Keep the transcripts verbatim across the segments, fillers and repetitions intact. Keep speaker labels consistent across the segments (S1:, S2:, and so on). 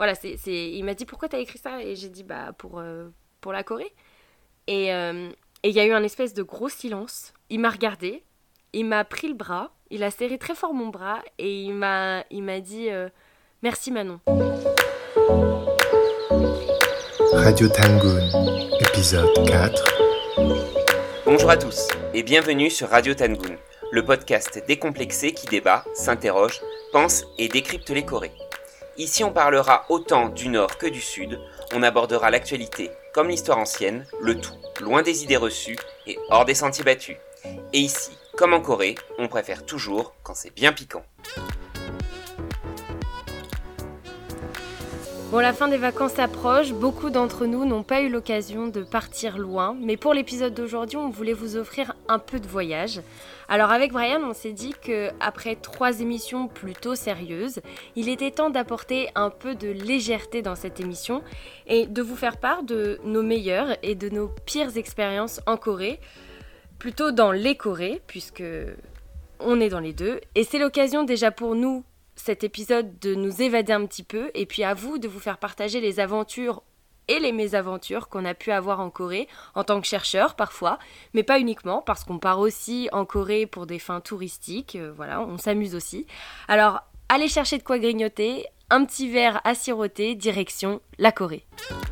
S1: voilà, c'est, c'est... il m'a dit pourquoi t'as écrit ça et j'ai dit bah pour, euh, pour la Corée. Et euh, et il y a eu un espèce de gros silence. Il m'a regardé, il m'a pris le bras, il a serré très fort mon bras et il m'a, il m'a dit euh, merci Manon.
S2: Radio Tangoon, épisode quatre.
S3: Bonjour à tous et bienvenue sur Radio Tangoon, le podcast décomplexé qui débat, s'interroge, pense et décrypte les Corées. Ici on parlera autant du Nord que du Sud, on abordera l'actualité comme l'histoire ancienne, le tout loin des idées reçues et hors des sentiers battus. Et ici, comme en Corée, on préfère toujours quand c'est bien piquant.
S1: Bon, la fin des vacances approche, beaucoup d'entre nous n'ont pas eu l'occasion de partir loin, mais pour l'épisode d'aujourd'hui, on voulait vous offrir un peu de voyage. Alors avec Brian, on s'est dit qu'après trois émissions plutôt sérieuses, il était temps d'apporter un peu de légèreté dans cette émission et de vous faire part de nos meilleures et de nos pires expériences en Corée, plutôt dans les Corées, puisque on est dans les deux, et c'est l'occasion déjà pour nous, cet épisode, de nous évader un petit peu et puis à vous de vous faire partager les aventures et les mésaventures qu'on a pu avoir en Corée en tant que chercheur parfois, mais pas uniquement parce qu'on part aussi en Corée pour des fins touristiques, euh, voilà, on s'amuse aussi. Alors, allez chercher de quoi grignoter, un petit verre à siroter, direction la Corée.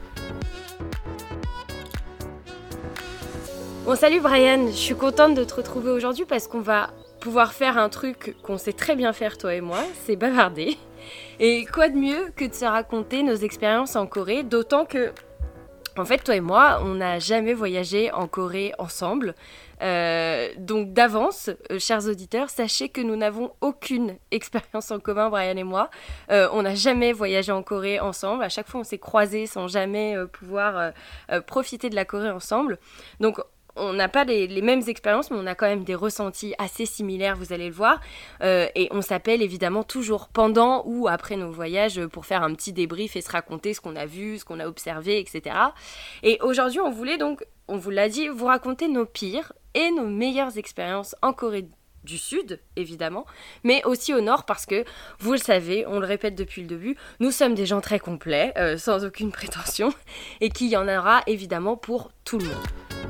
S1: Bon, salut Brian, je suis contente de te retrouver aujourd'hui parce qu'on va pouvoir faire un truc qu'on sait très bien faire toi et moi, c'est bavarder. Et quoi de mieux que de se raconter nos expériences en Corée, d'autant que, en fait, toi et moi, on n'a jamais voyagé en Corée ensemble. Euh, donc d'avance, euh, chers auditeurs, sachez que nous n'avons aucune expérience en commun, Brian et moi. Euh, on n'a jamais voyagé en Corée ensemble. À chaque fois, on s'est croisés sans jamais euh, pouvoir euh, euh, profiter de la Corée ensemble. Donc on n'a pas les, les mêmes expériences, mais on a quand même des ressentis assez similaires, vous allez le voir. Euh, et on s'appelle évidemment toujours pendant ou après nos voyages pour faire un petit débrief et se raconter ce qu'on a vu, ce qu'on a observé, et cetera. Et aujourd'hui, on voulait donc, on vous l'a dit, vous raconter nos pires et nos meilleures expériences en Corée du Sud, évidemment, mais aussi au Nord parce que, vous le savez, on le répète depuis le début, nous sommes des gens très complets, euh, sans aucune prétention, et qu'il y en aura évidemment pour tout le monde.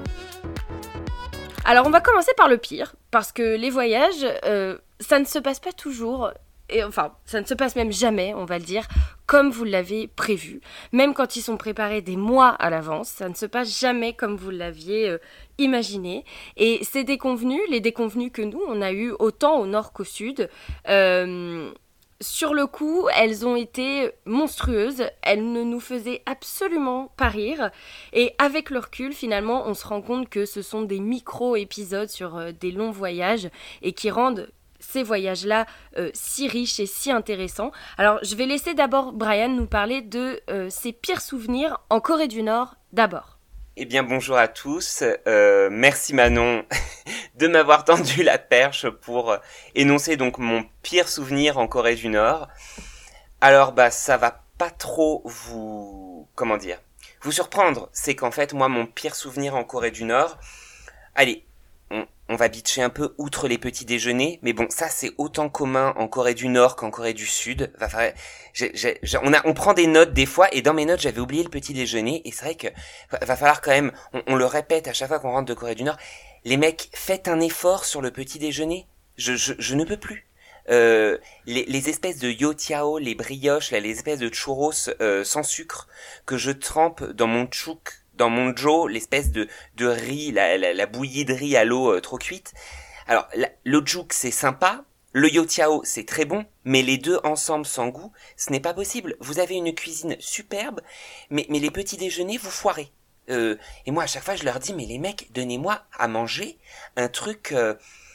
S1: Alors on va commencer par le pire, parce que les voyages, euh, ça ne se passe pas toujours, et enfin, ça ne se passe même jamais, on va le dire, comme vous l'avez prévu. Même quand ils sont préparés des mois à l'avance, ça ne se passe jamais comme vous l'aviez euh, imaginé. Et ces déconvenues, les déconvenues que nous, on a eues autant au nord qu'au sud, euh, sur le coup, elles ont été monstrueuses, elles ne nous faisaient absolument pas rire. Et avec le recul, finalement, on se rend compte que ce sont des micro-épisodes sur euh, des longs voyages et qui rendent ces voyages-là euh, si riches et si intéressants. Alors, je vais laisser d'abord Brian nous parler de euh, ses pires souvenirs en Corée du Nord d'abord.
S3: Eh bien bonjour à tous, euh, merci Manon de m'avoir tendu la perche pour énoncer donc mon pire souvenir en Corée du Nord. Alors bah ça va pas trop vous, comment dire, vous surprendre, c'est qu'en fait moi mon pire souvenir en Corée du Nord, allez, on, on va bitcher un peu outre les petits déjeuners, mais bon ça c'est autant commun en Corée du Nord qu'en Corée du Sud. Va falloir, j'ai, j'ai, j'ai, on a, on prend des notes des fois et dans mes notes j'avais oublié le petit déjeuner et c'est vrai que va, va falloir quand même, on, on le répète à chaque fois qu'on rentre de Corée du Nord, les mecs faites un effort sur le petit déjeuner. Je, je, je ne peux plus. Euh, les, les espèces de yotiao, les brioches, là, les espèces de churros euh, sans sucre que je trempe dans mon chouk, dans mon jo, l'espèce de, de riz, la, la, la bouillie de riz à l'eau euh, trop cuite. Alors, la, le chouk, c'est sympa, le yotiao, c'est très bon, mais les deux ensemble sans goût, ce n'est pas possible. Vous avez une cuisine superbe, mais, mais les petits déjeuners, vous foirez. Euh, et moi, à chaque fois, je leur dis, mais les mecs, donnez-moi à manger un truc... Euh,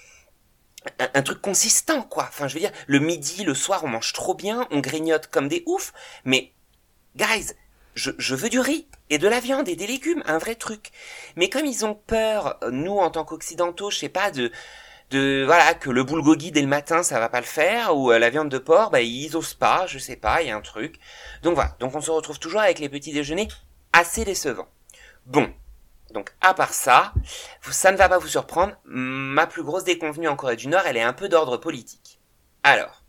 S3: Un, un truc consistant, quoi. Enfin, je veux dire, le midi, le soir, on mange trop bien, on grignote comme des oufs, mais, guys, je, je veux du riz, et de la viande, et des légumes, un vrai truc. Mais comme ils ont peur, nous, en tant qu'occidentaux, je sais pas, de, de, voilà, que le bulgogi dès le matin, ça va pas le faire, ou euh, la viande de porc, bah, ils osent pas, je sais pas, il y a un truc. Donc voilà, donc on se retrouve toujours avec les petits déjeuners assez décevants. Bon. Donc, à part ça, ça ne va pas vous surprendre, ma plus grosse déconvenue en Corée du Nord, elle est un peu d'ordre politique. Alors,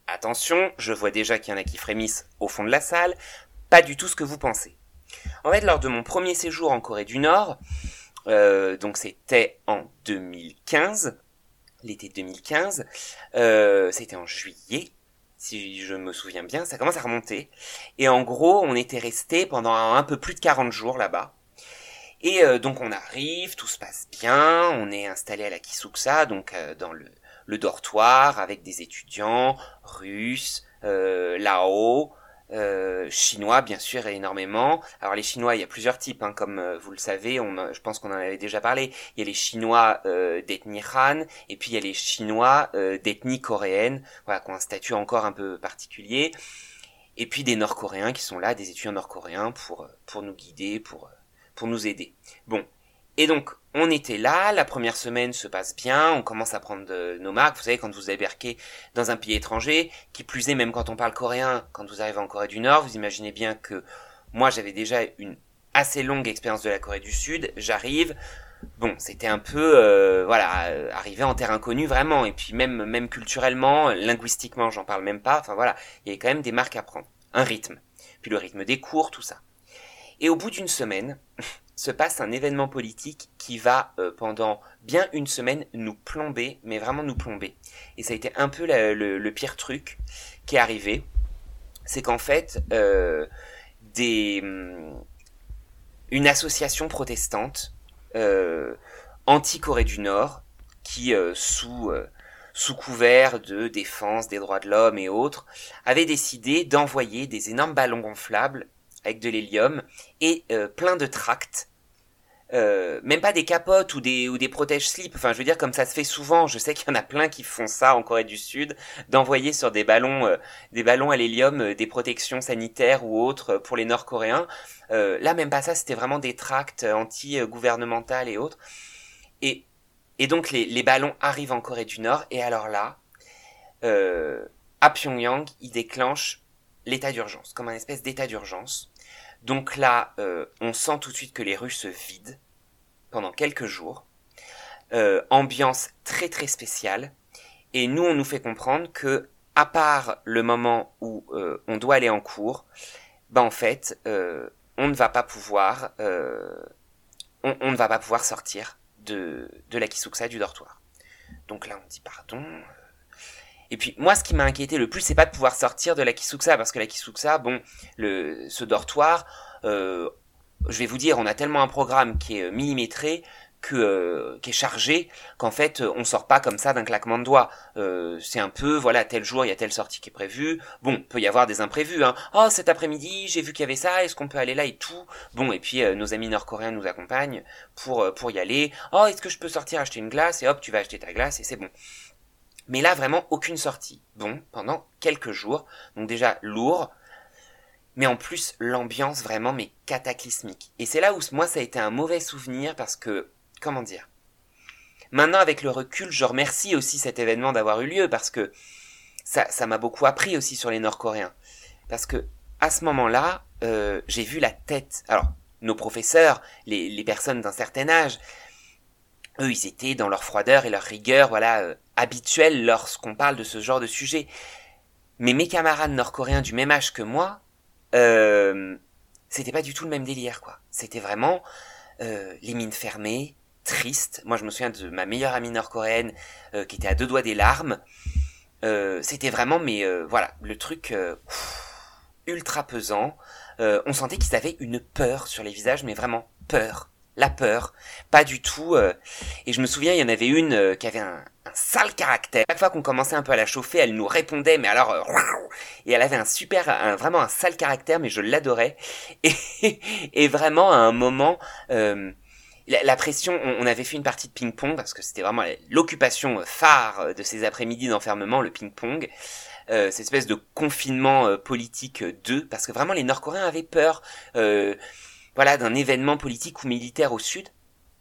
S3: attention, je vois déjà qu'il y en a qui frémissent au fond de la salle, pas du tout ce que vous pensez. En fait, lors de mon premier séjour en Corée du Nord, euh, donc c'était en deux mille quinze, l'été deux mille quinze, euh, c'était en juillet, si je me souviens bien, ça commence à remonter. Et en gros, on était resté pendant un peu plus de quarante jours là-bas. Et euh, donc on arrive, tout se passe bien, on est installé à la Kisuksa, donc euh, dans le, le dortoir, avec des étudiants russes, euh, lao, euh, chinois bien sûr énormément. Alors les Chinois, il y a plusieurs types, hein, comme euh, vous le savez, on a, je pense qu'on en avait déjà parlé. Il y a les Chinois euh, d'ethnie Han, et puis il y a les Chinois euh, d'ethnie coréenne, voilà, qui ont un statut encore un peu particulier. Et puis des Nord-Coréens qui sont là, des étudiants nord-coréens pour pour nous guider, pour pour nous aider. Bon, et donc on était là, la première semaine se passe bien, on commence à prendre de, nos marques. Vous savez, quand vous débarquez dans un pays étranger, qui plus est, même quand on parle coréen, quand vous arrivez en Corée du Nord, vous imaginez bien que moi j'avais déjà une assez longue expérience de la Corée du Sud, j'arrive, bon, c'était un peu, euh, voilà, euh, arrivé en terre inconnue vraiment, et puis même même culturellement, linguistiquement, j'en parle même pas, enfin voilà, il y avait quand même des marques à prendre, un rythme, puis le rythme des cours, tout ça. Et au bout d'une semaine, se passe un événement politique qui va, euh, pendant bien une semaine, nous plomber, mais vraiment nous plomber. Et ça a été un peu la, le, le pire truc qui est arrivé. C'est qu'en fait, euh, des, une association protestante euh, anti-Corée du Nord, qui, euh, sous, euh, sous couvert de défense des droits de l'homme et autres, avait décidé d'envoyer des énormes ballons gonflables avec de l'hélium et euh, plein de tracts, euh, même pas des capotes ou des ou des protège-slips, enfin je veux dire comme ça se fait souvent, je sais qu'il y en a plein qui font ça en Corée du Sud, d'envoyer sur des ballons euh, des ballons à l'hélium euh, des protections sanitaires ou autres pour les Nord-Coréens. Euh, là même pas ça, c'était vraiment des tracts anti-gouvernementales et autres. Et et donc les les ballons arrivent en Corée du Nord et alors là, euh, à Pyongyang, ils déclenchent l'état d'urgence, comme un espèce d'état d'urgence. Donc là, euh, on sent tout de suite que les rues se vident pendant quelques jours. Euh, ambiance très très spéciale. Et nous, on nous fait comprendre que, à part le moment où euh, on doit aller en cours, bah en fait, euh, on ne va pas pouvoir, euh, on, on ne va pas pouvoir sortir de de la Kisuksa, du dortoir. Donc là, on dit pardon. Et puis moi, ce qui m'a inquiété le plus, c'est pas de pouvoir sortir de la Kisuksa, parce que la Kisuksa, bon, le ce dortoir, euh, je vais vous dire, on a tellement un programme qui est millimétré, que euh, qui est chargé, qu'en fait, on sort pas comme ça d'un claquement de doigts. Euh, c'est un peu, voilà, tel jour, il y a telle sortie qui est prévue. Bon, peut y avoir des imprévus, hein. Oh, cet après-midi, j'ai vu qu'il y avait ça, est-ce qu'on peut aller là et tout. Bon, et puis euh, nos amis nord-coréens nous accompagnent pour euh, pour y aller. Oh, est-ce que je peux sortir acheter une glace? Et hop, tu vas acheter ta glace et c'est bon. Mais là, vraiment, aucune sortie. Bon, pendant quelques jours. Donc déjà, lourd. Mais en plus, l'ambiance vraiment, mais cataclysmique. Et c'est là où, moi, ça a été un mauvais souvenir parce que, comment dire? Maintenant, avec le recul, je remercie aussi cet événement d'avoir eu lieu parce que ça, ça m'a beaucoup appris aussi sur les Nord-Coréens. Parce que, à ce moment-là, euh, j'ai vu la tête. Alors, nos professeurs, les, les personnes d'un certain âge, eux, ils étaient dans leur froideur et leur rigueur, voilà, euh, habituelle lorsqu'on parle de ce genre de sujet. Mais mes camarades nord-coréens du même âge que moi, euh, c'était pas du tout le même délire, quoi. C'était vraiment euh, les mines fermées, tristes. Moi, je me souviens de ma meilleure amie nord-coréenne euh, qui était à deux doigts des larmes. Euh, c'était vraiment, mais euh, voilà, le truc euh, ultra pesant. Euh, on sentait qu'ils avaient une peur sur les visages, mais vraiment peur. La peur, pas du tout. Euh, et je me souviens, il y en avait une euh, qui avait un, un sale caractère. Chaque fois qu'on commençait un peu à la chauffer, elle nous répondait, mais alors, euh, et elle avait un super, un, vraiment un sale caractère, mais je l'adorais. Et, et vraiment, à un moment, euh, la, la pression, on, on avait fait une partie de ping-pong parce que c'était vraiment l'occupation phare de ces après-midi d'enfermement, le ping-pong. Euh, cette espèce de confinement euh, politique deux, parce que vraiment les Nord-Coréens avaient peur. Euh, Voilà, d'un événement politique ou militaire au sud.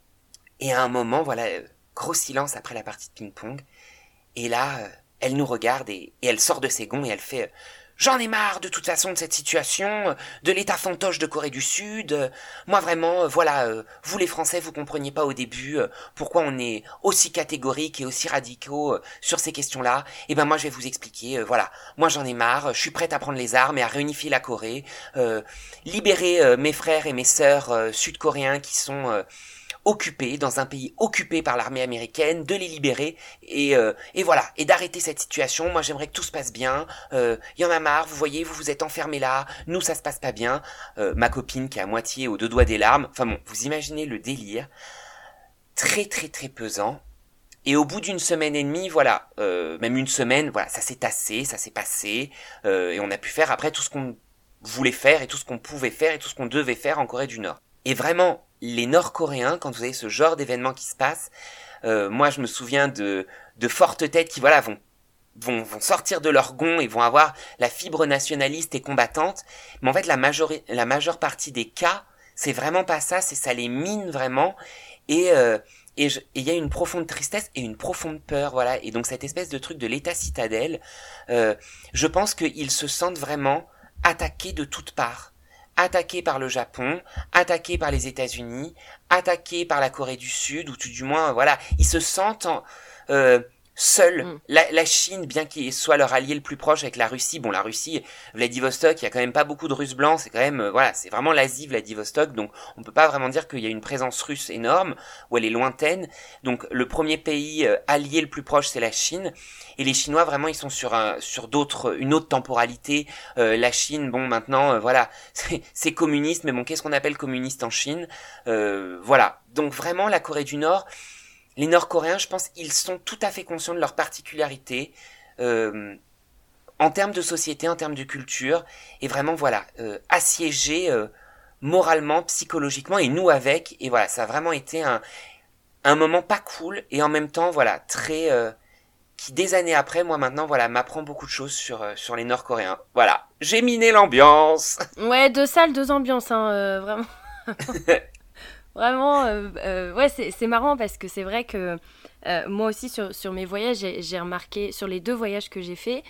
S3: Et à un moment, voilà, euh, gros silence après la partie de ping-pong. Et là, euh, elle nous regarde et, et elle sort de ses gonds et elle fait euh, « J'en ai marre de toute façon de cette situation, de l'état fantoche de Corée du Sud. Moi vraiment, voilà, euh, vous les Français, vous compreniez pas au début euh, pourquoi on est aussi catégoriques et aussi radicaux euh, sur ces questions-là. Et ben moi je vais vous expliquer, euh, voilà, moi j'en ai marre, je suis prête à prendre les armes et à réunifier la Corée, euh, libérer euh, mes frères et mes sœurs euh, sud-coréens qui sont... Euh, occupés, dans un pays occupé par l'armée américaine, de les libérer et, euh, et voilà, et d'arrêter cette situation. Moi j'aimerais que tout se passe bien, il euh, y en a marre, vous voyez, vous vous êtes enfermés là, nous ça se passe pas bien, euh, ma copine qui est à moitié aux deux doigts des larmes, enfin bon, vous imaginez le délire, très très très pesant. Et au bout d'une semaine et demie, voilà, euh, même une semaine, voilà, ça s'est tassé, ça s'est passé, euh, et on a pu faire après tout ce qu'on voulait faire et tout ce qu'on pouvait faire et tout ce qu'on devait faire en Corée du Nord. Et vraiment, les Nord-Coréens, quand vous avez ce genre d'événement qui se passe, euh, moi je me souviens de, de fortes têtes qui voilà vont, vont, vont sortir de leur gonds et vont avoir la fibre nationaliste et combattante, mais en fait la, majori- la majeure partie des cas, c'est vraiment pas ça, c'est ça les mine vraiment, et euh, et il y a une profonde tristesse et une profonde peur, voilà, et donc cette espèce de truc de l'état citadelle, euh, je pense qu'ils se sentent vraiment attaqués de toutes parts. Attaqués par le Japon, attaqués par les États-Unis, attaqués par la Corée du Sud, ou tout du moins, voilà, ils se sentent en, euh, seuls. Mm. La, la Chine, bien qu'il soit leur allié le plus proche avec la Russie, bon, la Russie, Vladivostok, il y a quand même pas beaucoup de Russes blancs, c'est quand même, euh, voilà, c'est vraiment l'Asie, Vladivostok, donc on peut pas vraiment dire qu'il y a une présence russe énorme, ou elle est lointaine, donc le premier pays euh, allié le plus proche, c'est la Chine, et les Chinois, vraiment, ils sont sur un, sur d'autres, une autre temporalité, euh, la Chine, bon, maintenant, euh, voilà, c'est, c'est communiste, mais bon, qu'est-ce qu'on appelle communiste en Chine, euh, voilà, donc vraiment, la Corée du Nord, les Nord-Coréens, je pense, ils sont tout à fait conscients de leurs particularités euh, en termes de société, en termes de culture, et vraiment, voilà, euh, assiégés euh, moralement, psychologiquement, et nous avec, et voilà, ça a vraiment été un, un moment pas cool, et en même temps, voilà, très... Euh, qui, des années après, moi, maintenant, voilà, m'apprend beaucoup de choses sur, euh, sur les Nord-Coréens. Voilà, j'ai miné l'ambiance.
S1: Ouais, deux salles, deux ambiances, hein, euh, vraiment. Vraiment, euh, euh, ouais, c'est, c'est marrant parce que c'est vrai que euh, moi aussi, sur, sur mes voyages, j'ai, j'ai remarqué, sur les deux voyages que j'ai faits,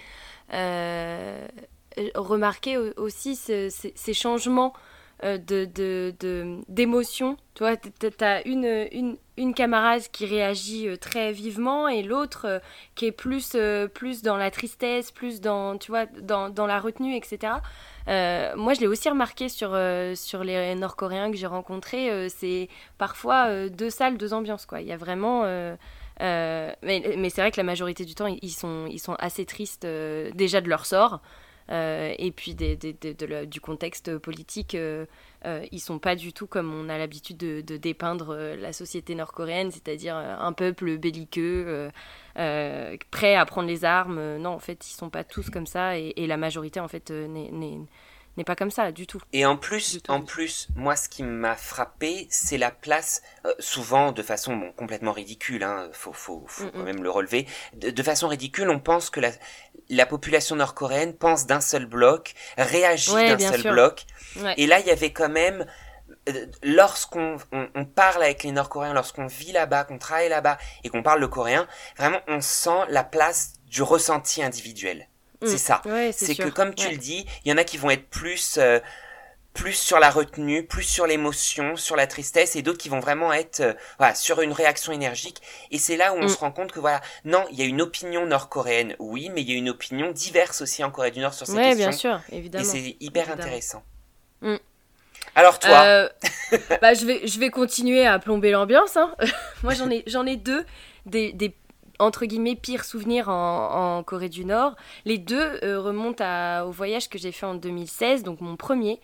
S1: euh, remarqué aussi ce, ce, ces changements euh, de, de, de, d'émotions. Tu vois, t'as une, une, une camarade qui réagit très vivement et l'autre euh, qui est plus, euh, plus dans la tristesse, plus dans, tu vois, dans, dans la retenue, et cetera. Euh, moi, je l'ai aussi remarqué sur, euh, sur les Nord-Coréens que j'ai rencontrés. Euh, c'est parfois euh, deux salles, deux ambiances, quoi. Il y a vraiment... Euh, euh, mais, mais c'est vrai que la majorité du temps, ils sont, ils sont assez tristes euh, déjà de leur sort. Euh, et puis des, des, des, de la, du contexte politique, euh, euh, ils sont pas du tout comme on a l'habitude de, de dépeindre euh, la société nord-coréenne, c'est-à-dire euh, un peuple belliqueux, euh, euh, prêt à prendre les armes. Non, en fait, ils sont pas tous comme ça, et, et la majorité, en fait, euh, n'est, n'est, n'est pas comme ça du tout.
S3: Et en plus, en plus, moi, ce qui m'a frappé, c'est la place, euh, souvent de façon bon, complètement ridicule, hein, faut, faut, faut mm-hmm. quand même le relever, de, de façon ridicule, on pense que la, la population nord-coréenne pense d'un seul bloc, réagit ouais, d'un seul sûr. bloc, ouais. Et là, il y avait quand même, euh, lorsqu'on on, on parle avec les Nord-Coréens, lorsqu'on vit là-bas, qu'on travaille là-bas, et qu'on parle le coréen, vraiment, on sent la place du ressenti individuel. C'est ça.
S1: Ouais, c'est
S3: c'est
S1: sûr.
S3: que comme tu
S1: ouais.
S3: le dis, il y en a qui vont être plus euh, plus sur la retenue, plus sur l'émotion, sur la tristesse, et d'autres qui vont vraiment être euh, voilà, sur une réaction énergique. Et c'est là où on mm. se rend compte que voilà, non, il y a une opinion nord-coréenne, oui, mais il y a une opinion diverse aussi en Corée du Nord sur ces
S1: ouais,
S3: questions.
S1: bien sûr, évidemment.
S3: Et c'est hyper
S1: évidemment.
S3: intéressant.
S1: Mm.
S3: Alors toi
S1: euh, bah, je vais je vais continuer à plomber l'ambiance. Hein. Moi j'en ai j'en ai deux des des entre guillemets, pires souvenirs en, en Corée du Nord. Les deux euh, remontent à, au voyage que j'ai fait en deux mille seize, donc mon premier.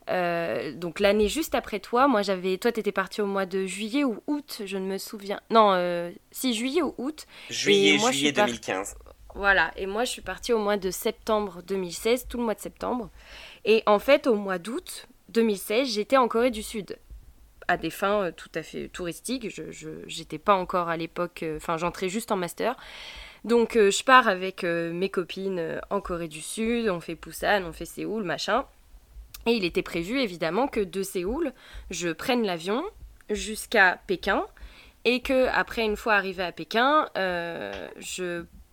S1: Euh, donc l'année juste après toi, moi j'avais... Toi, t'étais partie au mois de juillet ou août, je ne me souviens... Non, euh, si, juillet ou août.
S3: Juillet,
S1: et moi,
S3: juillet
S1: par...
S3: deux mille quinze.
S1: Voilà, et moi je suis partie au mois de septembre deux mille seize, tout le mois de septembre. Et en fait, au mois d'août deux mille seize, j'étais en Corée du Sud. À des fins euh, tout à fait touristiques. Je, je, j'étais pas encore à l'époque... Enfin, euh, j'entrais juste en master. Donc, euh, je pars avec euh, mes copines euh, en Corée du Sud. On fait Busan, on fait Séoul, machin. Et il était prévu, évidemment, que de Séoul, je prenne l'avion jusqu'à Pékin. Et que après, une fois arrivée à Pékin, euh, je,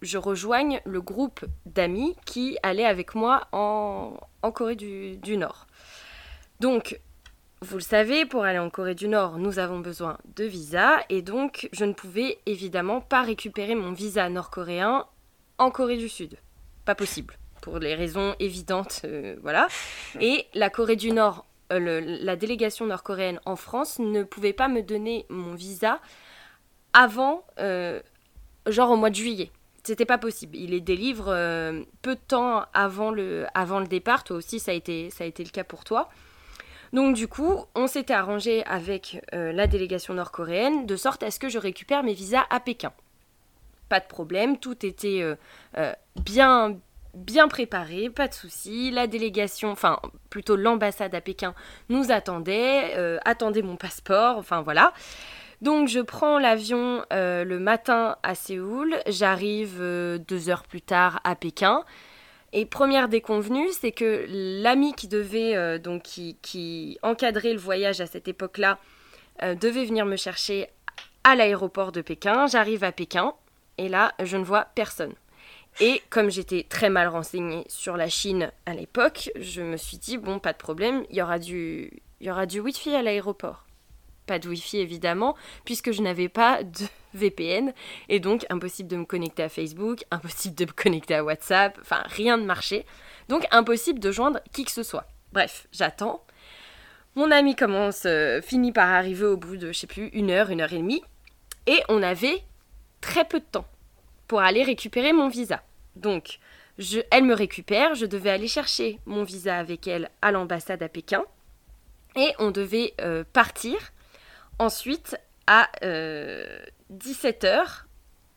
S1: je rejoigne le groupe d'amis qui allait avec moi en, en Corée du, du Nord. Donc, vous le savez, pour aller en Corée du Nord, nous avons besoin de visa et donc je ne pouvais évidemment pas récupérer mon visa nord-coréen en Corée du Sud. Pas possible, pour les raisons évidentes, euh, voilà. Et la Corée du Nord, euh, le, la délégation nord-coréenne en France ne pouvait pas me donner mon visa avant, euh, genre au mois de juillet. C'était pas possible. Il les délivre euh, peu de temps avant le, avant le départ. Toi aussi, ça a été, ça a été le cas pour toi. Donc du coup, on s'était arrangé avec euh, la délégation nord-coréenne de sorte à ce que je récupère mes visas à Pékin. Pas de problème, tout était euh, euh, bien, bien préparé, pas de souci. La délégation, enfin plutôt l'ambassade à Pékin nous attendait, euh, attendait mon passeport, enfin voilà. Donc je prends l'avion euh, le matin à Séoul, j'arrive euh, deux heures plus tard à Pékin. Et première déconvenue, c'est que l'ami qui devait, euh, donc qui, qui encadrait le voyage à cette époque-là, euh, devait venir me chercher à l'aéroport de Pékin. J'arrive à Pékin et là, je ne vois personne. Et comme j'étais très mal renseignée sur la Chine à l'époque, je me suis dit, bon, pas de problème, il y aura du, il y aura du Wi-Fi à l'aéroport. Pas de Wi-Fi évidemment, puisque je n'avais pas de V P N, et donc impossible de me connecter à Facebook, impossible de me connecter à WhatsApp, enfin rien ne marchait, donc impossible de joindre qui que ce soit. Bref, j'attends. Mon ami commence, euh, finit par arriver au bout de, je sais plus, une heure, une heure et demie, et on avait très peu de temps pour aller récupérer mon visa. Donc, je, elle me récupère, je devais aller chercher mon visa avec elle à l'ambassade à Pékin, et on devait euh, partir. Ensuite, à euh, dix-sept heures,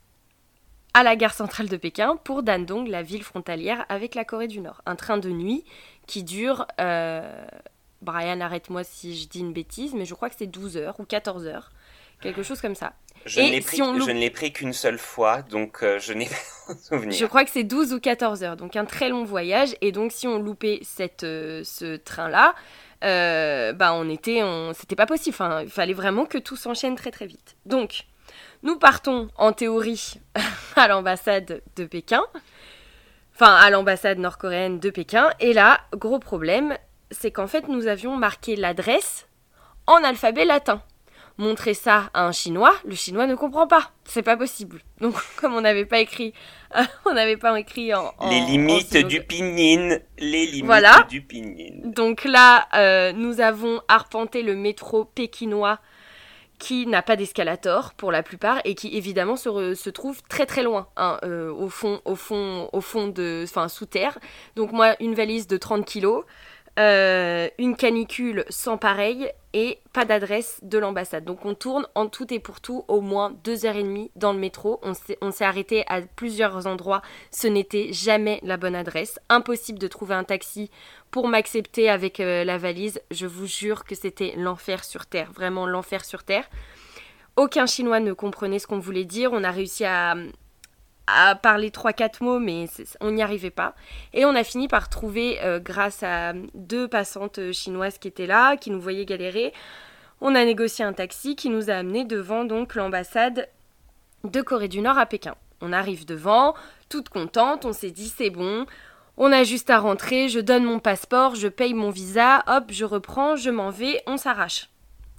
S1: à la gare centrale de Pékin, pour Dandong, la ville frontalière avec la Corée du Nord. Un train de nuit qui dure, euh, Brian, arrête-moi si je dis une bêtise, mais je crois que c'est douze heures ou quatorze heures, quelque chose comme ça.
S3: Je,
S1: Et
S3: ne, l'ai
S1: si
S3: pris,
S1: on
S3: je ne l'ai pris qu'une seule fois, donc euh, je n'ai pas de souvenir.
S1: Je crois que c'est douze ou quatorze heures, donc un très long voyage. Et donc, si on loupait cette, euh, ce train-là, euh, bah, on était, on, c'était pas possible. Enfin, il fallait vraiment que tout s'enchaîne très très vite. Donc, nous partons en théorie à l'ambassade de Pékin, enfin à l'ambassade nord-coréenne de Pékin. Et là, gros problème, c'est qu'en fait, nous avions marqué l'adresse en alphabet latin. Montrer ça à un Chinois, le Chinois ne comprend pas. C'est pas possible. Donc, comme on n'avait pas écrit, euh, on n'avait pas écrit en, en
S3: les limites
S1: en
S3: du pinyin, les limites
S1: voilà.
S3: du pinyin.
S1: Donc là, euh, nous avons arpenté le métro pékinois qui n'a pas d'escalator pour la plupart et qui évidemment se, re, se trouve très très loin, hein, euh, au fond, au fond, au fond de, enfin sous terre. Donc moi, une valise de trente kilos. Euh, une canicule sans pareil et pas d'adresse de l'ambassade. Donc on tourne en tout et pour tout au moins deux heures et demie dans le métro. On s'est, on s'est arrêté à plusieurs endroits. Ce n'était jamais la bonne adresse. Impossible de trouver un taxi pour m'accepter avec euh, la valise. Je vous jure que c'était l'enfer sur terre. Vraiment l'enfer sur terre. Aucun Chinois ne comprenait ce qu'on voulait dire. On a réussi à... à parler trois quatre mots, mais on n'y arrivait pas. Et on a fini par trouver, euh, grâce à deux passantes chinoises qui étaient là, qui nous voyaient galérer, on a négocié un taxi qui nous a amenés devant donc l'ambassade de Corée du Nord à Pékin. On arrive devant, toute contente, on s'est dit c'est bon, on a juste à rentrer, je donne mon passeport, je paye mon visa, hop, je reprends, je m'en vais, on s'arrache.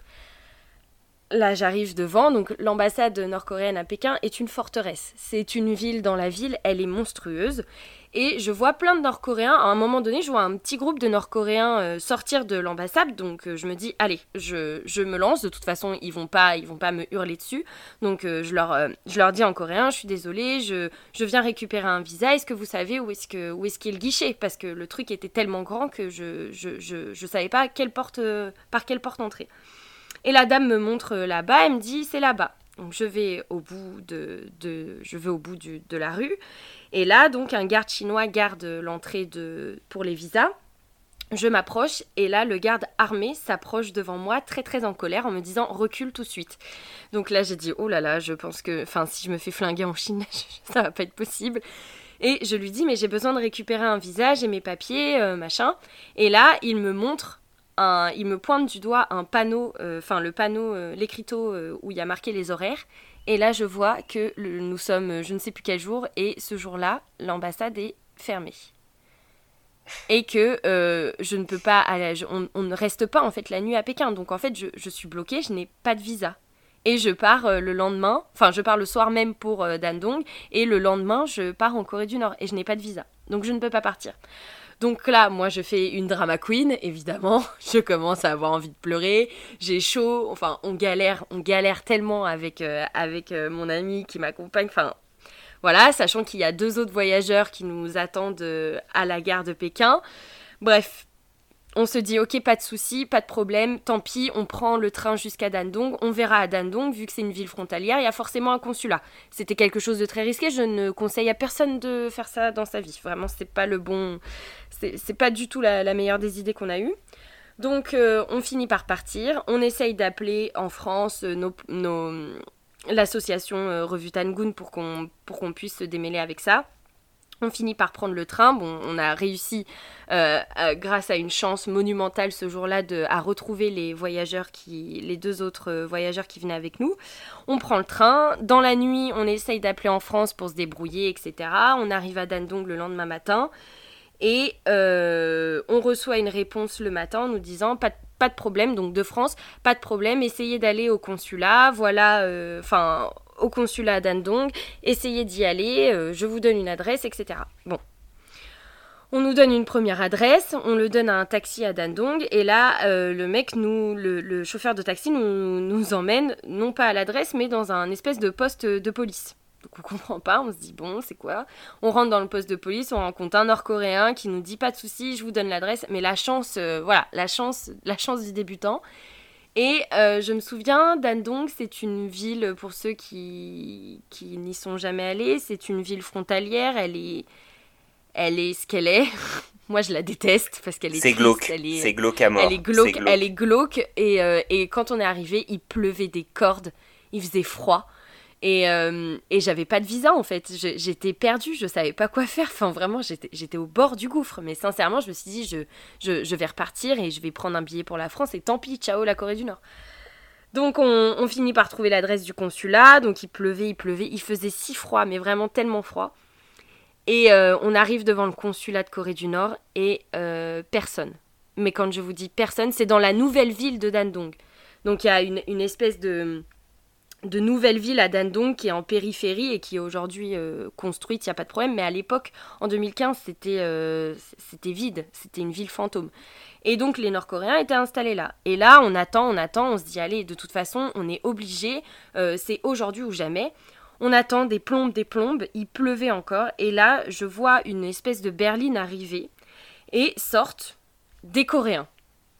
S1: Là, j'arrive devant, donc l'ambassade nord-coréenne à Pékin est une forteresse. C'est une ville dans la ville, elle est monstrueuse. Et je vois plein de Nord-Coréens. À un moment donné, je vois un petit groupe de Nord-Coréens euh, sortir de l'ambassade. Donc euh, je me dis, allez, je, je me lance. De toute façon, ils vont pas, ils vont pas me hurler dessus. Donc euh, je, leur, euh, je leur dis en coréen, je suis désolée, je, je viens récupérer un visa. Est-ce que vous savez où est-ce, que, où est-ce qu'est le guichet ? Parce que le truc était tellement grand que je je, je, je savais pas quelle porte, euh, par quelle porte entrer. Et la dame me montre là-bas, elle me dit c'est là-bas. Donc je vais au bout de, de je vais au bout du, de la rue. Et là, donc un garde chinois garde l'entrée de, pour les visas. Je m'approche et là, le garde armé s'approche devant moi, très très en colère, en me disant recule tout de suite. Donc là, j'ai dit oh là là, je pense que, enfin, si je me fais flinguer en Chine, ça va pas être possible. Et je lui dis mais j'ai besoin de récupérer un visa, j'ai mes papiers, euh, machin. Et là, il me montre. Un, il me pointe du doigt un panneau, enfin euh, le panneau, euh, l'écriteau euh, où il y a marqué les horaires, et là je vois que le, nous sommes je ne sais plus quel jour, et ce jour-là, l'ambassade est fermée. Et que euh, je ne peux pas, aller, je, on, on ne reste pas en fait la nuit à Pékin, donc en fait je, je suis bloquée, je n'ai pas de visa. Et je pars euh, le lendemain, enfin je pars le soir même pour euh, Dandong, et le lendemain je pars en Corée du Nord, et je n'ai pas de visa, donc je ne peux pas partir. Donc là, moi je fais une drama queen, évidemment, je commence à avoir envie de pleurer, j'ai chaud, enfin on galère, on galère tellement avec, euh, avec euh, mon ami qui m'accompagne, enfin voilà, sachant qu'il y a deux autres voyageurs qui nous attendent euh, à la gare de Pékin. Bref. On se dit, ok, pas de souci, pas de problème, tant pis, on prend le train jusqu'à Dandong, on verra à Dandong, vu que c'est une ville frontalière, il y a forcément un consulat. C'était quelque chose de très risqué, je ne conseille à personne de faire ça dans sa vie. Vraiment, c'est pas le bon... C'est, c'est pas du tout la, la meilleure des idées qu'on a eues. Donc, euh, on finit par partir, on essaye d'appeler en France euh, nos, nos, l'association euh, Revue Tangoon pour qu'on, pour qu'on puisse se démêler avec ça. On finit par prendre le train. Bon, on a réussi, euh, à, grâce à une chance monumentale ce jour-là, de, à retrouver les voyageurs qui, les deux autres voyageurs qui venaient avec nous. On prend le train. Dans la nuit, on essaye d'appeler en France pour se débrouiller, et cetera. On arrive à Dandong le lendemain matin. Et euh, on reçoit une réponse le matin en nous disant pas de, pas de problème, donc de France, pas de problème, essayez d'aller au consulat, voilà, enfin... Euh, au consulat à Dandong, essayez d'y aller, euh, je vous donne une adresse, et cetera. Bon. On nous donne une première adresse, on le donne à un taxi à Dandong, et là, euh, le mec, nous, le, le chauffeur de taxi nous, nous emmène, non pas à l'adresse, mais dans un espèce de poste de police. Donc on comprend pas, on se dit bon, c'est quoi ? On rentre dans le poste de police, on rencontre un Nord-Coréen qui nous dit pas de souci, je vous donne l'adresse, mais la chance, euh, voilà, la chance, la chance du débutant. Et euh, je me souviens, Dandong, c'est une ville, pour ceux qui, qui n'y sont jamais allés, c'est une ville frontalière, elle est, elle est ce qu'elle est. Moi, je la déteste parce qu'elle est
S3: c'est
S1: triste.
S3: Glauque.
S1: Elle est,
S3: c'est glauque à mort.
S1: Elle est glauque,
S3: c'est glauque.
S1: Elle est glauque et, euh, et quand on est arrivé, il pleuvait des cordes, il faisait froid. Et, euh, et j'avais pas de visa en fait, je, j'étais perdue, je savais pas quoi faire, enfin vraiment j'étais, j'étais au bord du gouffre, mais sincèrement je me suis dit je, je, je vais repartir et je vais prendre un billet pour la France et tant pis, ciao la Corée du Nord. Donc on, on finit par trouver l'adresse du consulat, donc il pleuvait, il pleuvait, il faisait si froid, mais vraiment tellement froid. Et euh, on arrive devant le consulat de Corée du Nord et euh, personne. Mais quand je vous dis personne, c'est dans la nouvelle ville de Dandong. Donc il y a une, une espèce de... de nouvelle ville à Dandong qui est en périphérie et qui est aujourd'hui euh, construite, il n'y a pas de problème, mais à l'époque, en deux mille quinze, c'était, euh, c'était vide, c'était une ville fantôme. Et donc les Nord-Coréens étaient installés là. Et là, on attend, on attend, on se dit, allez, de toute façon, on est obligé, euh, c'est aujourd'hui ou jamais. On attend des plombes, des plombes, il pleuvait encore, et là, je vois une espèce de berline arriver, et sortent des Coréens.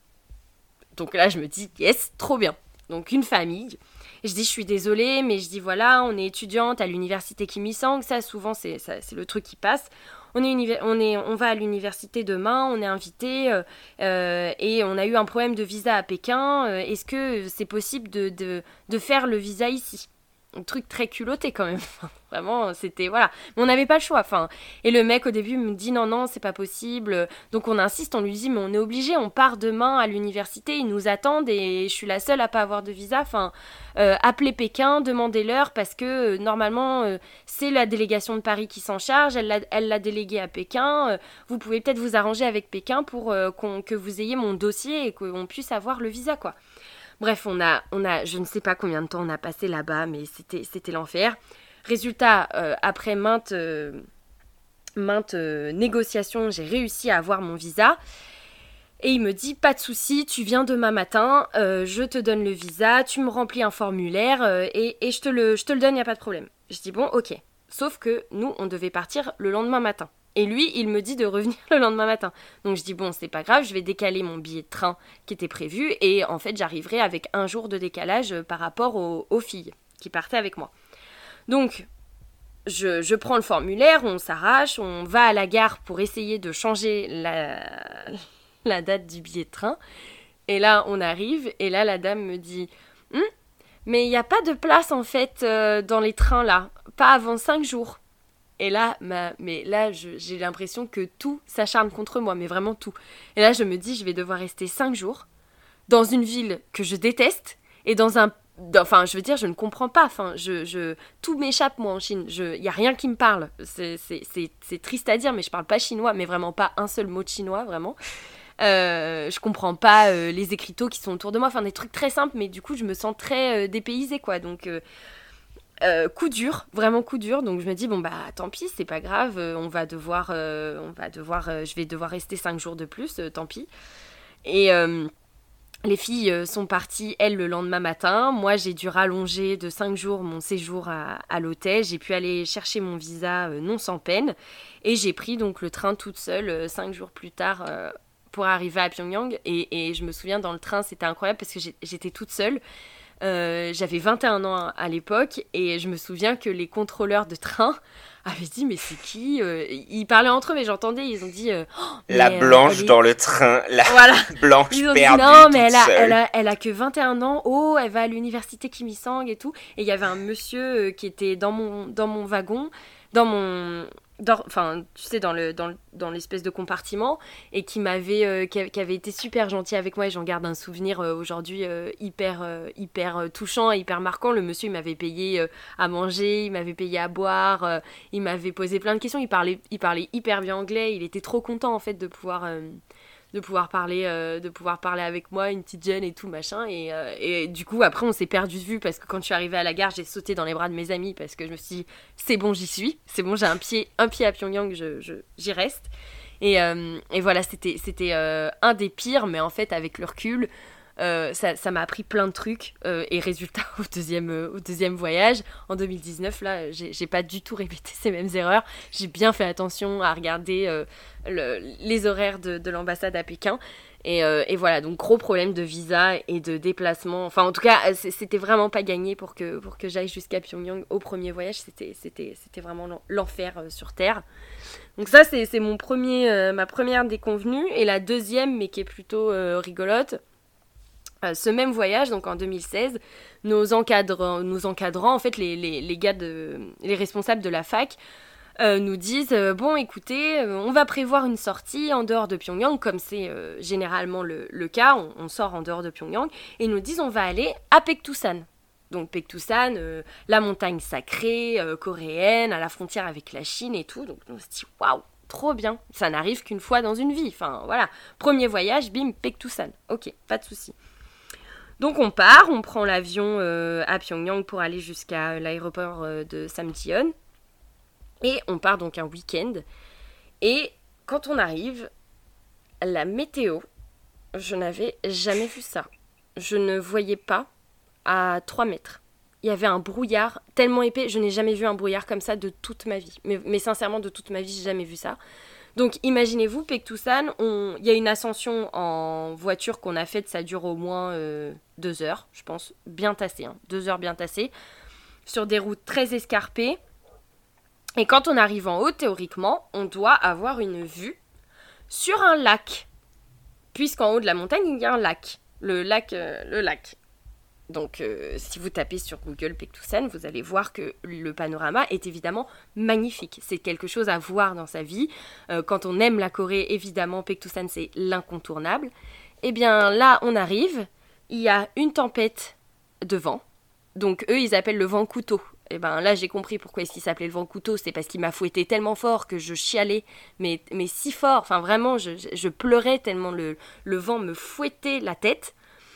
S1: Donc là, je me dis, yes, trop bien. Donc une famille... Et je dis, je suis désolée, mais je dis, voilà, on est étudiante à l'université Kim Il-sung. Ça, souvent, c'est, ça, c'est le truc qui passe. On, est univer- on, est, on va à l'université demain, on est invité euh, euh, et on a eu un problème de visa à Pékin. Euh, est-ce que c'est possible de, de, de faire le visa ici ? Un truc très culotté quand même. Vraiment, c'était... Voilà. Mais on n'avait pas le choix. Enfin, et le mec, au début, me dit, non, non, c'est pas possible. Donc, on insiste, on lui dit, mais on est obligé, on part demain à l'université, ils nous attendent et je suis la seule à pas avoir de visa. Enfin, euh, appelez Pékin, demandez-leur parce que, euh, normalement, euh, c'est la délégation de Paris qui s'en charge. Elle l'a, elle l'a délégué à Pékin. Euh, vous pouvez peut-être vous arranger avec Pékin pour euh, qu'on, que vous ayez mon dossier et qu'on puisse avoir le visa, quoi. Bref, on a, on a, je ne sais pas combien de temps on a passé là-bas, mais c'était, c'était l'enfer. Résultat, euh, après maintes, euh, maintes euh, négociations, j'ai réussi à avoir mon visa. Et il me dit, pas de souci, tu viens demain matin, euh, je te donne le visa, tu me remplis un formulaire euh, et, et je, te le, je te le donne, il n'y a pas de problème. Je dis, bon, ok. Sauf que nous, on devait partir le lendemain matin. Et lui, il me dit de revenir le lendemain matin. Donc je dis, bon, c'est pas grave, je vais décaler mon billet de train qui était prévu. Et en fait, j'arriverai avec un jour de décalage par rapport aux, aux filles qui partaient avec moi. Donc, je, je prends le formulaire, on s'arrache, on va à la gare pour essayer de changer la, la date du billet de train. Et là, on arrive, et là, la dame me dit, hm, mais il n'y a pas de place, en fait, euh, dans les trains, là. Pas avant cinq jours. Et là, ma, mais là je, j'ai l'impression que tout s'acharne contre moi, mais vraiment tout. Et là, je me dis, je vais devoir rester cinq jours dans une ville que je déteste et dans un, Enfin, je veux dire, je ne comprends pas. Enfin, je, je, tout m'échappe, moi, en Chine. Il n'y a rien qui me parle. C'est, c'est, c'est, c'est triste à dire, mais je parle pas chinois, mais vraiment pas un seul mot de chinois, vraiment. Euh, je comprends pas euh, les écriteaux qui sont autour de moi. Enfin, des trucs très simples, mais du coup, je me sens très euh, dépaysée, quoi. Donc, euh, euh, coup dur, vraiment coup dur. Donc, je me dis, bon, bah, tant pis, c'est pas grave. Euh, on va devoir, euh, on va devoir, euh, je vais devoir rester cinq jours de plus, euh, tant pis. Et... Euh, Les filles sont parties, elles, le lendemain matin. Moi, j'ai dû rallonger de cinq jours mon séjour à, à l'hôtel. J'ai pu aller chercher mon visa euh, non sans peine. Et j'ai pris donc le train toute seule, euh, cinq jours plus tard, euh, pour arriver à Pyongyang. Et, et je me souviens, dans le train, c'était incroyable parce que j'ai, j'étais toute seule. Euh, j'avais vingt et un ans à l'époque. Et je me souviens que les contrôleurs de train avaient dit, mais c'est qui euh, Ils parlaient entre eux, mais j'entendais, ils ont dit... Euh, oh,
S3: la
S1: mais,
S3: blanche
S1: euh, est...
S3: dans le train, la
S1: voilà.
S3: blanche
S1: Ils ont
S3: perdue,
S1: dit, non, mais elle a,
S3: seule.
S1: elle, a, elle a que vingt et un ans, oh, elle va à l'université Kim Il-sung et tout. Et il y avait un monsieur qui était dans mon, dans mon wagon, dans mon... Enfin, tu sais, dans, le, dans, le, dans l'espèce de compartiment, et qui m'avait, euh, qui, qui avait été super gentil avec moi, et j'en garde un souvenir euh, aujourd'hui euh, hyper, euh, hyper euh, touchant, hyper marquant. Le monsieur, il m'avait payé euh, à manger, il m'avait payé à boire, euh, il m'avait posé plein de questions, il parlait, il parlait hyper bien anglais, il était trop content en fait de pouvoir... Euh, de pouvoir parler euh, de pouvoir parler avec moi, une petite jeune et tout machin, et, euh, et du coup après on s'est perdu de vue parce que quand je suis arrivée à la gare, j'ai sauté dans les bras de mes amis parce que je me suis dit c'est bon, j'y suis, c'est bon, j'ai un pied un pied à Pyongyang, je, je, j'y reste, et, euh, et voilà, c'était, c'était euh, un des pires, mais en fait avec le recul Euh, ça, ça m'a appris plein de trucs, euh, et résultat au deuxième, euh, au deuxième voyage en deux mille dix-neuf, là j'ai, j'ai pas du tout répété ces mêmes erreurs, j'ai bien fait attention à regarder euh, le, les horaires de, de l'ambassade à Pékin, et, euh, et voilà, donc gros problème de visa et de déplacement, enfin en tout cas c'était vraiment pas gagné pour que, pour que j'aille jusqu'à Pyongyang au premier voyage, c'était, c'était, c'était vraiment l'enfer euh, sur terre. Donc ça c'est, c'est mon premier, euh, ma première déconvenue, et la deuxième, mais qui est plutôt euh, rigolote. Euh, ce même voyage, donc en deux mille seize, nos encadrants, nos encadrants en fait, les, les, les gars, de, les responsables de la fac, euh, nous disent euh, bon, écoutez, euh, on va prévoir une sortie en dehors de Pyongyang, comme c'est euh, généralement le, le cas, on, on sort en dehors de Pyongyang, et ils nous disent on va aller à Paektusan. Donc Paektusan, euh, la montagne sacrée euh, coréenne, à la frontière avec la Chine et tout. Donc on se dit waouh, trop bien, ça n'arrive qu'une fois dans une vie. Enfin voilà, premier voyage, bim, Paektusan. Ok, pas de souci. Donc on part, on prend l'avion euh, à Pyongyang pour aller jusqu'à l'aéroport euh, de Samcheon. Et on part donc un week-end. Et quand on arrive, la météo, je n'avais jamais vu ça. Je ne voyais pas à trois mètres. Il y avait un brouillard tellement épais, je n'ai jamais vu un brouillard comme ça de toute ma vie. Mais, mais sincèrement, de toute ma vie, j'ai jamais vu ça. Donc imaginez-vous, Paektusan, il y a une ascension en voiture qu'on a faite, ça dure au moins euh, deux heures, je pense, bien tassé, hein, deux heures bien tassées, sur des routes très escarpées. Et quand on arrive en haut, théoriquement, on doit avoir une vue sur un lac, puisqu'en haut de la montagne, il y a un lac, le lac, euh, le lac. Donc, euh, si vous tapez sur Google Paektusan, vous allez voir que le panorama est évidemment magnifique. C'est quelque chose à voir dans sa vie. Euh, quand on aime la Corée, évidemment, Paektusan, c'est l'incontournable. Eh bien, là, on arrive. Il y a une tempête de vent. Donc, eux, ils appellent le vent couteau. Eh bien, là, j'ai compris pourquoi est-ce qu'il s'appelait le vent couteau. C'est parce qu'il m'a fouetté tellement fort que je chialais, mais, mais si fort. Enfin, vraiment, je, je pleurais tellement le, le vent me fouettait la tête.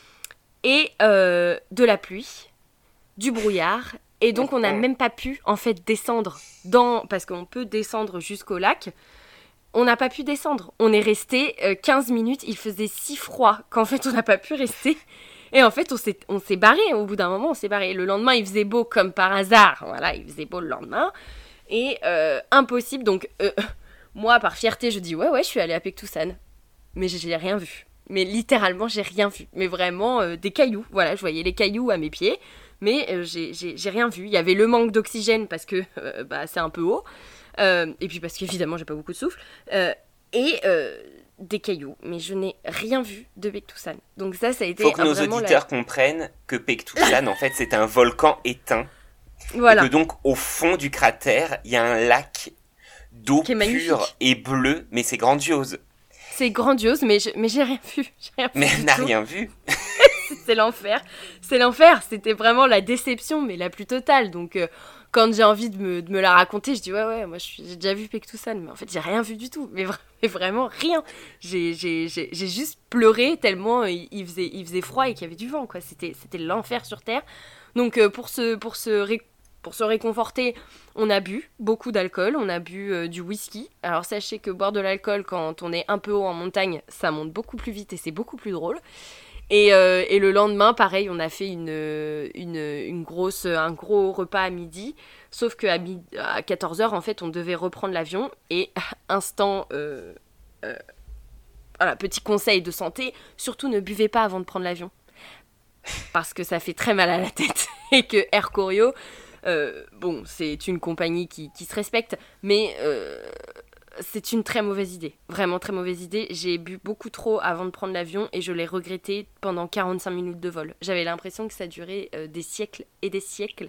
S1: Et euh, de la pluie, du brouillard, et donc on n'a même pas pu en fait descendre dans, parce qu'on peut descendre jusqu'au lac, on n'a pas pu descendre, on est resté euh, quinze minutes, il faisait si froid qu'en fait on n'a pas pu rester, et en fait on s'est, on s'est barré, au bout d'un moment on s'est barré, le lendemain il faisait beau comme par hasard, voilà, il faisait beau le lendemain, et euh, impossible, donc euh, moi par fierté je dis ouais ouais je suis allée à Paektusan, mais j'ai rien vu. Mais littéralement, j'ai rien vu. Mais vraiment, euh, des cailloux. Voilà, je voyais les cailloux à mes pieds. Mais euh, j'ai, j'ai, j'ai rien vu. Il y avait le manque d'oxygène parce que euh, bah, c'est un peu haut. Euh, et puis parce qu'évidemment, j'ai pas beaucoup de souffle. Euh, et euh, des cailloux. Mais je n'ai rien vu de Paektusan. Donc ça, ça a été...
S3: Faut que
S1: un,
S3: nos
S1: vraiment
S3: auditeurs
S1: la...
S3: comprennent que Paektusan, en fait, c'est un volcan éteint.
S1: Voilà.
S3: Et que donc, au fond du cratère, il y a un lac d'eau pure et bleue. Mais c'est grandiose.
S1: C'est grandiose, mais, je, mais j'ai rien vu. J'ai rien
S3: mais
S1: vu
S3: elle n'a rien vu.
S1: c'est l'enfer. C'est l'enfer. C'était vraiment la déception, mais la plus totale. Donc, euh, quand j'ai envie de me, de me la raconter, je dis ouais, ouais, moi je suis, j'ai déjà vu Pectoussan, mais en fait, j'ai rien vu du tout. Mais, vra- mais vraiment rien. J'ai, j'ai, j'ai, j'ai juste pleuré tellement il, il, faisait, il faisait froid et qu'il y avait du vent, quoi. C'était, c'était l'enfer sur Terre. Donc, euh, pour, se, pour, se ré- pour se réconforter, on a bu beaucoup d'alcool. On a bu euh, du whisky. Alors, sachez que boire de l'alcool quand on est un peu haut en montagne, ça monte beaucoup plus vite et c'est beaucoup plus drôle. Et, euh, et le lendemain, pareil, on a fait une, une, une grosse, un gros repas à midi. Sauf qu'à à quatorze heures, en fait, on devait reprendre l'avion. Et instant, euh, euh, voilà, petit conseil de santé, surtout ne buvez pas avant de prendre l'avion. Parce que ça fait très mal à la tête. Et que Air Koryo, euh, bon, c'est une compagnie qui, qui se respecte, mais... Euh, c'est une très mauvaise idée, vraiment très mauvaise idée. J'ai bu beaucoup trop avant de prendre l'avion et je l'ai regretté pendant quarante-cinq minutes de vol. J'avais l'impression que ça durait euh, des siècles et des siècles.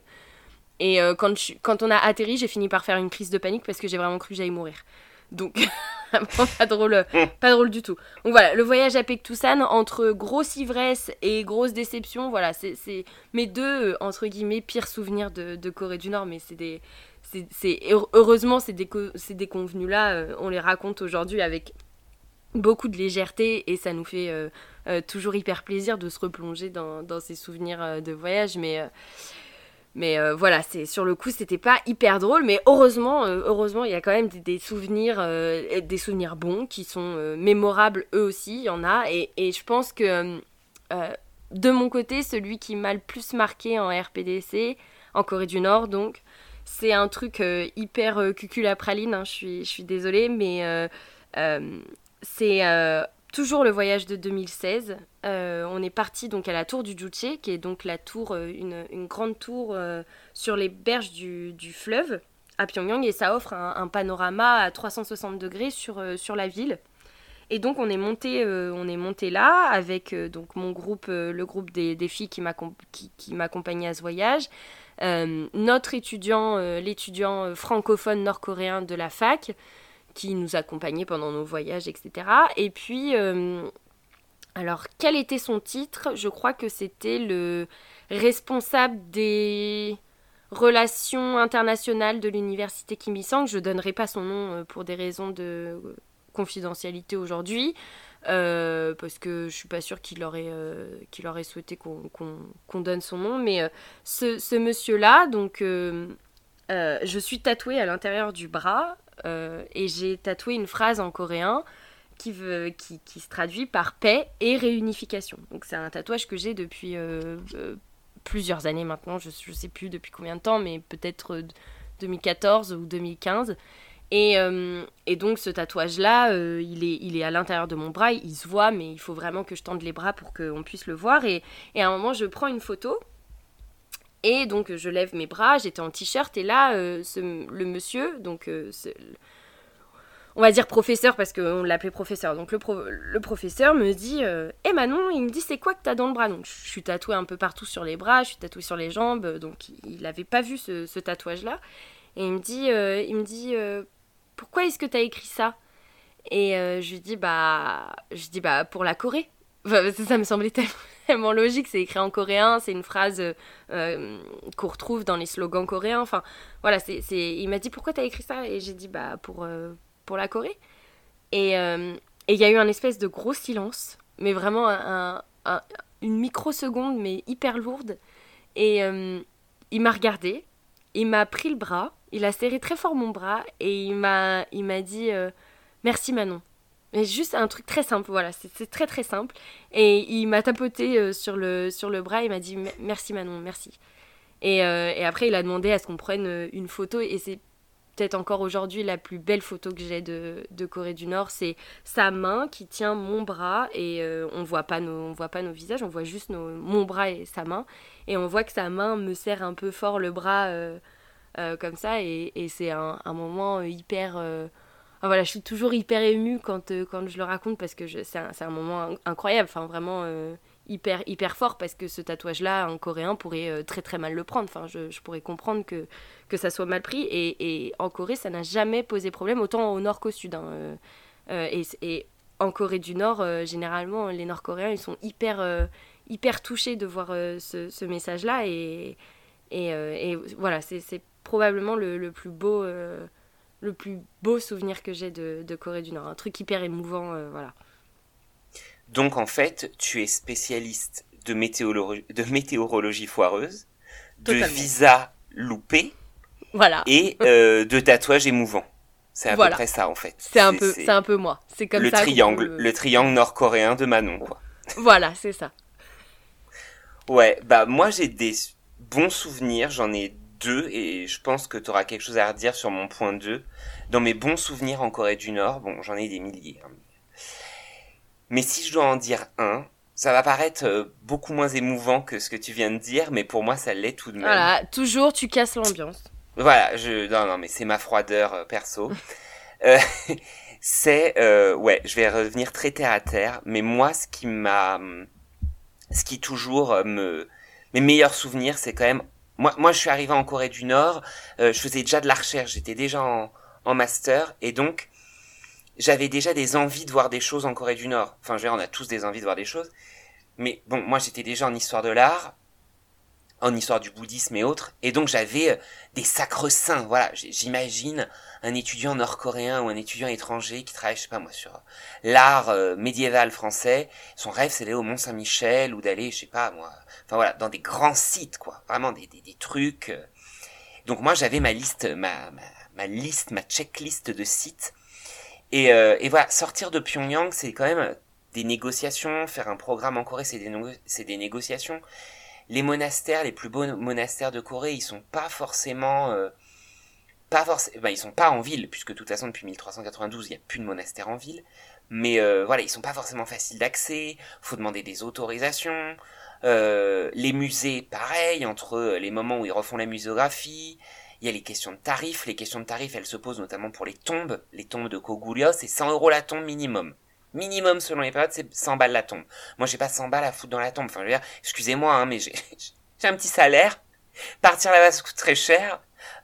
S1: Et euh, quand, je, quand on a atterri, j'ai fini par faire une crise de panique parce que j'ai vraiment cru que j'allais mourir. Donc, vraiment pas drôle, pas drôle du tout. Donc voilà, le voyage à Pectoussan, entre grosse ivresse et grosse déception, voilà, c'est, c'est mes deux, euh, entre guillemets, pires souvenirs de, de Corée du Nord, mais c'est des... C'est, c'est, heureusement, ces, déco, ces déconvenus-là, euh, on les raconte aujourd'hui avec beaucoup de légèreté et ça nous fait euh, euh, toujours hyper plaisir de se replonger dans, dans ces souvenirs euh, de voyage. Mais, euh, mais euh, voilà, c'est, sur le coup, c'était pas hyper drôle. Mais heureusement, euh, heureusement, il y a quand même des, des, souvenirs, euh, des souvenirs bons qui sont euh, mémorables eux aussi. Il y en a. Et, et je pense que euh, de mon côté, celui qui m'a le plus marqué en R P D C, en Corée du Nord donc, c'est un truc euh, hyper euh, cuculapraline, hein, je suis, je suis désolée, mais euh, euh, c'est euh, toujours le voyage de deux mille seize. Euh, on est parti donc à la tour du Juche, qui est donc la tour, euh, une, une grande tour euh, sur les berges du, du fleuve à Pyongyang, et ça offre un, un panorama à trois cent soixante degrés sur, euh, sur la ville. Et donc on est monté, euh, on est monté là avec euh, donc mon groupe, euh, le groupe des, des filles qui, m'accomp- qui, qui m'accompagnaient à ce voyage. Euh, notre étudiant, euh, l'étudiant euh, francophone nord-coréen de la fac, qui nous accompagnait pendant nos voyages, et cetera. Et puis, euh, alors, quel était son titre ? Je crois que c'était le responsable des relations internationales de l'université Kim Il-sung. Je ne donnerai pas son nom euh, pour des raisons de confidentialité aujourd'hui. Euh, parce que je suis pas sûre qu'il aurait, euh, qu'il aurait souhaité qu'on, qu'on, qu'on donne son nom, mais euh, ce, ce monsieur-là, donc euh, euh, je suis tatouée à l'intérieur du bras euh, et j'ai tatoué une phrase en coréen qui, veut, qui, qui se traduit par paix et réunification. Donc c'est un tatouage que j'ai depuis euh, euh, plusieurs années maintenant, je, je sais plus depuis combien de temps, mais peut-être deux mille quatorze ou deux mille quinze. Et, euh, et donc ce tatouage-là, euh, il, est, il est à l'intérieur de mon bras, il se voit, mais il faut vraiment que je tende les bras pour qu'on puisse le voir. Et, et à un moment, je prends une photo, et donc je lève mes bras, j'étais en t-shirt, et là, euh, ce, le monsieur, donc euh, ce, on va dire professeur, parce qu'on l'appelait professeur, donc le, pro, le professeur me dit euh, « Eh Manon, il me dit c'est quoi que t'as dans le bras ?» Donc je suis tatouée un peu partout sur les bras, je suis tatouée sur les jambes, donc il n'avait pas vu ce, ce tatouage-là. Et il me dit, euh, il me dit euh, pourquoi est-ce que t'as écrit ça ? Et euh, je lui dis bah, je dis bah pour la Corée. Enfin, ça, ça me semblait tellement logique, c'est écrit en coréen, c'est une phrase euh, qu'on retrouve dans les slogans coréens. Enfin voilà, c'est, c'est... il m'a dit pourquoi t'as écrit ça ? Et j'ai dit bah pour euh, pour la Corée. Et euh, et il y a eu un espèce de gros silence, mais vraiment un, un, une microseconde, mais hyper lourde. Et euh, il m'a regardé, il m'a pris le bras. Il a serré très fort mon bras et il m'a, il m'a dit euh, « Merci Manon ». Mais juste un truc très simple, voilà, c'est, c'est très très simple. Et il m'a tapoté euh, sur, le, sur le bras, il m'a dit « Merci Manon, merci ». Et, euh, et après, il a demandé à ce qu'on prenne une photo et c'est peut-être encore aujourd'hui la plus belle photo que j'ai de, de Corée du Nord. C'est sa main qui tient mon bras et euh, on voit pas nos, on voit pas nos visages, on voit juste nos, mon bras et sa main. Et on voit que sa main me serre un peu fort le bras euh, Euh, comme ça et, et c'est un, un moment hyper euh... enfin, voilà, je suis toujours hyper émue quand, euh, quand je le raconte parce que je, c'est, un, c'est un moment incroyable, enfin vraiment euh, hyper, hyper fort parce que ce tatouage là en coréen pourrait euh, très très mal le prendre, enfin je, je pourrais comprendre que, que ça soit mal pris et, et en Corée ça n'a jamais posé problème, autant au nord qu'au sud hein. euh, euh, et, et en Corée du Nord, euh, généralement, les Nord-Coréens, ils sont hyper, euh, hyper touchés de voir euh, ce, ce message-là. Et, et, euh, et voilà, c'est, c'est probablement le, le, plus beau, euh, le plus beau souvenir que j'ai de, de Corée du Nord. Un truc hyper émouvant, euh, voilà.
S3: Donc, en fait, tu es spécialiste de, météorologie, de météorologie foireuse, Totalement. De visa loupé,
S1: voilà.
S3: et euh, de tatouages émouvants. C'est à
S1: voilà.
S3: peu près ça, en fait.
S1: C'est, c'est, un, peu, c'est... c'est un peu moi. C'est comme
S3: le
S1: ça
S3: triangle,
S1: le...
S3: le triangle nord-coréen de Manon, quoi.
S1: Voilà, c'est ça.
S3: Ouais, bah moi j'ai des bons souvenirs, j'en ai deux, et je pense que tu auras quelque chose à redire sur mon point deux. Dans mes bons souvenirs en Corée du Nord, bon, j'en ai des milliers. Hein. Mais si je dois en dire un, ça va paraître euh, beaucoup moins émouvant que ce que tu viens de dire, mais pour moi ça l'est tout de même.
S1: Voilà, toujours tu casses l'ambiance.
S3: Voilà, je non non mais c'est ma froideur euh, perso. euh, c'est euh, ouais, je vais revenir très terre à terre, mais moi ce qui m'a ce qui toujours euh, me mes meilleurs souvenirs, c'est quand même moi moi je suis arrivé en Corée du Nord, euh, je faisais déjà de la recherche, j'étais déjà en en master et donc j'avais déjà des envies de voir des choses en Corée du Nord. Enfin, je veux dire, on a tous des envies de voir des choses. Mais bon, moi j'étais déjà en histoire de l'art, en histoire du bouddhisme et autres, et donc j'avais des sacres-saints, voilà, j'imagine un étudiant nord-coréen ou un étudiant étranger qui travaille, je sais pas moi, sur l'art euh, médiéval français, son rêve c'est d'aller au Mont-Saint-Michel ou d'aller, je sais pas moi, enfin voilà, dans des grands sites, quoi, vraiment des, des, des trucs. Donc moi j'avais ma liste, ma, ma, ma liste, ma checklist de sites, et, euh, et voilà, sortir de Pyongyang, c'est quand même des négociations, faire un programme en Corée, c'est des, no- c'est des négociations. Les monastères, les plus beaux monastères de Corée, ils sont pas forcément, euh, pas forcément, ben ils sont pas en ville, puisque de toute façon depuis mille trois cent quatre-vingt-douze, il y a plus de monastères en ville. Mais euh, voilà, ils sont pas forcément faciles d'accès. Faut demander des autorisations. Euh, les musées, pareil, entre les moments où ils refont la muséographie. Il y a les questions de tarifs. Les questions de tarifs, elles se posent notamment pour les tombes. Les tombes de Goguryeo, c'est cent euros la tombe minimum. Minimum, selon les périodes, c'est cent balles la tombe. Moi, j'ai pas cent balles à foutre dans la tombe. Enfin, je veux dire, excusez-moi, hein, mais j'ai, j'ai un petit salaire. Partir là-bas, ça coûte très cher.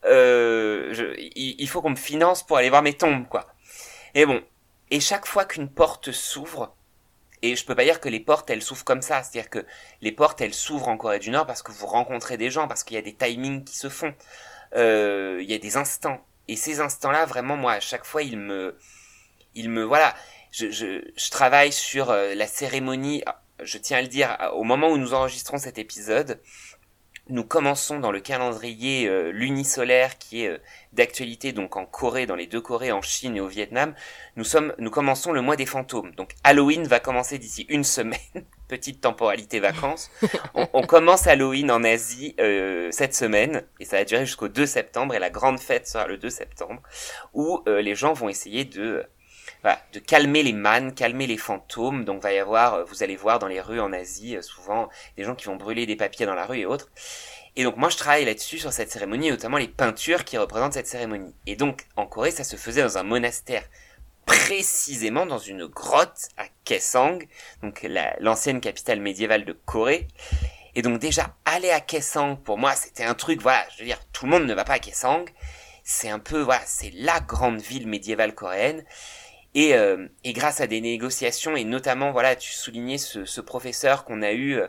S3: Euh, je, il, il faut qu'on me finance pour aller voir mes tombes, quoi. Et bon. Et chaque fois qu'une porte s'ouvre, et je peux pas dire que les portes, elles s'ouvrent comme ça. C'est-à-dire que les portes, elles s'ouvrent en Corée du Nord parce que vous rencontrez des gens, parce qu'il y a des timings qui se font. Euh, il y a des instants. Et ces instants-là, vraiment, moi, à chaque fois, ils me, ils me, voilà. Je, je, je travaille sur euh, la cérémonie, je tiens à le dire, au moment où nous enregistrons cet épisode, nous commençons dans le calendrier euh, lunisolaire qui est euh, d'actualité donc en Corée, dans les deux Corées, en Chine et au Vietnam. Nous sommes, nous commençons le mois des fantômes. Donc Halloween va commencer d'ici une semaine, petite temporalité vacances. On, on commence Halloween en Asie euh, cette semaine et ça va durer jusqu'au deux septembre et la grande fête sera le deux septembre où euh, les gens vont essayer de Voilà, de calmer les mânes, calmer les fantômes. Donc va y avoir, vous allez voir dans les rues en Asie, souvent des gens qui vont brûler des papiers dans la rue et autres. Et donc moi je travaille là-dessus sur cette cérémonie, notamment les peintures qui représentent cette cérémonie. Et donc en Corée ça se faisait dans un monastère, précisément dans une grotte à Kaesong, donc la, l'ancienne capitale médiévale de Corée. Et donc déjà aller à Kaesong pour moi c'était un truc, voilà, je veux dire tout le monde ne va pas à Kaesong. C'est un peu, voilà, c'est la grande ville médiévale coréenne. Et, euh, et grâce à des négociations, et notamment, voilà, tu soulignais ce, ce professeur qu'on a eu, euh,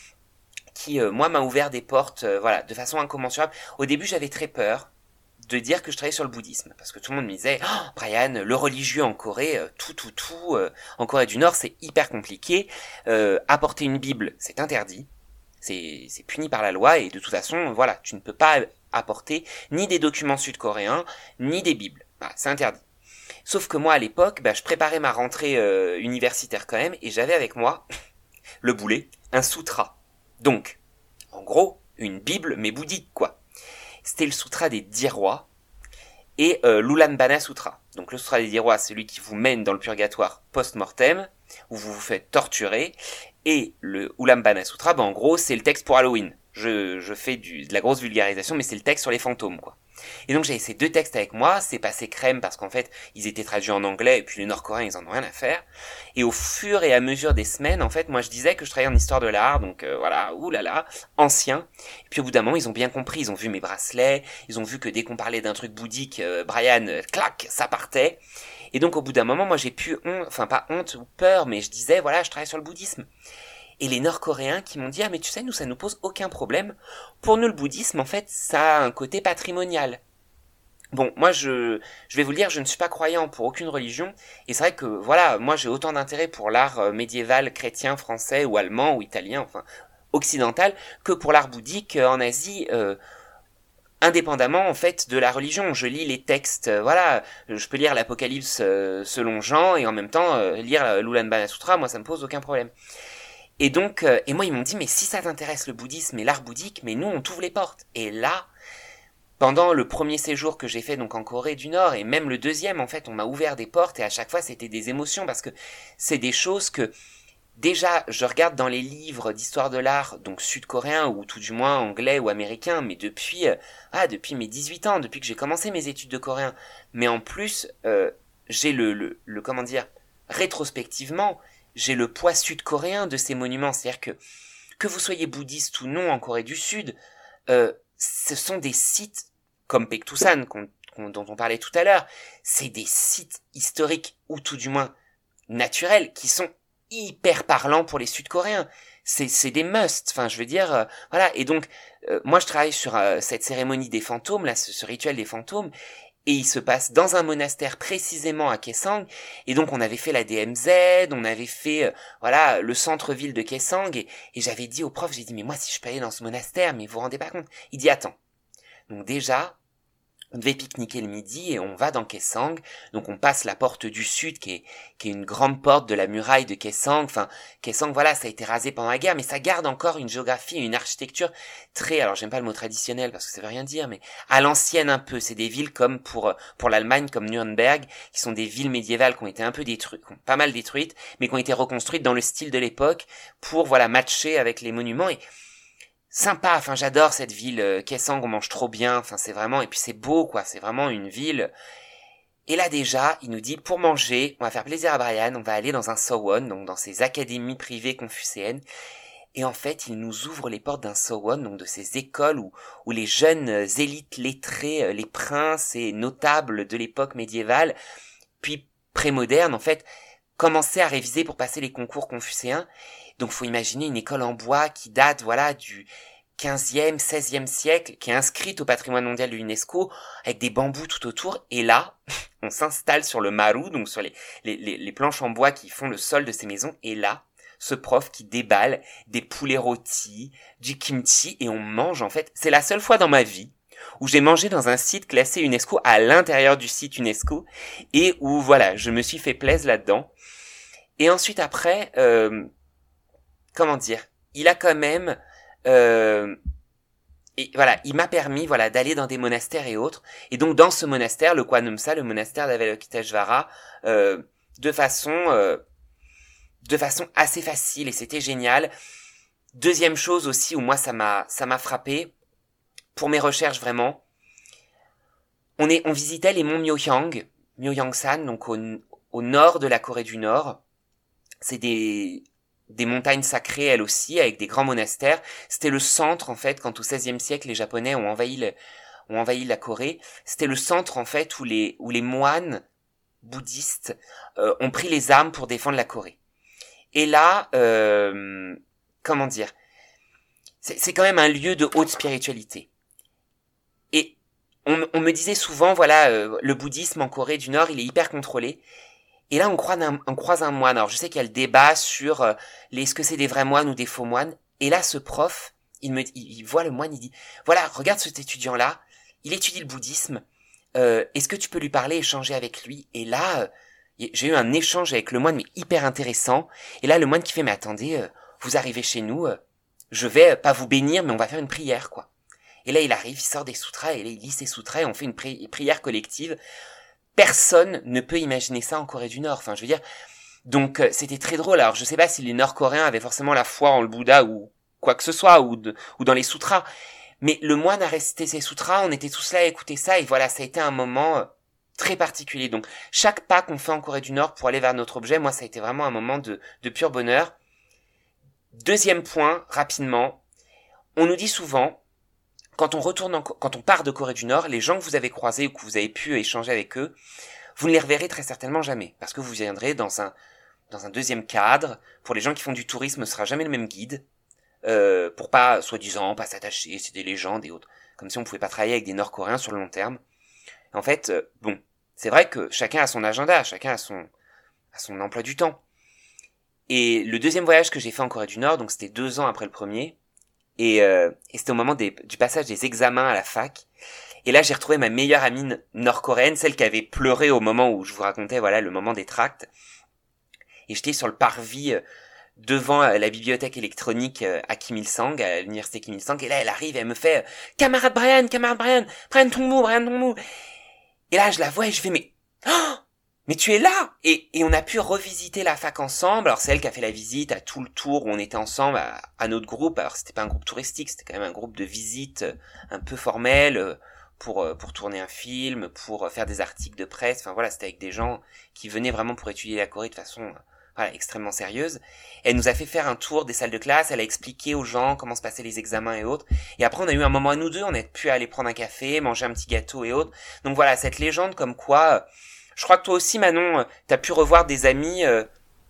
S3: qui, euh, moi, m'a ouvert des portes, euh, voilà, de façon incommensurable. Au début, j'avais très peur de dire que je travaillais sur le bouddhisme, parce que tout le monde me disait, oh, Brian, le religieux en Corée, euh, tout, tout, tout, euh, en Corée du Nord, c'est hyper compliqué. Euh, apporter une Bible, c'est interdit, c'est, c'est puni par la loi, et de toute façon, voilà, tu ne peux pas apporter ni des documents sud-coréens, ni des Bibles. Voilà, c'est interdit. Sauf que moi, à l'époque, bah, je préparais ma rentrée euh, universitaire quand même, et j'avais avec moi, le boulet, un sutra. Donc, en gros, une Bible, mais bouddhique, quoi. C'était le sutra des dix rois, et euh, l'Ulanbana Sutra. Donc le sutra des dix rois, c'est celui qui vous mène dans le purgatoire post-mortem, où vous vous faites torturer, et le Ulanbana Sutra, bah, en gros, c'est le texte pour Halloween. Je, je fais du, de la grosse vulgarisation, mais c'est le texte sur les fantômes, quoi. Et donc j'avais ces deux textes avec moi, c'est passé crème parce qu'en fait ils étaient traduits en anglais et puis les Nord-Coréens ils en ont rien à faire. Et au fur et à mesure des semaines, en fait, moi je disais que je travaillais en histoire de l'art, donc euh, voilà, oulala, ancien. Et puis au bout d'un moment ils ont bien compris, ils ont vu mes bracelets, ils ont vu que dès qu'on parlait d'un truc bouddhique, euh, Brian, euh, clac, ça partait. Et donc, au bout d'un moment, moi, j'ai pu honte, enfin, pas honte ou peur, mais je disais, voilà, je travaille sur le bouddhisme. Et les Nord-Coréens qui m'ont dit, ah, mais tu sais, nous, ça nous pose aucun problème. Pour nous, le bouddhisme, en fait, ça a un côté patrimonial. Bon, moi, je, je vais vous le dire, je ne suis pas croyant pour aucune religion. Et c'est vrai que, voilà, moi, j'ai autant d'intérêt pour l'art médiéval chrétien, français ou allemand ou italien, enfin, occidental, que pour l'art bouddhique en Asie, euh, indépendamment, en fait, de la religion. Je lis les textes, euh, voilà, je peux lire l'Apocalypse euh, selon Jean et en même temps euh, lire l'Ulanbana Sutra, moi, ça me pose aucun problème. Et donc, euh, et moi, ils m'ont dit, mais si ça t'intéresse le bouddhisme et l'art bouddhique, mais nous, on t'ouvre les portes. Et là, pendant le premier séjour que j'ai fait donc en Corée du Nord, et même le deuxième, en fait, on m'a ouvert des portes, et à chaque fois, c'était des émotions, parce que c'est des choses que, déjà, je regarde dans les livres d'histoire de l'art, donc sud-coréens, ou tout du moins anglais ou américains, mais depuis, euh, ah, depuis mes dix-huit ans, depuis que j'ai commencé mes études de coréen. Mais en plus, euh, j'ai le, le, le, comment dire, rétrospectivement, j'ai le poids sud-coréen de ces monuments, c'est-à-dire que, que vous soyez bouddhiste ou non en Corée du Sud, euh, ce sont des sites comme Paektusan, qu'on, qu'on, dont on parlait tout à l'heure, c'est des sites historiques, ou tout du moins naturels, qui sont hyper parlants pour les Sud-Coréens. C'est, c'est des musts, enfin je veux dire, euh, voilà. Et donc, euh, moi je travaille sur euh, cette cérémonie des fantômes, là, ce, ce rituel des fantômes, et il se passe dans un monastère précisément à Kaesong, et donc on avait fait la D M Z, on avait fait, euh, voilà, le centre-ville de Kaesong, et, et j'avais dit au prof, j'ai dit, mais moi si je peux aller dans ce monastère, mais vous vous rendez pas compte? Il dit, attends. Donc déjà, on devait pique-niquer le midi et on va dans Kaesong. Donc on passe la porte du sud qui est, qui est une grande porte de la muraille de Kaesong. Enfin, Kaesong, voilà, ça a été rasé pendant la guerre, mais ça garde encore une géographie et une architecture très, alors j'aime pas le mot traditionnel parce que ça veut rien dire, mais à l'ancienne un peu. C'est des villes comme pour, pour l'Allemagne, comme Nuremberg, qui sont des villes médiévales qui ont été un peu détruites, pas mal détruites, mais qui ont été reconstruites dans le style de l'époque pour, voilà, matcher avec les monuments. Et sympa, enfin j'adore cette ville, euh, Kaesong, on mange trop bien, enfin c'est vraiment, et puis c'est beau quoi, c'est vraiment une ville. Et là déjà, il nous dit, pour manger, on va faire plaisir à Brian, on va aller dans un Sowon, donc dans ces académies privées confucéennes, et en fait il nous ouvre les portes d'un Sowon, donc de ces écoles où, où les jeunes élites lettrés, les princes et notables de l'époque médiévale, puis prémoderne en fait, commençaient à réviser pour passer les concours confucéens. Donc faut imaginer une école en bois qui date, voilà, du quinzième, seizième siècle, qui est inscrite au patrimoine mondial de l'UNESCO, avec des bambous tout autour. Et là, on s'installe sur le maru, donc sur les, les, les, les planches en bois qui font le sol de ces maisons. Et là, ce prof qui déballe des poulets rôtis, du kimchi, et on mange en fait. C'est la seule fois dans ma vie où j'ai mangé dans un site classé UNESCO à l'intérieur du site UNESCO, et où, voilà, je me suis fait plaisir là-dedans. Et ensuite après... Euh, comment dire, il a quand même, euh, et voilà, il m'a permis, voilà, d'aller dans des monastères et autres. Et donc, dans ce monastère, le Kwanumsa, le monastère d'Avalokiteshvara, euh, de façon, euh, de façon assez facile, et c'était génial. Deuxième chose aussi où moi, ça m'a, ça m'a frappé, pour mes recherches vraiment, on est, on visitait les monts Myohyang, Myohyangsan, donc au, au nord de la Corée du Nord. C'est des, des montagnes sacrées elles aussi, avec des grands monastères. C'était le centre en fait, quand au seizième siècle les Japonais ont envahi le, ont envahi la Corée. C'était le centre en fait où les où les moines bouddhistes euh, ont pris les armes pour défendre la Corée. Et là, euh, comment dire, c'est, c'est quand même un lieu de haute spiritualité. Et on, on me disait souvent, voilà, euh, le bouddhisme en Corée du Nord, il est hyper contrôlé. Et là, on croise un, on croise un moine. Alors, je sais qu'il y a le débat sur euh, les, est-ce que c'est des vrais moines ou des faux moines. Et là, ce prof, il me, il, il voit le moine, il dit, voilà, regarde cet étudiant-là, il étudie le bouddhisme. Euh, est-ce que tu peux lui parler, échanger avec lui? Et là, euh, j'ai eu un échange avec le moine, mais hyper intéressant. Et là, le moine qui fait, mais attendez, euh, vous arrivez chez nous, euh, je vais euh, pas vous bénir, mais on va faire une prière, quoi. Et là, il arrive, il sort des sutras, et là, il lit ses sutras, et on fait une pri- prière collective. Personne ne peut imaginer ça en Corée du Nord. Enfin, je veux dire, donc euh, c'était très drôle. Alors, je sais pas si les Nord-Coréens avaient forcément la foi en le Bouddha ou quoi que ce soit, ou, de, ou dans les sutras. Mais le moine a récité ses sutras, on était tous là à écouter ça, et voilà, ça a été un moment euh, très particulier. Donc, chaque pas qu'on fait en Corée du Nord pour aller vers notre objet, moi, ça a été vraiment un moment de, de pur bonheur. Deuxième point, rapidement, on nous dit souvent, quand on retourne, en, quand on part de Corée du Nord, les gens que vous avez croisés ou que vous avez pu échanger avec eux, vous ne les reverrez très certainement jamais, parce que vous viendrez dans un dans un deuxième cadre. Pour les gens qui font du tourisme, ce sera jamais le même guide, euh, pour pas, soi-disant, pas s'attacher, c'est des légendes et autres, comme si on pouvait pas travailler avec des Nord-Coréens sur le long terme. En fait, euh, bon, c'est vrai que chacun a son agenda, chacun a son a son emploi du temps. Et le deuxième voyage que j'ai fait en Corée du Nord, donc c'était deux ans après le premier, et, euh, et c'était au moment des, du passage des examens à la fac. Et là, j'ai retrouvé ma meilleure amie nord-coréenne, celle qui avait pleuré au moment où je vous racontais, voilà, le moment des tracts. Et j'étais sur le parvis euh, devant euh, la bibliothèque électronique euh, à Kim Il-sung, à l'université Kim Il-sung. Et là, elle arrive et elle me fait euh, « Camarade Brian, camarade Brian, Brian Tongmu, Brian Tongmu !» Et là, je la vois et je fais « Mais... Oh, mais tu es là !» et, et on a pu revisiter la fac ensemble. Alors, c'est elle qui a fait la visite à tout le tour où on était ensemble, à, à notre groupe. Alors, c'était pas un groupe touristique, c'était quand même un groupe de visite euh, un peu formel, euh, pour pour tourner un film, pour faire des articles de presse. Enfin voilà, c'était avec des gens qui venaient vraiment pour étudier la Corée de façon euh, voilà, extrêmement sérieuse. Elle nous a fait faire un tour des salles de classe, elle a expliqué aux gens comment se passaient les examens et autres. Et après, on a eu un moment à nous deux, on a pu aller prendre un café, manger un petit gâteau et autres. Donc voilà, cette légende comme quoi... Euh, je crois que toi aussi, Manon, euh, t'as pu revoir des amis euh,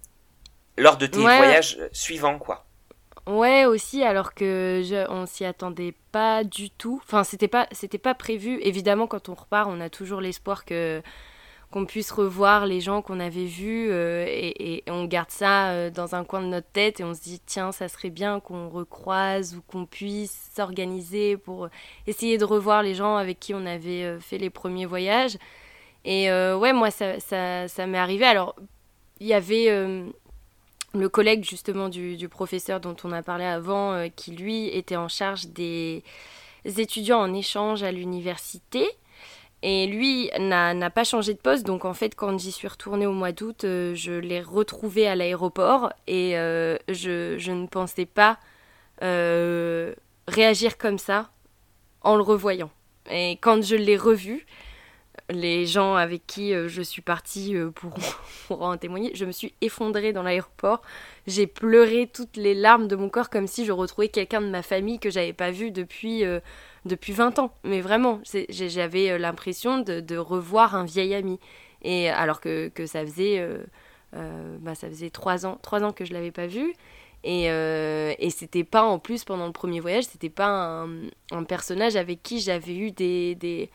S3: lors de tes
S1: Ouais.
S3: voyages euh, suivants, quoi.
S1: Ouais, aussi, alors que je, on s'y attendait pas du tout. Enfin, c'était pas, c'était pas prévu. Évidemment, quand on repart, on a toujours l'espoir que qu'on puisse revoir les gens qu'on avait vus euh, et, et on garde ça euh, dans un coin de notre tête et on se dit tiens, ça serait bien qu'on recroise ou qu'on puisse s'organiser pour essayer de revoir les gens avec qui on avait euh, fait les premiers voyages. Et euh, ouais, moi, ça, ça, ça m'est arrivé. Alors, il y avait... Euh, le collègue justement du, du professeur dont on a parlé avant, euh, qui lui était en charge des étudiants en échange à l'université. Et lui n'a, n'a pas changé de poste, donc en fait quand j'y suis retournée au mois d'août, euh, je l'ai retrouvé à l'aéroport et euh, je, je ne pensais pas euh, réagir comme ça en le revoyant. Et quand je l'ai revu, les gens avec qui euh, je suis partie euh, pour, pour en témoigner, je me suis effondrée dans l'aéroport. J'ai pleuré toutes les larmes de mon corps comme si je retrouvais quelqu'un de ma famille que j'avais pas vu depuis, euh, depuis vingt ans. Mais vraiment, c'est, j'avais euh, l'impression de, de revoir un vieil ami. Et alors que, que ça faisait euh, euh, bah, ça faisait trois ans, trois ans que je l'avais pas vu. Et, euh, et c'était pas, en plus, pendant le premier voyage, c'était pas un, un personnage avec qui j'avais eu des... des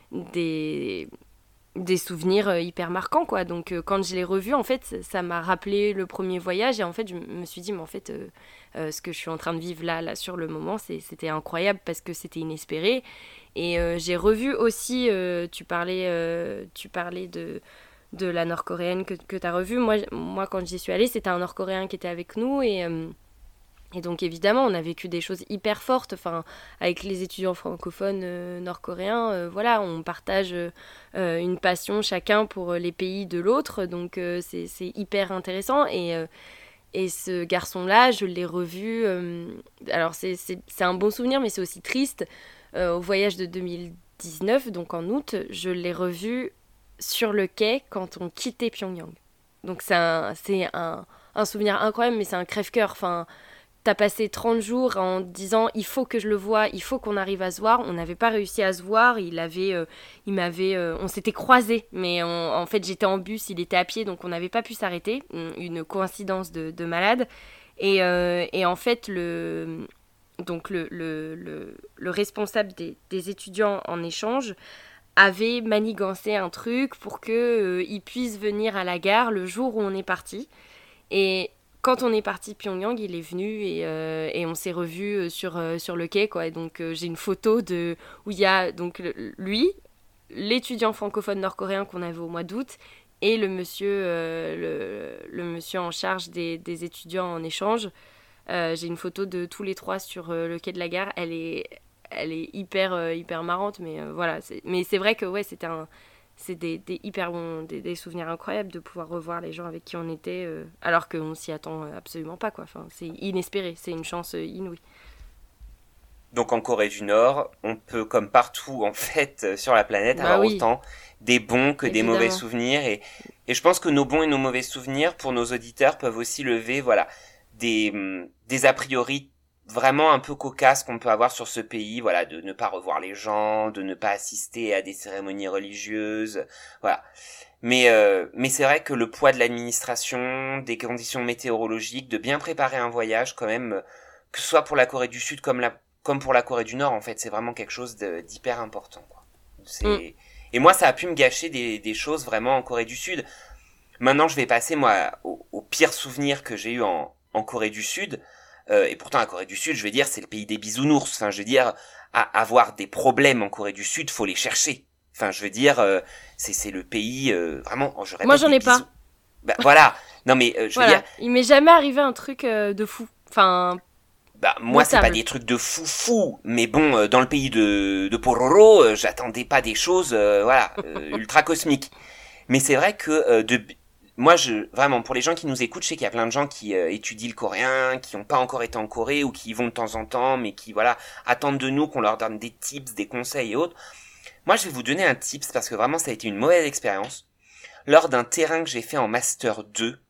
S1: des, des souvenirs hyper marquants, quoi. Donc euh, quand je l'ai revu, en fait, ça, ça m'a rappelé le premier voyage et en fait, je me suis dit, mais en fait, euh, euh, ce que je suis en train de vivre là, là sur le moment, c'est, c'était incroyable parce que c'était inespéré. Et euh, j'ai revu aussi, euh, tu parlais, euh, tu parlais de, de la nord-coréenne que, que tu as revue. Moi, moi, quand j'y suis allée, c'était un nord-coréen qui était avec nous et... Euh, Et donc évidemment, on a vécu des choses hyper fortes, enfin, avec les étudiants francophones euh, nord-coréens, euh, voilà, on partage euh, une passion chacun pour les pays de l'autre, donc euh, c'est, c'est hyper intéressant. Et, euh, et ce garçon-là, je l'ai revu, euh, alors c'est, c'est, c'est un bon souvenir, mais c'est aussi triste, euh, au voyage de deux mille dix-neuf, donc en août, je l'ai revu sur le quai quand on quittait Pyongyang. Donc c'est un, c'est un, un souvenir incroyable, mais c'est un crève-cœur, enfin... T'as passé trente jours en disant il faut que je le voie, il faut qu'on arrive à se voir. On n'avait pas réussi à se voir, il avait, euh, il m'avait, euh, on s'était croisés, mais on, en fait j'étais en bus, il était à pied, donc on n'avait pas pu s'arrêter. Une coïncidence de, de malade. Et, euh, et en fait le, donc le, le, le, le responsable des, des étudiants en échange avait manigancé un truc pour qu'il euh, puisse venir à la gare le jour où on est parti. Et quand on est parti de Pyongyang, il est venu et, euh, et on s'est revus sur, euh, sur le quai, quoi. Et donc euh, j'ai une photo de, où il y a donc, le, lui, l'étudiant francophone nord-coréen qu'on avait au mois d'août, et le monsieur, euh, le, le monsieur en charge des, des étudiants en échange. Euh, j'ai une photo de tous les trois sur euh, le quai de la gare. Elle est, elle est hyper, euh, hyper marrante, mais euh, voilà. C'est, mais c'est vrai que ouais, c'était un... c'est des, des hyper bons, des, des souvenirs incroyables de pouvoir revoir les gens avec qui on était, euh, alors qu'on s'y attend absolument pas, quoi. Enfin, c'est inespéré, c'est une chance inouïe.
S3: Donc en Corée du Nord, on peut, comme partout en fait sur la planète,
S1: bah
S3: avoir
S1: oui.
S3: autant des bons que
S1: Évidemment.
S3: des mauvais souvenirs. Et, et je pense que nos bons et nos mauvais souvenirs, pour nos auditeurs, peuvent aussi lever voilà, des, des a priori vraiment un peu cocasse qu'on peut avoir sur ce pays, voilà, de ne pas revoir les gens, de ne pas assister à des cérémonies religieuses, voilà. Mais euh, mais c'est vrai que le poids de l'administration, des conditions météorologiques, de bien préparer un voyage quand même, que ce soit pour la Corée du Sud comme la comme pour la Corée du Nord, en fait, c'est vraiment quelque chose de, d'hyper important, quoi. C'est mm. Et moi, ça a pu me gâcher des des choses vraiment en Corée du Sud. Maintenant, je vais passer moi au, au pire souvenir que j'ai eu en en Corée du Sud. Euh, et pourtant, la Corée du Sud, je veux dire, c'est le pays des bisounours. Enfin, je veux dire, à avoir des problèmes en Corée du Sud, faut les chercher. Enfin, je veux dire, euh, c'est c'est le pays euh, vraiment. Je répète,
S1: moi, j'en ai
S3: bisous...
S1: pas.
S3: Bah, voilà. Non, mais euh, je
S1: voilà.
S3: veux dire.
S1: Il m'est jamais arrivé un truc euh, de fou. Enfin.
S3: Bah moi, notable. C'est pas des trucs de fou fou, mais bon, euh, dans le pays de de Pororo, euh, j'attendais pas des choses, euh, voilà, euh, ultra cosmiques. Mais c'est vrai que euh, de moi, je vraiment pour les gens qui nous écoutent, je sais qu'il y a plein de gens qui euh, étudient le coréen, qui n'ont pas encore été en Corée ou qui y vont de temps en temps, mais qui voilà attendent de nous qu'on leur donne des tips, des conseils et autres. Moi, je vais vous donner un tips parce que vraiment, ça a été une mauvaise expérience. Lors d'un terrain que j'ai fait en Master deux,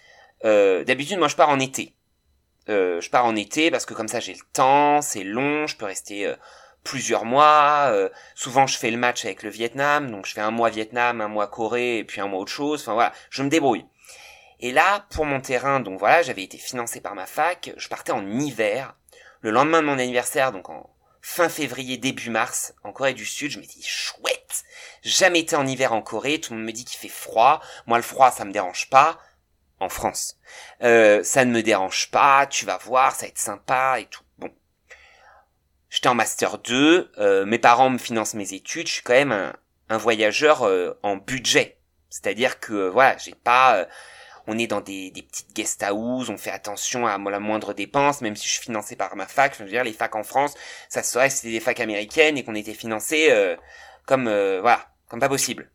S3: euh, d'habitude, moi, je pars en été. Euh, je pars en été parce que comme ça, j'ai le temps, c'est long, je peux rester euh, plusieurs mois. Euh, souvent, je fais le match avec le Vietnam, donc je fais un mois Vietnam, un mois Corée et puis un mois autre chose. Enfin, voilà, je me débrouille. Et là, pour mon terrain, donc voilà, j'avais été financé par ma fac, je partais en hiver. Le lendemain de mon anniversaire, donc en fin février, début mars, en Corée du Sud, je me dis chouette, jamais été en hiver en Corée, tout le monde me dit qu'il fait froid, moi le froid ça me dérange pas, en France, euh, ça ne me dérange pas, tu vas voir, ça va être sympa et tout, bon. J'étais en Master deux, euh, mes parents me financent mes études, je suis quand même un, un voyageur euh, en budget, c'est-à-dire que euh, voilà, j'ai pas... Euh, on est dans des, des petites guest house, on fait attention à la moindre dépense, même si je suis financé par ma fac. Je veux dire, les facs en France, ça se saurait si c'était des facs américaines et qu'on était financé euh, comme euh, voilà, comme pas possible.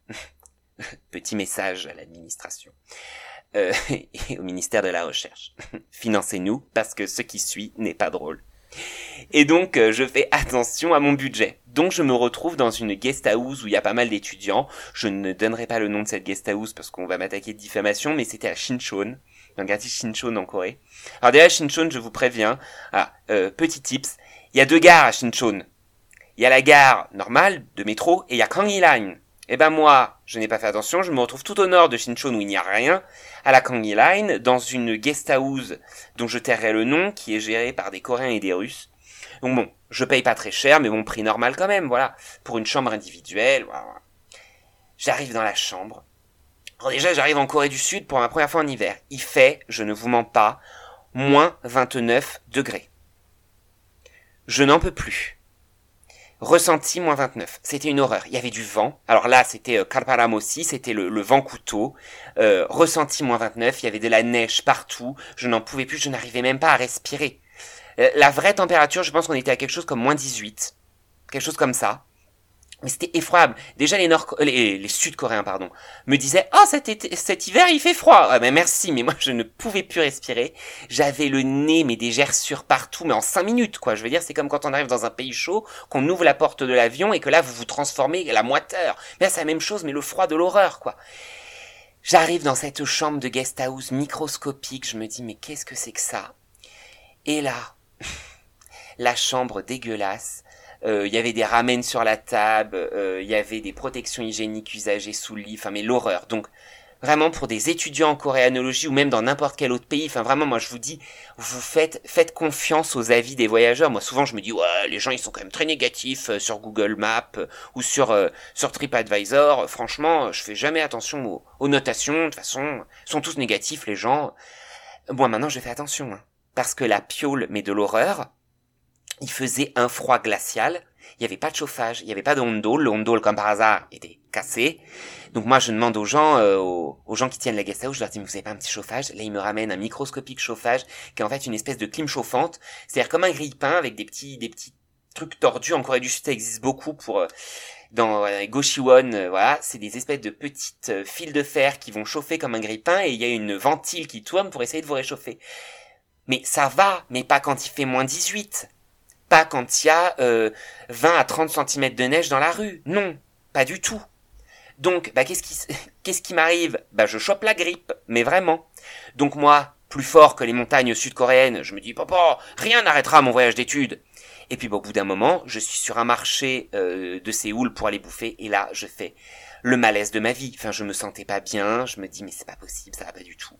S3: Petit message à l'administration euh, et au ministère de la Recherche. Financez-nous parce que ce qui suit n'est pas drôle. Et donc, euh, je fais attention à mon budget. Donc, je me retrouve dans une guest house où il y a pas mal d'étudiants. Je ne donnerai pas le nom de cette guest house parce qu'on va m'attaquer de diffamation, mais c'était à Shincheon, dans le quartier Shincheon en Corée. Alors déjà, Shincheon, je vous préviens, ah, euh, petit tips, il y a deux gares à Shincheon. Il y a la gare normale de métro et il y a Ganggi Line. Et ben moi, je n'ai pas fait attention, je me retrouve tout au nord de Shincheon où il n'y a rien, à la Ganggi Line, dans une guest house dont je tairai le nom, qui est gérée par des Coréens et des Russes. Donc bon, je paye pas très cher, mais bon, prix normal quand même, voilà, pour une chambre individuelle, voilà. J'arrive dans la chambre. Alors déjà, j'arrive en Corée du Sud pour ma première fois en hiver. Il fait, je ne vous mens pas, moins vingt-neuf degrés. Je n'en peux plus. Ressenti moins vingt-neuf. C'était une horreur. Il y avait du vent. Alors là, c'était euh, Kalparam aussi, c'était le, le vent couteau. Euh, ressenti moins vingt-neuf. Il y avait de la neige partout. Je n'en pouvais plus. Je n'arrivais même pas à respirer. Euh, la vraie température, je pense qu'on était à quelque chose comme moins dix-huit. Quelque chose comme ça. Mais c'était effroyable. Déjà, les Nord, les, les Sud-Coréens, pardon, me disaient, oh, cet été, cet hiver, il fait froid. Ah, ben, merci, mais moi, je ne pouvais plus respirer. J'avais le nez, mais des gerçures partout, mais en cinq minutes, quoi. Je veux dire, c'est comme quand on arrive dans un pays chaud, qu'on ouvre la porte de l'avion et que là, vous vous transformez la moiteur. Mais là, c'est la même chose, mais le froid de l'horreur, quoi. J'arrive dans cette chambre de guest house microscopique. Je me dis, mais qu'est-ce que c'est que ça? Et là, la chambre dégueulasse. Il euh, y avait des ramen sur la table, il euh, y avait des protections hygiéniques usagées sous le lit, enfin mais l'horreur. Donc vraiment pour des étudiants en coréanologie ou même dans n'importe quel autre pays, enfin vraiment moi je vous dis, vous faites faites confiance aux avis des voyageurs. Moi souvent je me dis ouais les gens ils sont quand même très négatifs euh, sur Google Maps euh, ou sur euh, sur TripAdvisor. Franchement je fais jamais attention aux, aux notations. De toute façon ils sont tous négatifs les gens. Moi maintenant je fais attention hein, parce que la piole mais de l'horreur. Il faisait un froid glacial, il n'y avait pas de chauffage, il n'y avait pas de hondol, le hondol comme par hasard était cassé. Donc moi je demande aux gens, euh, aux, aux gens qui tiennent la guest house, je leur dis mais vous avez pas un petit chauffage? Là ils me ramènent un microscopique chauffage qui est en fait une espèce de clim chauffante, c'est-à-dire comme un grille-pain avec des petits des petits trucs tordus. En Corée du Sud ça existe beaucoup pour euh, dans euh, Goshiwon, euh, voilà, c'est des espèces de petites euh, fils de fer qui vont chauffer comme un grille-pain et il y a une ventile qui tourne pour essayer de vous réchauffer. Mais ça va, mais pas quand il fait moins dix-huit. Pas quand il y a euh, vingt à trente centimètres de neige dans la rue. Non, pas du tout. Donc, bah, qu'est-ce qui, qu'est-ce qui m'arrive? Bah, je chope la grippe, mais vraiment. Donc moi, plus fort que les montagnes sud-coréennes. Je me dis, papa, rien n'arrêtera mon voyage d'études. Et puis, bon, au bout d'un moment, je suis sur un marché euh, de Séoul pour aller bouffer, et là, je fais le malaise de ma vie. Enfin, je me sentais pas bien, je me dis, mais c'est pas possible, ça va pas du tout.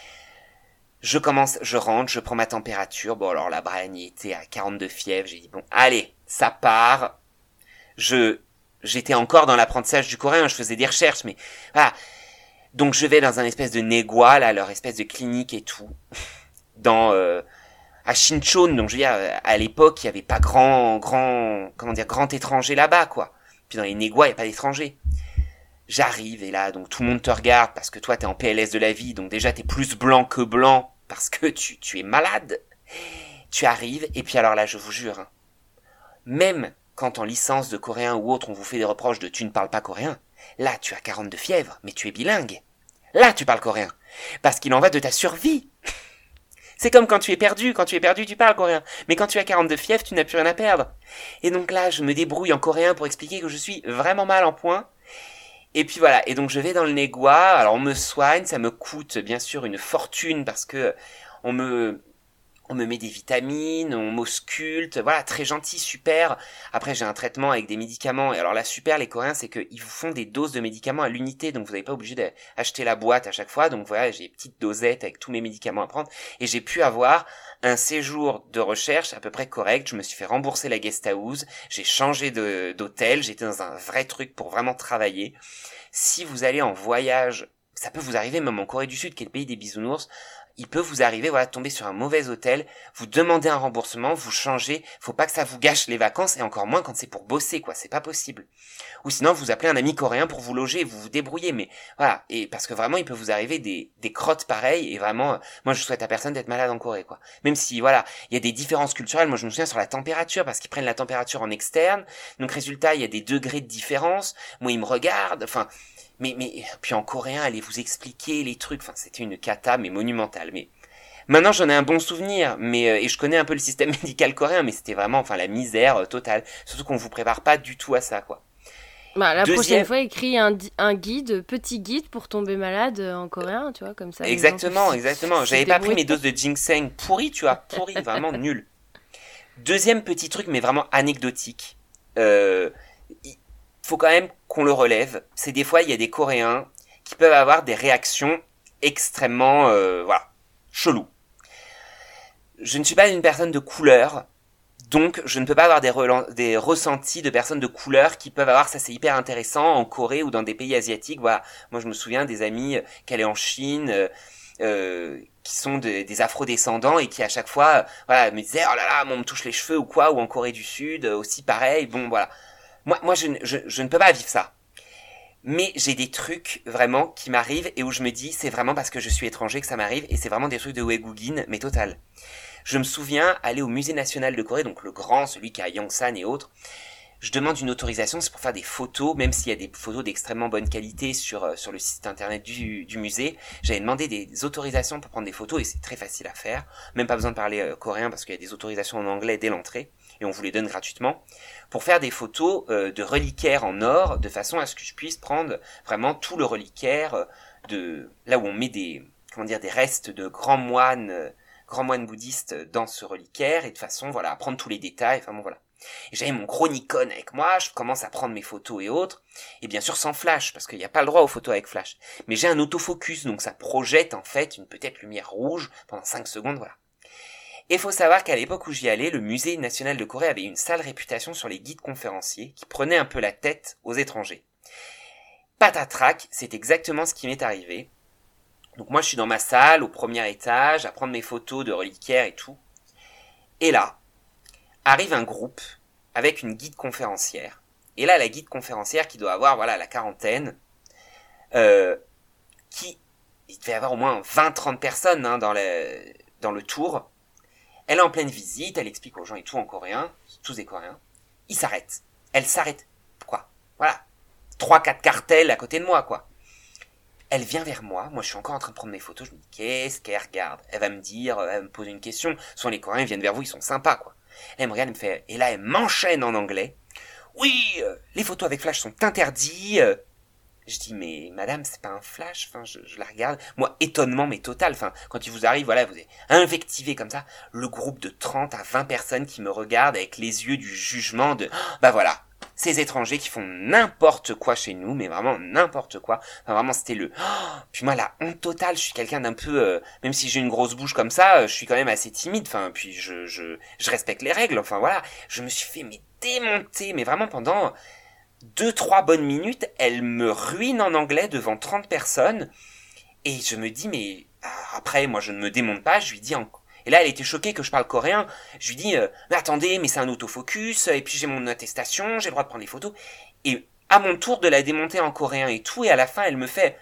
S3: Je commence, je rentre, je prends ma température. Bon, alors la Brian y était à quarante-deux fièvres. J'ai dit, bon, allez, ça part. Je, j'étais encore dans l'apprentissage du coréen, je faisais des recherches, mais voilà. Donc je vais dans un espèce de Naegwa, là, leur espèce de clinique et tout. Dans, euh, à Shinchon, donc je veux dire, à l'époque, il y avait pas grand, grand, comment dire, grand étranger là-bas, quoi. Puis dans les Naegwa, il y a pas d'étrangers. J'arrive et là, donc tout le monde te regarde parce que toi t'es en P L S de la vie, donc déjà t'es plus blanc que blanc parce que tu, tu es malade. Tu arrives et puis alors là, je vous jure, hein, même quand en licence de coréen ou autre on vous fait des reproches de tu ne parles pas coréen, là tu as quarante-deux fièvres, mais tu es bilingue. Là tu parles coréen parce qu'il en va de ta survie. C'est comme quand tu es perdu, quand tu es perdu tu parles coréen, mais quand tu as quarante-deux fièvres tu n'as plus rien à perdre. Et donc là je me débrouille en coréen pour expliquer que je suis vraiment mal en point. Et puis voilà, et donc je vais dans le Naegwa, alors on me soigne, ça me coûte bien sûr une fortune parce que on me on me met des vitamines, on m'ausculte, voilà, très gentil, super. Après j'ai un traitement avec des médicaments, et alors là super les Coréens c'est qu'ils vous font des doses de médicaments à l'unité, donc vous n'êtes pas obligé d'acheter la boîte à chaque fois, donc voilà, j'ai des petites dosettes avec tous mes médicaments à prendre, et j'ai pu avoir un séjour de recherche à peu près correct, je me suis fait rembourser la guest house, j'ai changé de, d'hôtel, j'étais dans un vrai truc pour vraiment travailler. Si vous allez en voyage, ça peut vous arriver même en Corée du Sud, qui est le pays des bisounours, il peut vous arriver, voilà, de tomber sur un mauvais hôtel, vous demandez un remboursement, vous changez, faut pas que ça vous gâche les vacances, et encore moins quand c'est pour bosser, quoi, c'est pas possible. Ou sinon, vous appelez un ami coréen pour vous loger, vous vous débrouillez, mais voilà, et parce que vraiment, il peut vous arriver des, des crottes pareilles, et vraiment, moi, je souhaite à personne d'être malade en Corée, quoi. Même si, voilà, il y a des différences culturelles, moi, je me souviens sur la température, parce qu'ils prennent la température en externe, donc résultat, il y a des degrés de différence, moi, ils me regardent, enfin, mais, mais, puis en coréen, allez vous expliquer les trucs, enfin, c'était une cata, mais monumentale, mais, maintenant, j'en ai un bon souvenir, mais, euh, et je connais un peu le système médical coréen, mais c'était vraiment, enfin, la misère euh, totale. Surtout qu'on vous prépare pas du tout à ça, quoi.
S1: Bah, la
S3: Deuxième...
S1: prochaine fois, écris un, un guide, petit guide pour tomber malade en coréen, tu vois, comme ça.
S3: Exactement, exactement. J'avais pas pris mes doses de ginseng pourri, tu vois, pourri, vraiment nul. Deuxième petit truc, mais vraiment anecdotique. Euh, il faut quand même qu'on le relève. C'est des fois, il y a des Coréens qui peuvent avoir des réactions extrêmement, euh, voilà, cheloues. Je ne suis pas une personne de couleur, donc je ne peux pas avoir des, relan- des ressentis de personnes de couleur qui peuvent avoir, ça c'est hyper intéressant, en Corée ou dans des pays asiatiques. Voilà, moi je me souviens des amis euh, qui allaient en Chine, euh, euh, qui sont de, des afro-descendants et qui à chaque fois, euh, voilà, me disaient oh là là, moi, on me touche les cheveux ou quoi, ou en Corée du Sud euh, aussi pareil. Bon voilà, moi moi je, je, je ne peux pas vivre ça. Mais j'ai des trucs vraiment qui m'arrivent et où je me dis c'est vraiment parce que je suis étranger que ça m'arrive, et c'est vraiment des trucs de Wegugin, mais total. Je me souviens aller au musée national de Corée, donc le grand, celui qui a Yongsan et autres. Je demande une autorisation, c'est pour faire des photos, même s'il y a des photos d'extrêmement bonne qualité sur euh, sur le site internet du, du musée. J'avais demandé des autorisations pour prendre des photos et c'est très facile à faire. Même pas besoin de parler euh, coréen parce qu'il y a des autorisations en anglais dès l'entrée et on vous les donne gratuitement. Pour faire des photos euh, de reliquaires en or, de façon à ce que je puisse prendre vraiment tout le reliquaire de là où on met des comment dire des restes de grands moines. Euh, grand moine bouddhiste dans ce reliquaire, et de façon, voilà, à prendre tous les détails, enfin bon, voilà. Et j'avais mon gros Nikon avec moi, je commence à prendre mes photos et autres, et bien sûr sans flash, parce qu'il n'y a pas le droit aux photos avec flash. Mais j'ai un autofocus, donc ça projette en fait une peut-être lumière rouge pendant cinq secondes, voilà. Et il faut savoir qu'à l'époque où j'y allais, le musée national de Corée avait une sale réputation sur les guides conférenciers, qui prenaient un peu la tête aux étrangers. Patatrac, c'est exactement ce qui m'est arrivé. Donc moi je suis dans ma salle au premier étage à prendre mes photos de reliquaires et tout. Et là, arrive un groupe avec une guide conférencière. Et là la guide conférencière qui doit avoir voilà la quarantaine, euh, qui, il devait y avoir au moins vingt trente personnes hein, dans, le, dans le tour. Elle est en pleine visite, elle explique aux gens et tout en coréen, tous des coréens. Ils s'arrêtent. Elle s'arrête. Quoi ? Voilà. trois quatre cartels à côté de moi quoi. Elle vient vers moi, moi je suis encore en train de prendre mes photos, je me dis qu'est-ce qu'elle regarde ? Elle va me dire, elle va me poser une question, souvent les Coréens viennent vers vous, ils sont sympas quoi. Elle me regarde, elle me fait, et là elle m'enchaîne en anglais. Oui, euh, les photos avec flash sont interdites. Euh, Je dis, mais madame, c'est pas un flash. Enfin, je, je la regarde. Moi, étonnement, mais total. Enfin, quand il vous arrive, voilà, vous êtes invectivé comme ça. Le groupe de trente à vingt personnes qui me regardent avec les yeux du jugement de, bah voilà, ces étrangers qui font n'importe quoi chez nous, mais vraiment n'importe quoi. Enfin, vraiment, c'était le... Oh, puis moi, la honte totale, je suis quelqu'un d'un peu... Euh, même si j'ai une grosse bouche comme ça, je suis quand même assez timide. Enfin, puis je, je, je respecte les règles. Enfin, voilà. Je me suis fait mais, démonter, mais vraiment pendant... Deux, trois bonnes minutes, elle me ruine en anglais devant trente personnes. Et je me dis, mais après, moi, je ne me démonte pas. Je lui dis, en... et là, elle était choquée que je parle coréen. Je lui dis, euh, mais attendez, mais c'est un autofocus. Et puis, j'ai mon attestation, j'ai le droit de prendre les photos. Et à mon tour de la démonter en coréen et tout. Et à la fin, elle me fait,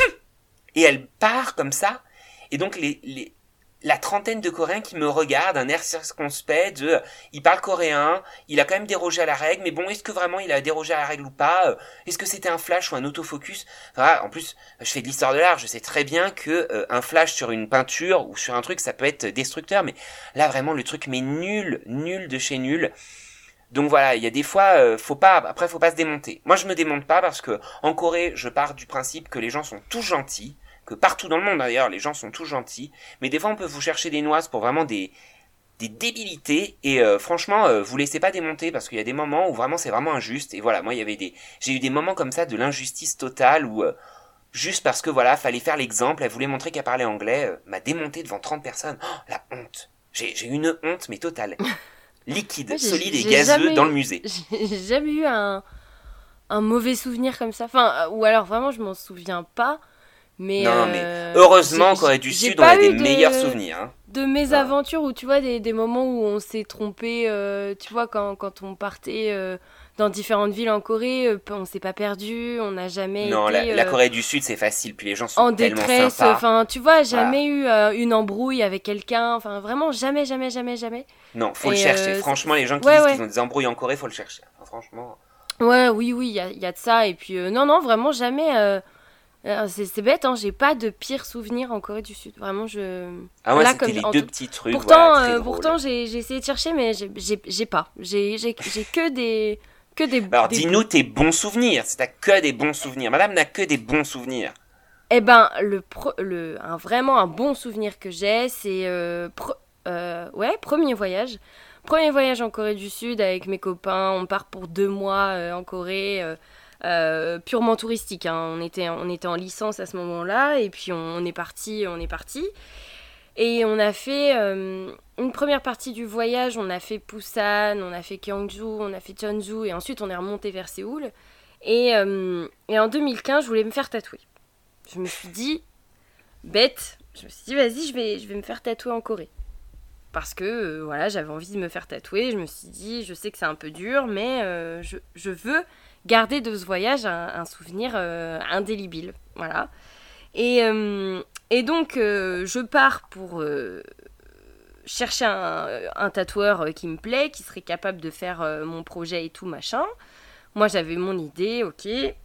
S3: et elle part comme ça. Et donc, les, les, la trentaine de Coréens qui me regardent, un air circonspect de, il parle coréen, il a quand même dérogé à la règle, mais bon, est-ce que vraiment il a dérogé à la règle ou pas? Est-ce que c'était un flash ou un autofocus? Voilà, en plus, je fais de l'histoire de l'art, je sais très bien que euh, un flash sur une peinture ou sur un truc, ça peut être destructeur, mais là vraiment le truc mais nul, nul de chez nul. Donc voilà, il y a des fois, euh, faut pas, après faut pas se démonter. Moi je me démonte pas parce que en Corée, je pars du principe que les gens sont tous gentils. Que partout dans le monde d'ailleurs, les gens sont tous gentils, mais des fois on peut vous chercher des noises pour vraiment des, des débilités, et euh, franchement, euh, vous laissez pas démonter, parce qu'il y a des moments où vraiment c'est vraiment injuste, et voilà, moi il y avait des, j'ai eu des moments comme ça de l'injustice totale, où euh, juste parce que voilà, fallait faire l'exemple, elle voulait montrer qu'elle parlait anglais, euh, m'a démonté devant trente personnes, oh, la honte, j'ai, j'ai une honte, mais totale, liquide,
S1: Moi, j'ai-
S3: solide et
S1: j'ai
S3: gazeux
S1: jamais-
S3: dans le musée.
S1: J'ai jamais eu un, un mauvais souvenir comme ça. Enfin, euh, ou alors vraiment, je m'en souviens pas. Mais,
S3: Non, mais
S1: euh,
S3: heureusement, en
S1: j'ai-
S3: Corée du
S1: j'ai
S3: Sud, on
S1: pas
S3: a des
S1: eu de-
S3: meilleurs souvenirs, hein.
S1: De mes aventures où tu vois des, des moments où on s'est trompé, euh, tu vois, quand, quand on partait euh, dans différentes villes en Corée, euh, on s'est pas perdu, on n'a jamais
S3: Non,
S1: été
S3: la, la
S1: euh,
S3: Corée du Sud, c'est facile, puis les gens sont
S1: en
S3: tellement
S1: détresse.
S3: sympas.
S1: Enfin, tu vois, jamais eu euh, une embrouille avec quelqu'un. Enfin, vraiment, jamais, jamais, jamais, jamais.
S3: Non, faut le
S1: Et,
S3: chercher.
S1: euh,
S3: Franchement, les gens qui
S1: ouais,
S3: disent
S1: ouais.
S3: qu'ils ont des embrouilles en Corée, faut le chercher. Enfin, franchement.
S1: Ouais, oui, oui, il y a, y a de ça. Et puis, euh, non, non, vraiment, jamais. euh, euh, c'est, c'est bête, hein, j'ai pas de pire souvenir en Corée du Sud. Vraiment, je.
S3: Ah ouais,
S1: Là,
S3: c'était
S1: comme-
S3: les
S1: en
S3: deux
S1: tout-
S3: petits trucs.
S1: Pourtant,
S3: voilà, très
S1: euh,
S3: drôles.
S1: pourtant j'ai, j'ai essayé de chercher, mais j'ai, j'ai, j'ai pas. J'ai, j'ai, j'ai que des. Que des
S3: Alors,
S1: des
S3: dis-nous tes bons souvenirs. C'est t'as que des bons souvenirs. Madame n'a que des bons souvenirs.
S1: Eh ben, le, pro- le un, vraiment un bon souvenir que j'ai, c'est euh, pre- euh, ouais, premier voyage. Premier voyage en Corée du Sud avec mes copains. On part pour deux mois euh, en Corée, euh, euh, purement touristique, hein. On était, on était en licence à ce moment-là, et puis on, on est parti, on est parti. Et on a fait euh, une première partie du voyage. On a fait Busan, on a fait Gyeongju, on a fait Jeonju, et ensuite on est remonté vers Séoul. Et, euh, et en deux mille quinze, je voulais me faire tatouer. Je me suis dit, bête, je me suis dit, vas-y, je vais, je vais me faire tatouer en Corée. Parce que, euh, voilà, j'avais envie de me faire tatouer. Je me suis dit, je sais que c'est un peu dur, mais euh, je, je veux garder de ce voyage un, un souvenir euh, indélébile. Voilà. Et, euh, et donc, euh, je pars pour euh, chercher un, un tatoueur qui me plaît, qui serait capable de faire euh, mon projet et tout, machin. Moi, j'avais mon idée, ok. Et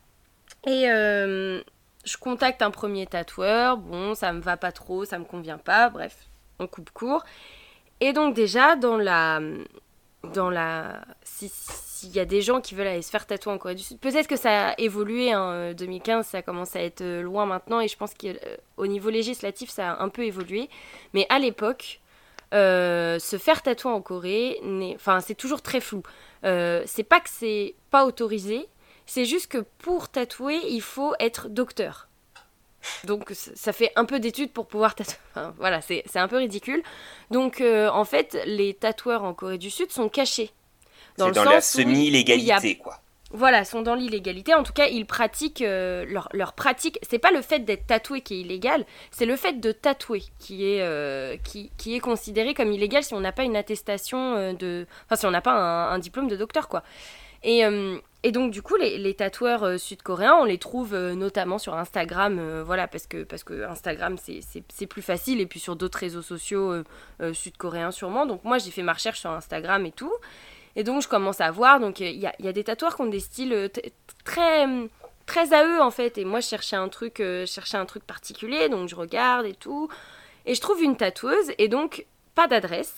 S1: euh, je contacte un premier tatoueur. Bon, ça me va pas trop, ça me convient pas. Bref, on coupe court. Et donc déjà, dans la... Dans la... Si, s'il y a des gens qui veulent aller se faire tatouer en Corée du Sud, peut-être que ça a évolué, hein, deux mille quinze, ça commence à être loin maintenant, et je pense qu'au niveau législatif, ça a un peu évolué. Mais à l'époque, euh, se faire tatouer en Corée, n'est... enfin, c'est toujours très flou. Euh, c'est pas que c'est pas autorisé, c'est juste que pour tatouer, il faut être docteur. Donc ça fait un peu d'études pour pouvoir tatouer. Enfin, voilà, c'est, c'est un peu ridicule. Donc euh, en fait, les tatoueurs en Corée du Sud sont cachés.
S3: Dans c'est dans la semi-illégalité,
S1: a...
S3: quoi.
S1: Voilà, sont dans l'illégalité. En tout cas, ils pratiquent euh, leur, leur pratique. C'est pas le fait d'être tatoué qui est illégal, c'est le fait de tatouer qui est, euh, qui, qui est considéré comme illégal si on n'a pas une attestation euh, de... Enfin, si on n'a pas un, un diplôme de docteur, quoi. Et, euh, et donc, du coup, les, les tatoueurs euh, sud-coréens, on les trouve euh, notamment sur Instagram, euh, voilà, parce que, parce que Instagram, c'est, c'est, c'est plus facile, et puis sur d'autres réseaux sociaux euh, euh, sud-coréens sûrement. Donc, moi, j'ai fait ma recherche sur Instagram et tout. Et donc, je commence à voir. Donc, il y a, y a des tatoueurs qui ont des styles t- très, très à eux, en fait. Et moi, je cherchais un truc, euh, je cherchais un truc particulier. Donc, je regarde et tout. Et je trouve une tatoueuse. Et donc, pas d'adresse.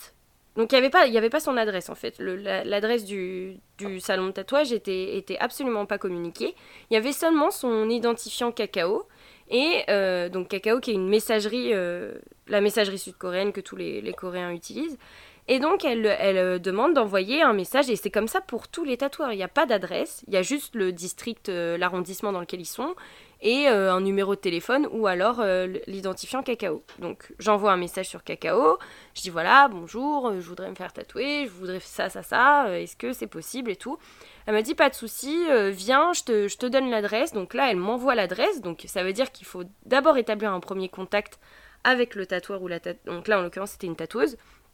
S1: Donc il n'y avait pas, il y avait pas son adresse en fait. Le, la, l'adresse du, du salon de tatouage était, était absolument pas communiquée. Il y avait seulement son identifiant Kakao. Et euh, donc Kakao qui est une messagerie, euh, la messagerie sud-coréenne que tous les, les Coréens utilisent. Et donc elle, elle demande d'envoyer un message et c'est comme ça pour tous les tatoueurs. Il n'y a pas d'adresse, il y a juste le district, euh, l'arrondissement dans lequel ils sont et euh, un numéro de téléphone ou alors euh, l'identifiant Kakao. Donc j'envoie un message sur Kakao, je dis voilà, bonjour, je voudrais me faire tatouer, je voudrais ça, ça, ça, euh, est-ce que c'est possible et tout. Elle m'a dit pas de souci, euh, viens, je te, je te donne l'adresse. Donc là elle m'envoie l'adresse, donc ça veut dire qu'il faut d'abord établir un premier contact avec le tatoueur ou la tatoueuse. Donc là en l'occurrence c'était une tatoueuse.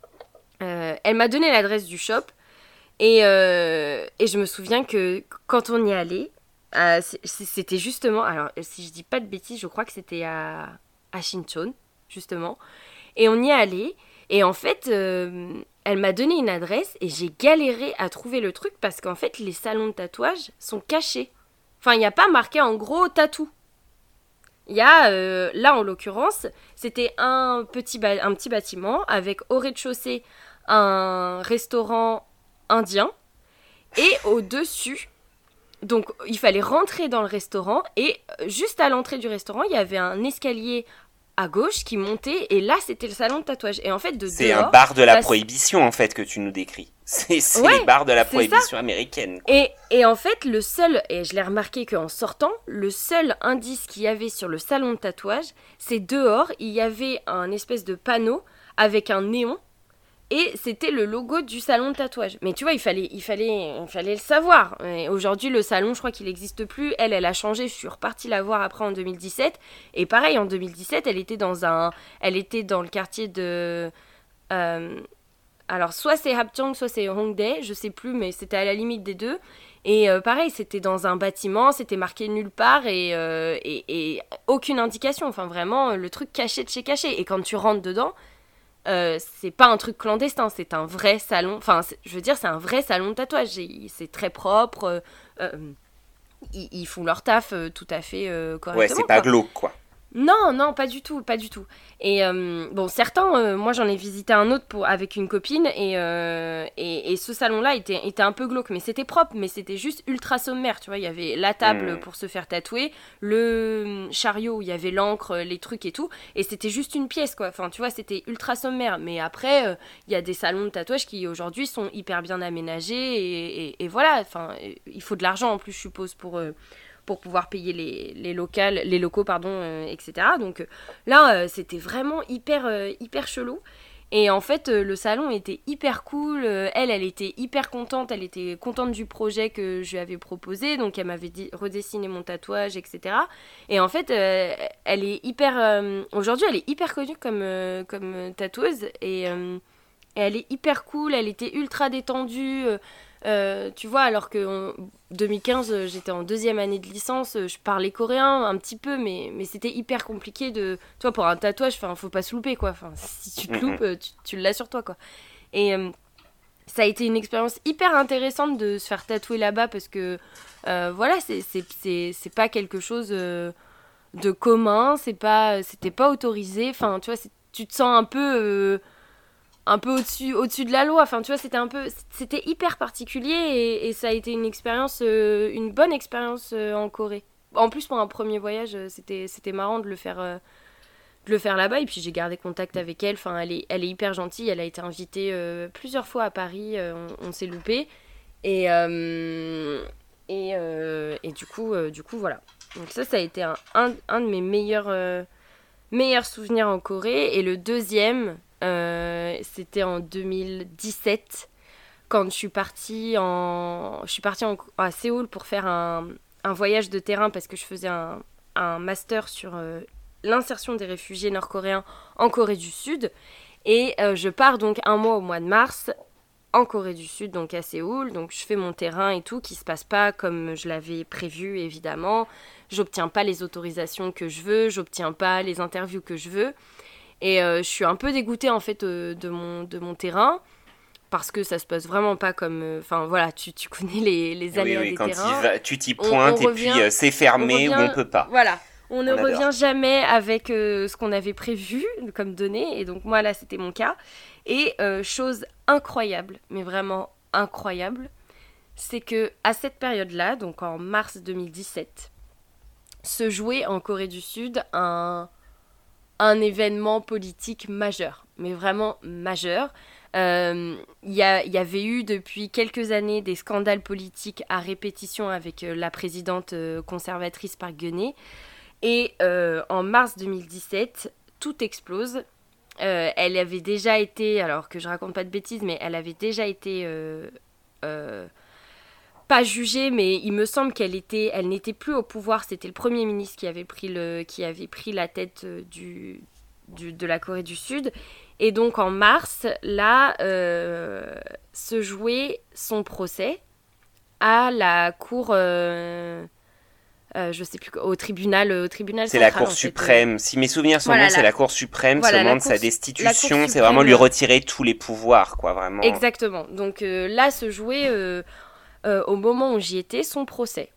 S1: Euh, elle m'a donné l'adresse du shop et, euh, et je me souviens que quand on y allait, euh, c'était justement, alors si je dis pas de bêtises, je crois que c'était à, à Shinchon, justement, et on y allait et en fait, euh, elle m'a donné une adresse et j'ai galéré à trouver le truc parce qu'en fait, les salons de tatouage sont cachés. Enfin, il n'y a pas marqué en gros tatou. Il y a, euh, là en l'occurrence, c'était un petit, ba- un petit bâtiment avec au rez-de-chaussée un restaurant indien et au-dessus, donc il fallait rentrer dans le restaurant et juste à l'entrée du restaurant, il y avait un escalier à gauche qui montait et là c'était le salon de tatouage. Et en fait de
S3: C'est
S1: dehors,
S3: un bar de la
S1: bah,
S3: prohibition en fait que tu nous décris. C'est, c'est
S1: Ouais,
S3: les bars de la
S1: c'est
S3: prohibition
S1: ça.
S3: américaine.
S1: Et, et en fait, le seul, et je l'ai remarqué qu'en sortant, le seul indice qu'il y avait sur le salon de tatouage, c'est dehors, il y avait un espèce de panneau avec un néon, et c'était le logo du salon de tatouage. Mais tu vois, il fallait, il fallait, il fallait le savoir. Et aujourd'hui, le salon, je crois qu'il n'existe plus. Elle, elle a changé, je suis repartie la voir après en deux mille dix-sept. Et pareil, en deux mille dix-sept, elle était dans, un, elle était dans le quartier de... Euh, alors, soit c'est Hapjeong, soit c'est Hongdae, je sais plus, mais c'était à la limite des deux. Et euh, pareil, c'était dans un bâtiment, c'était marqué nulle part et, euh, et, et aucune indication. Enfin, vraiment, le truc caché de chez caché. Et quand tu rentres dedans, euh, c'est pas un truc clandestin, c'est un vrai salon. Enfin, je veux dire, c'est un vrai salon de tatouage. Et c'est très propre. Euh, euh, ils, ils font leur taf euh, tout à fait euh, correctement.
S3: Ouais, c'est pas
S1: quoi.
S3: glauque, quoi.
S1: Non, non, pas du tout, pas du tout. Et euh, bon, certains, euh, moi j'en ai visité un autre pour, avec une copine et, euh, et, et ce salon-là était, était un peu glauque, mais c'était propre, mais c'était juste ultra sommaire, tu vois. Il y avait la table
S3: Mmh.
S1: pour se faire tatouer, le chariot où il y avait l'encre, les trucs et tout, et c'était juste une pièce, quoi. Enfin, tu vois, c'était ultra sommaire. Mais après, euh, il y a des salons de tatouage qui aujourd'hui sont hyper bien aménagés et, et, et voilà. Enfin, il faut de l'argent en plus, je suppose, pour... Euh, pour pouvoir payer les, les, locales, les locaux, pardon, euh, et cetera. Donc euh, là, euh, c'était vraiment hyper, euh, hyper chelou. Et en fait, euh, le salon était hyper cool. Euh, elle, elle était hyper contente. Elle était contente du projet que je lui avais proposé. Donc, elle m'avait dit, redessiné mon tatouage, et cetera. Et en fait, euh, elle est hyper... Euh, aujourd'hui, elle est hyper connue comme, euh, comme tatoueuse. Et, euh, et elle est hyper cool. Elle était ultra détendue. Euh, Euh, tu vois, alors que en deux mille quinze, j'étais en deuxième année de licence, je parlais coréen un petit peu, mais, mais c'était hyper compliqué de... Tu vois, pour un tatouage, faut pas se louper, quoi. Enfin, si tu te loupes, tu, tu l'as sur toi, quoi. Et euh, ça a été une expérience hyper intéressante de se faire tatouer là-bas, parce que, euh, voilà, c'est, c'est, c'est, c'est pas quelque chose euh, de commun, c'est pas, c'était pas autorisé. Enfin, tu vois, c'est, tu te sens un peu... Euh, un peu au-dessus, au-dessus de la loi. Enfin, tu vois, c'était un peu... C'était hyper particulier et, et ça a été une expérience... Euh, une bonne expérience euh, en Corée. En plus, pour un premier voyage, euh, c'était, c'était marrant de le faire... Euh, de le faire là-bas. Et puis, j'ai gardé contact avec elle. Enfin, elle est, elle est hyper gentille. Elle a été invitée euh, plusieurs fois à Paris. Euh, on, on s'est loupé. Et... Euh, et, euh, et du coup, euh, du coup, voilà. Donc ça, ça a été un, un, un de mes meilleurs, euh, meilleurs souvenirs en Corée. Et le deuxième... Euh, c'était en deux mille dix-sept quand je suis partie, en... je suis partie en... à Séoul pour faire un... un voyage de terrain parce que je faisais un, un master sur euh, l'insertion des réfugiés nord-coréens en Corée du Sud et euh, je pars donc un mois au mois de mars en Corée du Sud, donc à Séoul, donc je fais mon terrain et tout qui se passe pas comme je l'avais prévu évidemment, j'obtiens pas les autorisations que je veux, j'obtiens pas les interviews que je veux. Et euh, je suis un peu dégoûtée en fait euh, de, mon, de mon terrain parce que ça se passe vraiment pas comme... Enfin euh, voilà, tu, tu connais les, les aléas
S3: oui, oui,
S1: des
S3: quand
S1: terrains.
S3: va, tu t'y pointes on, on et revient, puis euh, c'est fermé ou on peut pas.
S1: Voilà, on ne
S3: On adore.
S1: revient jamais avec euh, ce qu'on avait prévu comme données. Et donc moi, là, c'était mon cas. Et euh, chose incroyable, mais vraiment incroyable, c'est que à cette période-là, donc en mars deux mille dix-sept, se jouait en Corée du Sud un, un événement politique majeur, mais vraiment majeur. Euh, Il y, a- il y avait eu depuis quelques années des scandales politiques à répétition avec euh, la présidente euh, conservatrice Park Geun-hye. Et euh, en mars deux mille dix-sept, tout explose. Euh, elle avait déjà été, alors que je raconte pas de bêtises, mais elle avait déjà été euh, euh, pas jugée, mais il me semble qu'elle était, elle n'était plus au pouvoir. C'était le Premier ministre qui avait pris, le, qui avait pris la tête euh, du, du, de la Corée du Sud. Et donc en mars, là, euh, se jouait son procès à la cour, euh, euh, je sais plus, au tribunal, au tribunal
S3: C'est la
S1: central,
S3: Cour
S1: en fait.
S3: suprême. Si mes souvenirs sont
S1: Voilà,
S3: bons, c'est
S1: la-
S3: la Cour suprême.
S1: voilà,
S3: qui
S1: la
S3: demande
S1: Cour
S3: sa
S1: su- la
S3: destitution.
S1: Cour
S3: C'est vraiment lui
S1: suprême.
S3: retirer tous les pouvoirs, quoi, vraiment.
S1: Exactement. Donc euh, là se jouait, euh, euh, au moment où j'y étais, son procès.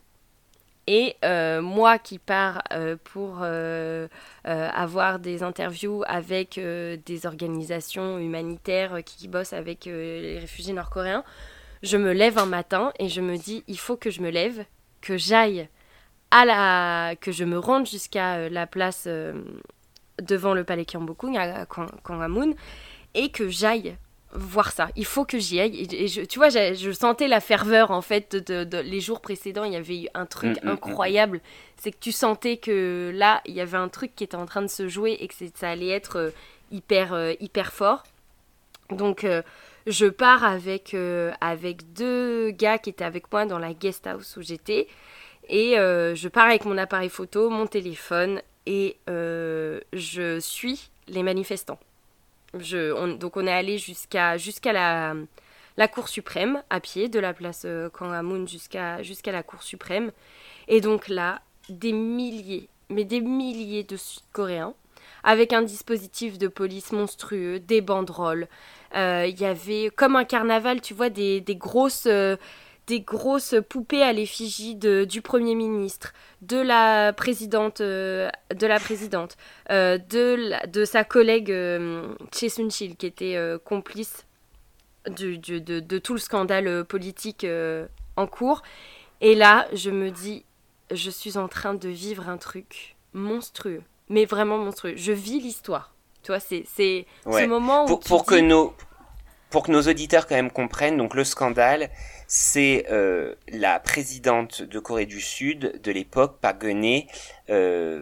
S1: Et euh, moi qui pars euh, pour euh, euh, avoir des interviews avec euh, des organisations humanitaires euh, qui, qui bossent avec euh, les réfugiés nord-coréens, je me lève un matin et je me dis, il faut que je me lève, que j'aille à la... que je me rende jusqu'à euh, la place euh, devant le palais Gyeongbokgung à Gwanghwamun et que j'aille voir ça. Il faut que j'y aille. Et, et je, tu vois, j'ai- je sentais la ferveur, en fait, de, de- de- les jours précédents. Il y avait eu un truc
S3: Mm, mm,
S1: incroyable. C'est que tu sentais que là, il y avait un truc qui était en train de se jouer et que c'est- ça allait être euh, hyper, euh, hyper fort. Donc, euh, je pars avec, euh, avec deux gars qui étaient avec moi dans la guest house où j'étais. Et euh, je pars avec mon appareil photo, mon téléphone, et euh, je suis les manifestants. Je, on- donc on est allé jusqu'à jusqu'à la, la Cour suprême, à pied, de la place euh, Gwanghwamun jusqu'à jusqu'à la Cour suprême. Et donc là, des milliers, mais des milliers de Sud-Coréens, avec un dispositif de police monstrueux, des banderoles. Euh, Il y avait, comme un carnaval, tu vois, des, des grosses... euh, des grosses poupées à l'effigie de, du Premier ministre, de la présidente, euh, de, la présidente euh, de, la- de sa collègue euh, Choi Soon-sil, qui était euh, complice du, du- de, de tout le scandale euh, politique euh, en cours. Et là, je me dis, je suis en train de vivre un truc monstrueux, mais vraiment monstrueux. Je vis l'histoire. Tu vois, c'est, c'est
S3: Ouais.
S1: ce moment où
S3: Pour,
S1: tu
S3: pour que
S1: dis...
S3: nos, pour que nos auditeurs quand même comprennent, donc le scandale, c'est euh, la présidente de Corée du Sud de l'époque, Park Geun-hye, euh,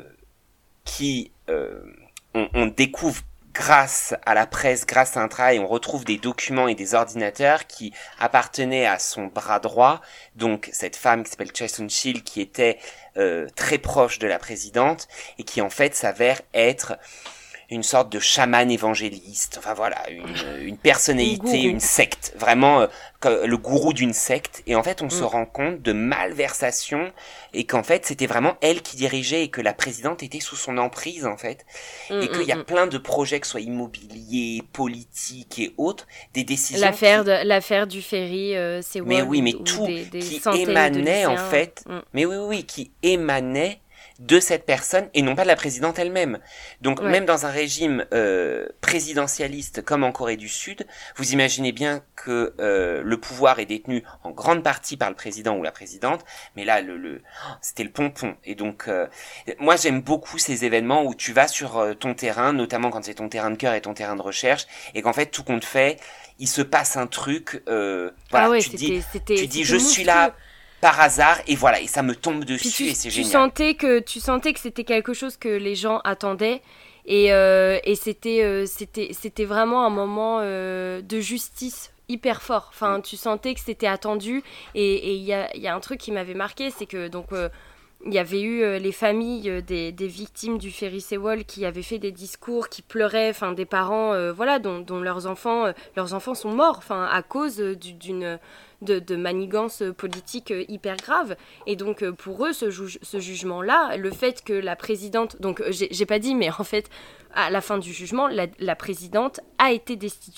S3: qui euh, on, on découvre grâce à la presse, grâce à un travail, on retrouve des documents et des ordinateurs qui appartenaient à son bras droit, donc cette femme qui s'appelle Choi Soon-sil, qui était euh, très proche de la présidente et qui en fait s'avère être une sorte de chaman évangéliste, enfin voilà, une, une personnalité,
S1: Gourou.
S3: une secte, vraiment euh, que- le gourou d'une secte. Et en fait, on
S1: Mm.
S3: se rend compte de malversation et qu'en fait, c'était vraiment elle qui dirigeait et que la présidente était sous son emprise en fait.
S1: Mm,
S3: Et qu'il y a
S1: mm, mm.
S3: plein de projets, que ce soit immobiliers, politiques et autres, des décisions
S1: L'affaire,
S3: qui...
S1: de, l'affaire du ferry, euh, c'est
S3: Mais oui, mais
S1: ou
S3: tout
S1: des, des
S3: qui
S1: centaines de
S3: émanait en
S1: lycéens.
S3: fait,
S1: Mm.
S3: mais oui, oui, oui, qui émanait de cette personne et non pas de la présidente elle-même. Donc
S1: Ouais.
S3: même dans un régime euh, présidentialiste comme en Corée du Sud, vous imaginez bien que euh, le pouvoir est détenu en grande partie par le président ou la présidente, mais là le, le oh, c'était le pompon. Et donc euh, moi j'aime beaucoup ces événements où tu vas sur euh, ton terrain, notamment quand c'est ton terrain de cœur et ton terrain de recherche, et qu'en fait tout compte fait, il se passe un truc. Euh, voilà,
S1: ah ouais,
S3: tu te
S1: c'était,
S3: dis,
S1: c'était,
S3: tu dis
S1: c'était
S3: je suis
S1: monstrueux.
S3: là par hasard et voilà et ça me tombe
S1: Puis
S3: dessus
S1: tu,
S3: et c'est
S1: tu
S3: génial.
S1: sentais que tu sentais que c'était quelque chose que les gens attendaient et, euh, et c'était, euh, c'était c'était vraiment un moment euh, de justice hyper fort. Enfin, tu sentais que c'était attendu et il y a, y a un truc qui m'avait marqué, c'est que donc euh, il y avait eu euh, les familles euh, des, des victimes du ferry Sewol qui avaient fait des discours, qui pleuraient, enfin des parents, euh, voilà, dont, dont leurs enfants, euh, leurs enfants sont morts, enfin à cause euh, du- d'une de, de manigances politiques euh, hyper graves. Et donc euh, pour eux, ce, ju- ce jugement-là, le fait que la présidente, donc euh, j'ai, j'ai pas dit, mais en fait à la fin du jugement, la, la présidente a été destituée.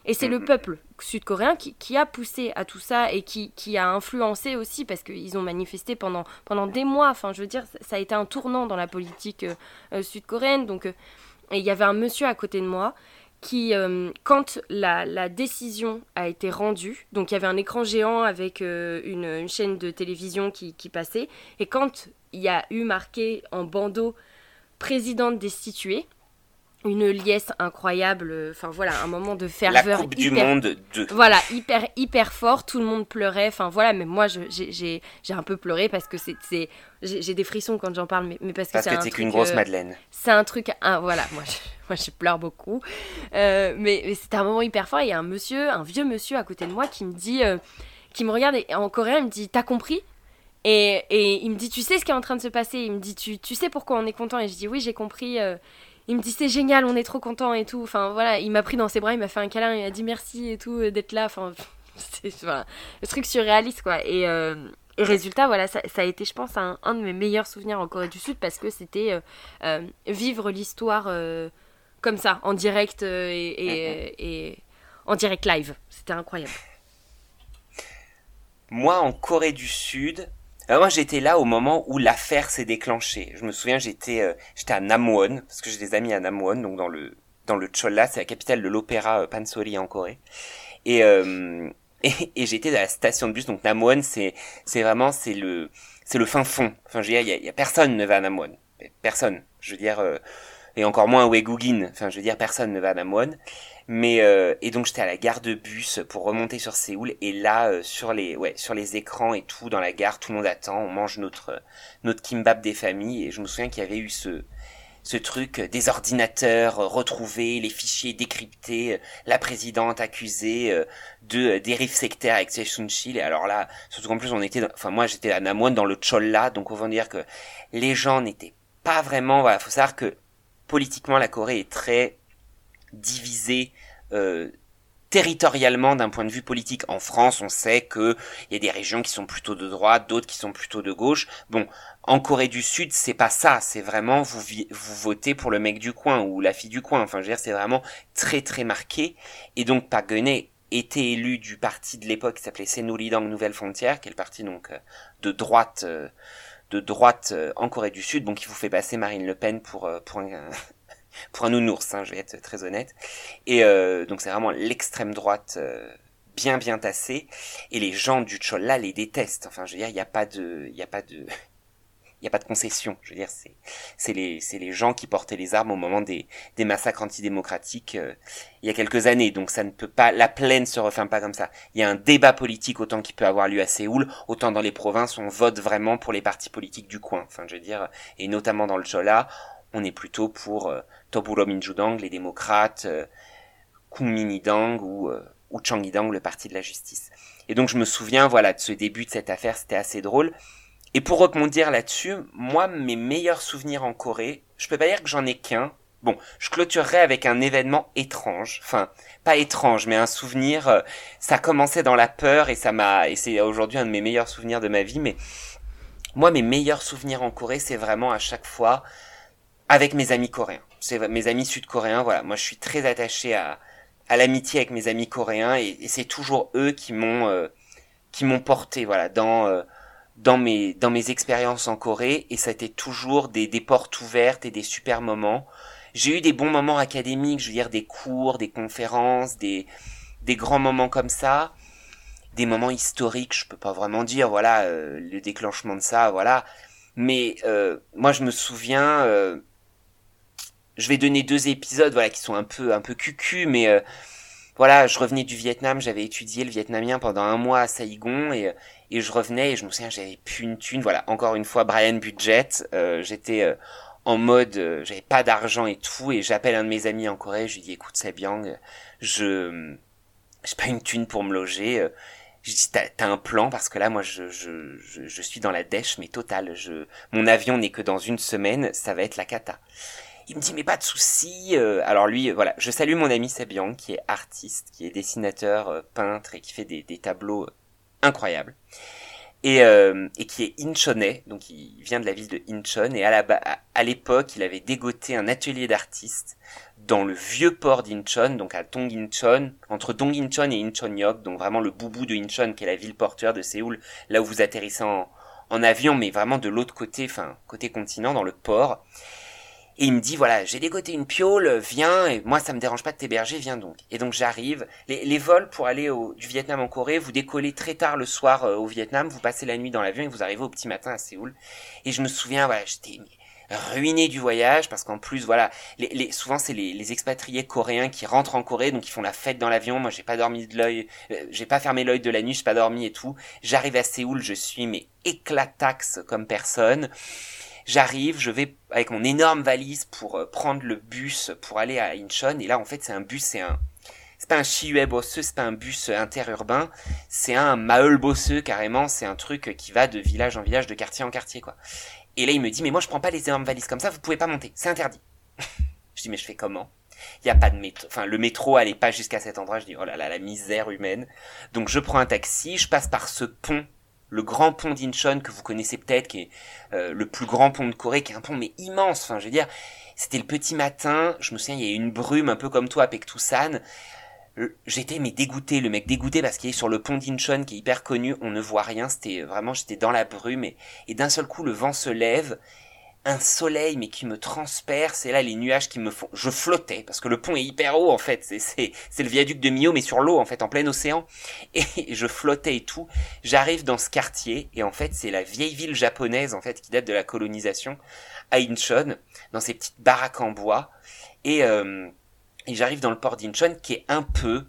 S1: Et c'est mmh. le peuple sud-coréen qui, qui a poussé à tout ça et qui, qui a influencé aussi parce qu'ils ont manifesté pendant, pendant des mois. Enfin, je veux dire, ça a été un tournant dans la politique euh, euh, sud-coréenne. Donc, euh, et il y avait un monsieur à côté de moi qui, euh, quand la, la décision a été rendue, donc il y avait un écran géant avec euh, une, une chaîne de télévision qui, qui passait, et quand il y a eu marqué en bandeau « Présidente destituée », une liesse incroyable, enfin voilà, un moment de ferveur.
S3: La Coupe
S1: hyper,
S3: du Monde deux.
S1: Voilà, hyper, hyper fort, tout le monde pleurait, enfin voilà, mais moi je, j'ai, j'ai, j'ai un peu pleuré parce que c'est, c'est j'ai, j'ai des frissons quand j'en parle, mais, mais parce que
S3: parce
S1: c'est
S3: que
S1: un
S3: t'es
S1: truc...
S3: qu'une grosse
S1: euh,
S3: madeleine.
S1: C'est un truc, un, voilà, moi je, moi je pleure beaucoup, euh, mais, mais c'était un moment hyper fort, et il y a un monsieur, un vieux monsieur à côté de moi qui me dit, euh, qui me regarde, et en coréen il me dit « T'as compris ?» et, et il me dit « Tu sais ce qui est en train de se passer ?» Il me dit tu, « Tu sais pourquoi on est content ?» Et je dis « Oui, j'ai compris. euh, » Il me dit c'est génial, on est trop contents et tout. Enfin voilà, il m'a pris dans ses bras, il m'a fait un câlin, il m'a dit merci et tout d'être là. Enfin, c'est voilà, le truc surréaliste quoi. Et, euh, et résultat, voilà, ça, ça a été, je pense, un, un de mes meilleurs souvenirs en Corée du Sud parce que c'était euh, euh, vivre l'histoire euh, comme ça, en direct euh, et, et, et en direct live. C'était incroyable.
S3: Moi, en Corée du Sud. Alors moi j'étais là au moment où l'affaire s'est déclenchée. Je me souviens j'étais euh, j'étais à Namwon parce que j'ai des amis à Namwon, donc dans le dans le Cholla, c'est la capitale de l'opéra euh, Pansori en Corée. Et, euh, et et j'étais à la station de bus, donc Namwon c'est c'est vraiment c'est le c'est le fin fond. Enfin je veux dire il y a, y a personne ne va à Namwon, personne. Je veux dire euh, et encore moins à Wegugin. Enfin je veux dire personne ne va à Namwon. Mais euh, et donc j'étais à la gare de bus pour remonter sur Séoul et là euh, sur les ouais sur les écrans et tout dans la gare tout le monde attend, on mange notre euh, notre kimbap des familles et je me souviens qu'il y avait eu ce ce truc euh, des ordinateurs euh, retrouvés, les fichiers décryptés, euh, la présidente accusée euh, de euh, dérive sectaire avec Choi-Soon-sil et alors là surtout qu'en plus on était enfin moi j'étais à Namwon dans le Cholla donc on va dire que les gens n'étaient pas vraiment voilà faut savoir que politiquement la Corée est très divisé euh, territorialement d'un point de vue politique. En France, on sait que il y a des régions qui sont plutôt de droite, d'autres qui sont plutôt de gauche. Bon, en Corée du Sud, c'est pas ça. C'est vraiment vous vi- vous votez pour le mec du coin ou la fille du coin. Enfin, je veux dire, c'est vraiment très très marqué. Et donc, Park Geun-hye était élu du parti de l'époque qui s'appelait 새누리당 Nouvelle Frontière, qui est le parti donc euh, de droite euh, de droite euh, en Corée du Sud. Donc, il vous fait passer Marine Le Pen pour euh, pour un pour un nounours, hein, je vais être très honnête. Et euh, donc c'est vraiment l'extrême droite euh, bien bien tassée. Et les gens du Cholla les détestent. Enfin, je veux dire, il y a pas de, il y a pas de, il y a pas de concession. Je veux dire, c'est c'est les c'est les gens qui portaient les armes au moment des des massacres antidémocratiques euh, il y a quelques années. Donc ça ne peut pas, la plaine se referme pas comme ça. Il y a un débat politique autant qu'il peut avoir lieu à Séoul, autant dans les provinces on vote vraiment pour les partis politiques du coin. Enfin, je veux dire, et notamment dans le Cholla. On est plutôt pour euh, Toburo Minjudang, les démocrates, euh, Kunminidang ou, euh, ou Changidang, le parti de la justice. Et donc je me souviens voilà de ce début de cette affaire, c'était assez drôle. Et pour rebondir là-dessus, moi mes meilleurs souvenirs en Corée, je peux pas dire que j'en ai qu'un. Bon, je clôturerai avec un événement étrange, enfin pas étrange, mais un souvenir. Euh, ça commençait dans la peur et ça m'a et c'est aujourd'hui un de mes meilleurs souvenirs de ma vie. Mais moi mes meilleurs souvenirs en Corée, c'est vraiment à chaque fois avec mes amis coréens. C'est mes amis sud-coréens, voilà. Moi, je suis très attaché à, à l'amitié avec mes amis coréens et, et c'est toujours eux qui m'ont, euh, qui m'ont porté, voilà, dans, euh, dans mes, dans mes expériences en Corée et ça a été toujours des, des portes ouvertes et des super moments. J'ai eu des bons moments académiques, je veux dire des cours, des conférences, des, des grands moments comme ça. Des moments historiques, je peux pas vraiment dire, voilà, euh, le déclenchement de ça, voilà. Mais, euh, moi, je me souviens, euh, je vais donner deux épisodes, voilà, qui sont un peu, un peu cucu, mais euh, voilà, je revenais du Vietnam, j'avais étudié le vietnamien pendant un mois à Saigon et et je revenais et je me souviens, j'avais plus une thune, voilà, encore une fois Brian Budget, euh, j'étais euh, en mode, euh, j'avais pas d'argent et tout et j'appelle un de mes amis en Corée, je lui dis écoute Sabyang, je j'ai pas une thune pour me loger. Euh, je dis t'as, t'as un plan parce que là moi je je je, je suis dans la dèche mais totale, je mon avion n'est que dans une semaine, ça va être la cata. Il me dit mais pas de souci. Euh, alors lui, euh, voilà, je salue mon ami Sabyang qui est artiste, qui est dessinateur, euh, peintre et qui fait des, des tableaux euh, incroyables. et, euh, et qui est Incheonais, donc il vient de la ville de Incheon, et à, la, à, à l'époque, il avait dégoté un atelier d'artistes dans le vieux port d'Incheon, donc à Dong-Incheon, entre Dong-Incheon et Incheon역, donc vraiment le boubou de Incheon, qui est la ville portuaire de Séoul, là où vous atterrissez en, en avion, mais vraiment de l'autre côté, enfin, côté continent, dans le port. Et il me dit, voilà, j'ai dégoté une piole, viens, et moi ça me dérange pas de t'héberger, viens donc. Et donc j'arrive, les, les vols pour aller au, du Vietnam en Corée, vous décollez très tard le soir euh, au Vietnam, vous passez la nuit dans l'avion et vous arrivez au petit matin à Séoul. Et je me souviens, voilà, j'étais ruiné du voyage, parce qu'en plus, voilà, les, les, souvent c'est les, les expatriés coréens qui rentrent en Corée, donc ils font la fête dans l'avion, moi j'ai pas dormi de l'œil, euh, j'ai pas fermé l'œil de la nuit, j'ai pas dormi et tout. J'arrive à Séoul, je suis mais éclataxe comme personne. J'arrive, je vais avec mon énorme valise pour euh, prendre le bus pour aller à Incheon, et là en fait c'est un bus, c'est un c'est pas un Shiyue bosseux, c'est pas un bus interurbain, c'est un Maeul bosseux carrément, c'est un truc qui va de village en village, de quartier en quartier quoi. Et là il me dit mais moi je prends pas les énormes valises comme ça, vous pouvez pas monter, c'est interdit. Je dis mais je fais comment? Il y a pas de métro, enfin le métro allait pas jusqu'à cet endroit, je dis oh là là la misère humaine. Donc je prends un taxi, je passe par ce pont, le grand pont d'Incheon que vous connaissez peut-être, qui est euh, le plus grand pont de Corée, qui est un pont mais immense. Enfin, je veux dire, c'était le petit matin. Je me souviens, il y a eu une brume un peu comme toi à Paektusan. J'étais mais dégoûté, le mec dégoûté parce qu'il est sur le pont d'Incheon qui est hyper connu. On ne voit rien. C'était vraiment, j'étais dans la brume et, et d'un seul coup le vent se lève. Un soleil mais qui me transperce, et là les nuages qui me font, je flottais parce que le pont est hyper haut en fait, c'est c'est c'est le viaduc de Millau mais sur l'eau en fait, en plein océan, et je flottais et tout. J'arrive dans ce quartier et en fait c'est la vieille ville japonaise en fait qui date de la colonisation à Incheon, dans ces petites baraques en bois, et euh, et j'arrive dans le port d'Incheon qui est un peu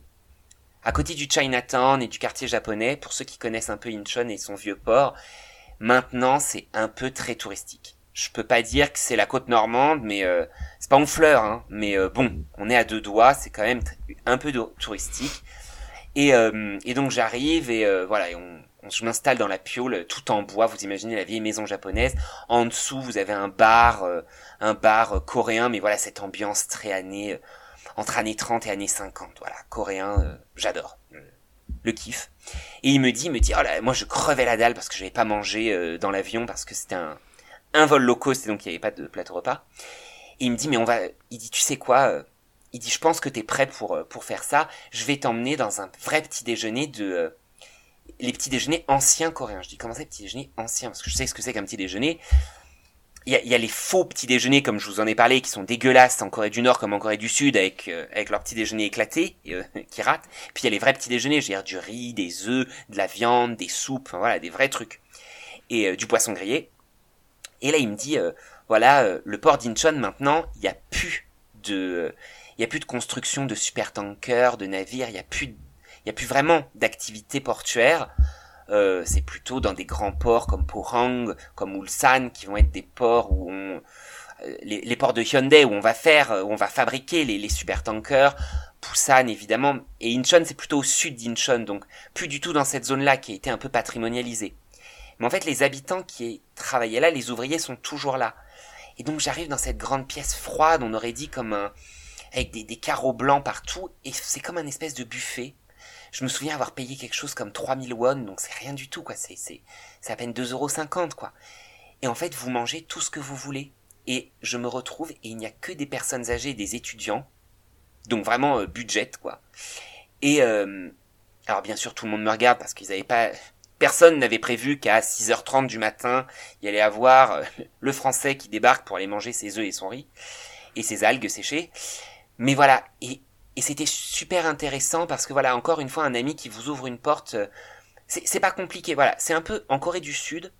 S3: à côté du Chinatown et du quartier japonais. Pour ceux qui connaissent un peu Incheon et son vieux port, maintenant c'est un peu très touristique. Je peux pas dire que c'est la côte normande, mais euh, c'est pas Honfleur, hein. Mais euh, bon, on est à deux doigts, c'est quand même t- un peu de- touristique. Et, euh, et donc j'arrive et euh, voilà, et on, on, je m'installe dans la piole, tout en bois. Vous imaginez la vieille maison japonaise. En dessous, vous avez un bar, euh, un bar euh, coréen, mais voilà cette ambiance très année, euh, entre années trente et années cinquante. Voilà, coréen, euh, j'adore. Le kiff. Et il me dit, il me dit, oh là, moi je crevais la dalle parce que j'avais pas mangé euh, dans l'avion parce que c'était un un vol low cost et donc il n'y avait pas de plateau repas. Et il me dit mais on va, il dit tu sais quoi, euh, il dit je pense que t'es prêt pour euh, pour faire ça, je vais t'emmener dans un vrai petit déjeuner de euh, les petits déjeuners anciens coréens. Je dis comment ça petit déjeuner ancien, parce que je sais ce que c'est qu'un petit déjeuner. Il y a, il y a les faux petits déjeuners comme je vous en ai parlé qui sont dégueulasses en Corée du Nord comme en Corée du Sud avec euh, avec leur petit déjeuner éclaté euh, qui ratent. Puis il y a les vrais petits déjeuners, je veux dire du riz, des œufs, de la viande, des soupes, enfin, voilà des vrais trucs et euh, du poisson grillé. Et là, il me dit, euh, voilà, euh, le port d'Incheon, maintenant, il n'y a plus de, il y a plus de construction de supertankers, de navires, il y a plus, il y a plus vraiment d'activité portuaire. Euh, c'est plutôt dans des grands ports comme Pohang, comme Ulsan, qui vont être des ports où on, euh, les, les ports de Hyundai où on va faire, où on va fabriquer les, les supertankers. Busan évidemment, et Incheon c'est plutôt au sud d'Incheon, donc plus du tout dans cette zone-là qui a été un peu patrimonialisée. Mais en fait, les habitants qui travaillaient là, les ouvriers sont toujours là. Et donc, j'arrive dans cette grande pièce froide, on aurait dit comme un, avec des, des carreaux blancs partout, et c'est comme un espèce de buffet. Je me souviens avoir payé quelque chose comme trois mille won, donc c'est rien du tout, quoi. C'est, c'est, c'est à peine deux euros cinquante, quoi. Et en fait, vous mangez tout ce que vous voulez. Et je me retrouve, et il n'y a que des personnes âgées et des étudiants. Donc vraiment, euh, budget, quoi. Et, euh, alors bien sûr, tout le monde me regarde parce qu'ils avaient pas, personne n'avait prévu qu'à six heures trente du matin, il y allait avoir le Français qui débarque pour aller manger ses œufs et son riz, et ses algues séchées. Mais voilà, et, et c'était super intéressant parce que voilà, encore une fois, un ami qui vous ouvre une porte, c'est, c'est pas compliqué, voilà. C'est un peu, en Corée du Sud,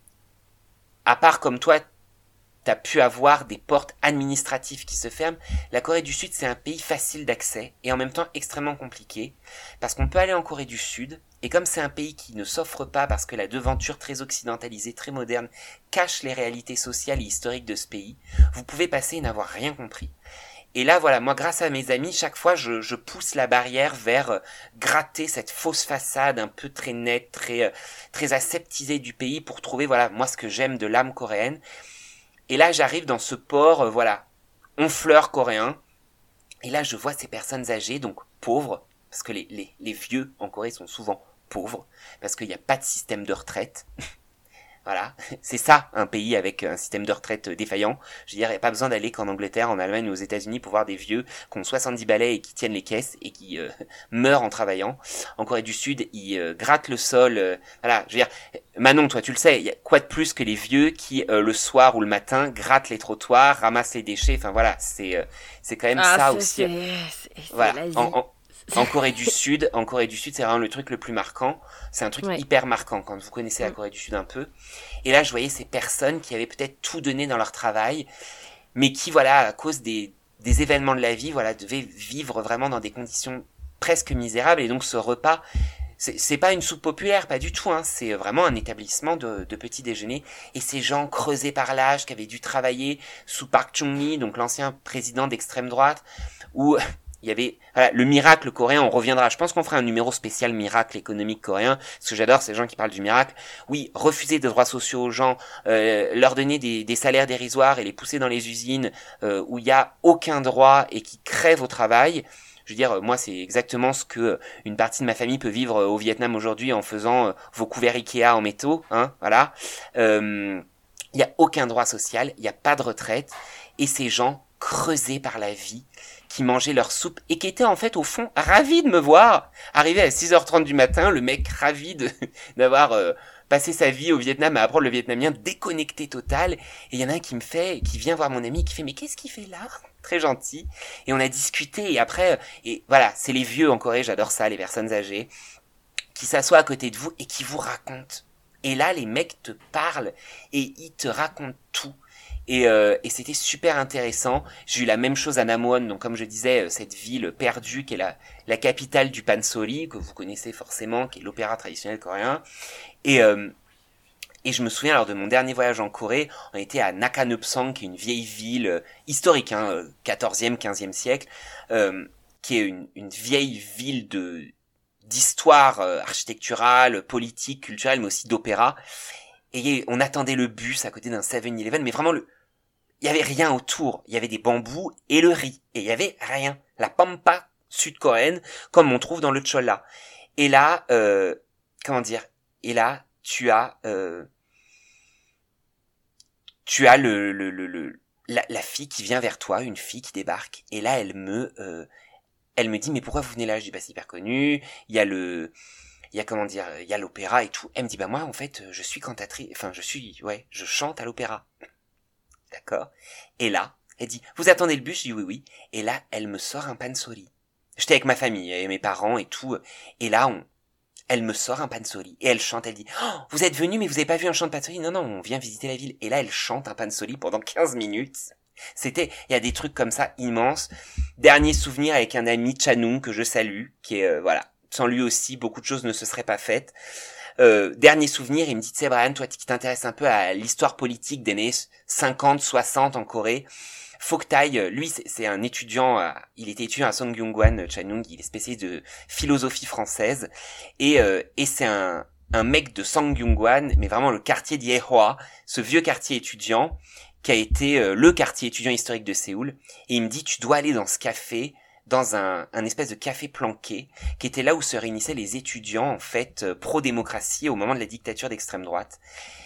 S3: à part comme toi, t'as pu avoir des portes administratives qui se ferment, la Corée du Sud, c'est un pays facile d'accès, et en même temps extrêmement compliqué, parce qu'on peut aller en Corée du Sud, et comme c'est un pays qui ne s'offre pas parce que la devanture très occidentalisée, très moderne, cache les réalités sociales et historiques de ce pays, vous pouvez passer et n'avoir rien compris. Et là, voilà, moi, grâce à mes amis, chaque fois, je, je pousse la barrière vers euh, gratter cette fausse façade un peu très nette, très, euh, très aseptisée du pays pour trouver, voilà, moi, ce que j'aime de l'âme coréenne. Et là, j'arrive dans ce port, euh, voilà, Honfleur coréen. Et là, je vois ces personnes âgées, donc pauvres, parce que les, les, les vieux en Corée sont souvent pauvres, parce qu'il n'y a pas de système de retraite. Voilà, c'est ça un pays avec un système de retraite défaillant. Je veux dire, il n'y a pas besoin d'aller qu'en Angleterre, en Allemagne ou aux États-Unis pour voir des vieux qui ont soixante-dix balais et qui tiennent les caisses et qui euh, meurent en travaillant. En Corée du Sud, ils euh, grattent le sol. Euh, voilà, je veux dire, Manon, toi tu le sais, il y a quoi de plus que les vieux qui euh, le soir ou le matin grattent les trottoirs, ramassent les déchets. Enfin voilà, c'est euh, c'est quand même
S1: Ah,
S3: ça
S1: c'est,
S3: aussi.
S1: c'est, c'est
S3: Voilà,
S1: l'Asie.
S3: en, en, en Corée du Sud, en Corée du Sud, c'est vraiment le truc le plus marquant. C'est un truc
S1: Ouais.
S3: hyper marquant quand vous connaissez la Corée du Sud un peu. Et là, je voyais ces personnes qui avaient peut-être tout donné dans leur travail, mais qui, voilà, à cause des, des événements de la vie, voilà, devaient vivre vraiment dans des conditions presque misérables. Et donc, ce repas, c'est, c'est pas une soupe populaire, pas du tout, hein. C'est vraiment un établissement de, de petit déjeuner. Et ces gens creusés par l'âge, qui avaient dû travailler sous Park Chung-hee, donc l'ancien président d'extrême droite, où il y avait voilà, le miracle coréen, on reviendra. Je pense qu'on fera un numéro spécial miracle économique coréen. Ce que j'adore, c'est les gens qui parlent du miracle. Oui, refuser des droits sociaux aux gens, euh, leur donner des, des salaires dérisoires et les pousser dans les usines euh, où il y a aucun droit et qui crèvent au travail. Je veux dire, moi, c'est exactement ce que une partie de ma famille peut vivre au Vietnam aujourd'hui en faisant euh, vos couverts Ikea en métaux, hein, voilà. Euh, il y a aucun droit social, il n'y a pas de retraite, et ces gens creusés par la vie, qui mangeaient leur soupe et qui étaient en fait au fond ravis de me voir. Arrivé à six heures trente du matin, le mec ravi de, d'avoir euh, passé sa vie au Vietnam à apprendre le vietnamien, déconnecté total. Et il y en a un qui me fait, qui vient voir mon ami, qui fait mais qu'est-ce qu'il fait là? Très gentil. Et on a discuté et après, et voilà, c'est les vieux en Corée, j'adore ça, les personnes âgées, qui s'assoient à côté de vous et qui vous racontent. Et là, les mecs te parlent et ils te racontent tout. Et, euh, et c'était super intéressant. J'ai eu la même chose à Namwon, donc comme je disais, cette ville perdue qui est la, la capitale du pansori, que vous connaissez forcément, qui est l'opéra traditionnel coréen. Et, euh, et je me souviens, lors de mon dernier voyage en Corée, on était à Nakanupsang, qui est une vieille ville euh, historique, hein, quatorzième, quinzième siècle, euh, qui est une, une vieille ville de d'histoire euh, architecturale, politique, culturelle, mais aussi d'opéra. Et on attendait le bus à côté d'un seven eleven, mais vraiment, le... il y avait rien autour. Il y avait des bambous et le riz. Et il y avait rien. La pampa sud-coréenne, comme on trouve dans le cholla. Et là, euh, comment dire, et là, tu as, euh, tu as le, le, le, le la, la fille qui vient vers toi, une fille qui débarque. Et là, elle me, euh, elle me dit, mais pourquoi vous venez là? Je dis, bah, c'est hyper connu. Il y a le, il y a comment dire, il y a l'opéra et tout. Elle me dit, bah moi en fait, je suis cantatrice, enfin je suis, ouais, je chante à l'opéra. D'accord. Et là, elle dit, vous attendez le bus? Je dis oui, oui. Et là, elle me sort un pansori. J'étais avec ma famille et mes parents et tout. Et là, on, elle me sort un pansori. Et elle chante, elle dit, oh, vous êtes venu mais vous avez pas vu un chant de pansori? Non, non, on vient visiter la ville. Et là, elle chante un pansori pendant quinze minutes. C'était, il y a des trucs comme ça immenses. Dernier souvenir avec un ami, Chanung, que je salue, qui est, euh, voilà. Sans lui aussi, beaucoup de choses ne se seraient pas faites. Euh, dernier souvenir, il me dit, tu sais Brian, toi qui t'intéresses un peu à l'histoire politique des années cinquante, soixante en Corée, faut que t'ailles, lui c'est, c'est un étudiant, à, il était étudiant à Songyungwan, Chanung, il est spécialiste de philosophie française, et, euh, et c'est un, un mec de Songyungwan, mais vraiment le quartier d'Yehwa, ce vieux quartier étudiant, qui a été euh, le quartier étudiant historique de Séoul, et il me dit, tu dois aller dans ce café, dans un, un espèce de café planqué, qui était là où se réunissaient les étudiants, en fait, euh, pro-démocratie au moment de la dictature d'extrême droite.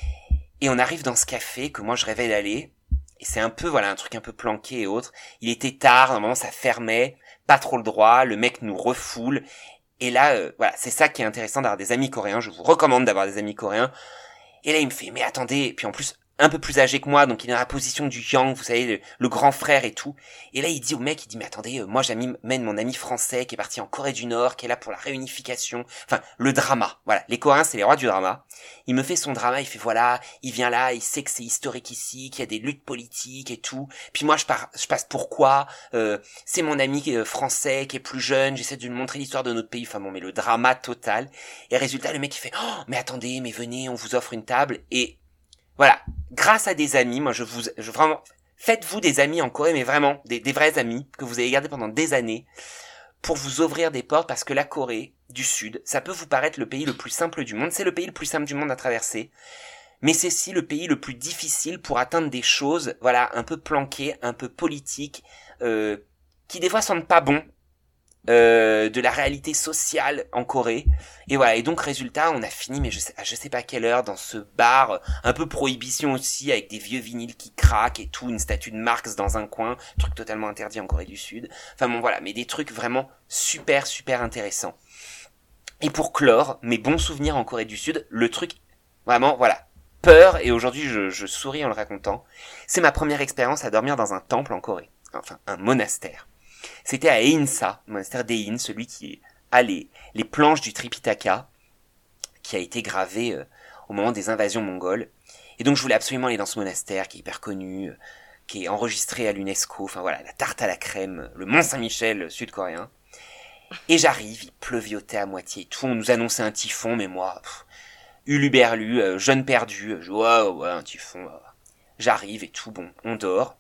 S3: Et on arrive dans ce café que moi je rêvais d'aller, et c'est un peu, voilà, un truc un peu planqué et autres. Il était tard, normalement ça fermait, pas trop le droit, le mec nous refoule, et là, euh, voilà, c'est ça qui est intéressant d'avoir des amis coréens, je vous recommande d'avoir des amis coréens. Et là il me fait, mais attendez, et puis en plus, un peu plus âgé que moi, donc il est dans la position du yang, vous savez, le, le grand frère et tout. Et là, il dit au mec, il dit, mais attendez, euh, moi j'amène mon ami français qui est parti en Corée du Nord, qui est là pour la réunification. Enfin, le drama. Voilà, les Coréens, c'est les rois du drama. Il me fait son drama, il fait, voilà, il vient là, il sait que c'est historique ici, qu'il y a des luttes politiques et tout. Puis moi, je, pars, je passe pourquoi euh, c'est mon ami euh, français qui est plus jeune, j'essaie de lui montrer l'histoire de notre pays. Enfin bon, mais le drama total. Et résultat, le mec, il fait, oh, mais attendez, mais venez, on vous offre une table. Et voilà, grâce à des amis, moi je vous, je vraiment, faites-vous des amis en Corée, mais vraiment, des, des vrais amis, que vous avez gardés pendant des années, pour vous ouvrir des portes, parce que la Corée du Sud, ça peut vous paraître le pays le plus simple du monde, c'est le pays le plus simple du monde à traverser, mais c'est aussi le pays le plus difficile pour atteindre des choses, voilà, un peu planquées, un peu politiques, euh, qui des fois sentent pas bon, euh, de la réalité sociale en Corée. Et voilà, et donc résultat, on a fini, mais je sais, à je sais pas quelle heure, dans ce bar, un peu prohibition aussi, avec des vieux vinyles qui craquent et tout, une statue de Marx dans un coin, truc totalement interdit en Corée du Sud. Enfin bon voilà, mais des trucs vraiment super super intéressants. Et pour clore mes bons souvenirs en Corée du Sud, le truc, vraiment, voilà, peur, et aujourd'hui je, je souris en le racontant, c'est ma première expérience à dormir dans un temple en Corée, enfin un monastère. C'était à Einsa, le monastère d'Ein, celui qui a les, les planches du Tripitaka, qui a été gravé euh, au moment des invasions mongoles. Et donc je voulais absolument aller dans ce monastère qui est hyper connu, euh, qui est enregistré à l'UNESCO, enfin voilà, la tarte à la crème, le Mont Saint-Michel sud-coréen. Et j'arrive, il pleuviotait à moitié et tout, on nous annonçait un typhon, mais moi, pff, huluberlu, euh, jeune perdu, je vois, ouais, ouais, un typhon, ouais. J'arrive et tout, bon, on dort.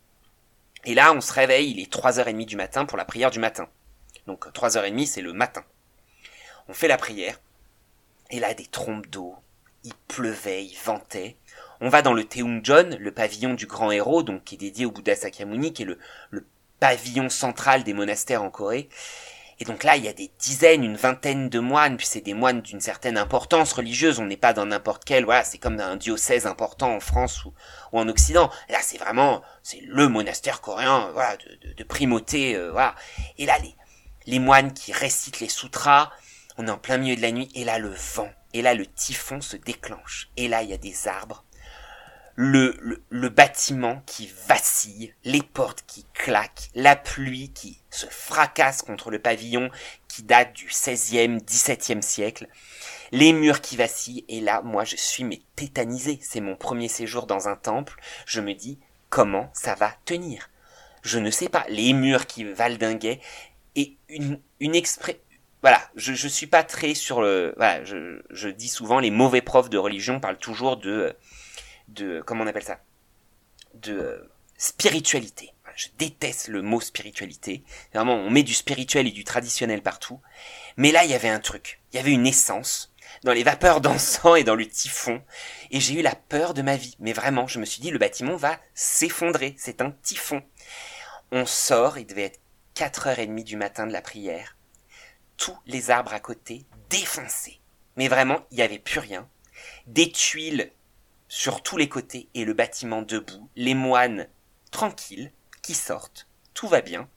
S3: Et là, on se réveille, il est trois heures trente du matin pour la prière du matin. Donc trois heures trente, c'est le matin. On fait la prière, et là, des trompes d'eau, il pleuvait, il ventait. On va dans le Taeungjeon, le pavillon du grand héros, donc qui est dédié au Bouddha Sakyamuni, qui est le, le pavillon central des monastères en Corée. Et donc là, il y a des dizaines, une vingtaine de moines, puis c'est des moines d'une certaine importance religieuse, on n'est pas dans n'importe quel, voilà, c'est comme un diocèse important en France ou, ou en Occident. Là, c'est vraiment, c'est le monastère coréen, voilà, de, de, de primauté, euh, voilà. Et là, les, les moines qui récitent les sutras, on est en plein milieu de la nuit, et là, le vent, et là, le typhon se déclenche, et là, il y a des arbres, le, le, le bâtiment qui vacille, les portes qui claquent, la pluie qui se fracasse contre le pavillon qui date du seizième, dix-septième siècle, les murs qui vacillent, et là, moi, je suis mais tétanisé. C'est mon premier séjour dans un temple. Je me dis, comment ça va tenir? Je ne sais pas. Les murs qui valdinguaient, et une, une exprès, voilà, je, je suis pas très sur le, voilà, je, je dis souvent, les mauvais profs de religion parlent toujours de, de, comment on appelle ça? De euh, spiritualité. Je déteste le mot spiritualité. Vraiment, on met du spirituel et du traditionnel partout. Mais là, il y avait un truc. Il y avait une essence dans les vapeurs d'encens et dans le typhon. Et j'ai eu la peur de ma vie. Mais vraiment, je me suis dit, le bâtiment va s'effondrer. C'est un typhon. On sort, il devait être quatre heures trente du matin de la prière. Tous les arbres à côté défoncés. Mais vraiment, il n'y avait plus rien. Des tuiles sur tous les côtés et le bâtiment debout. Les moines tranquilles qui sortent. Tout va bien.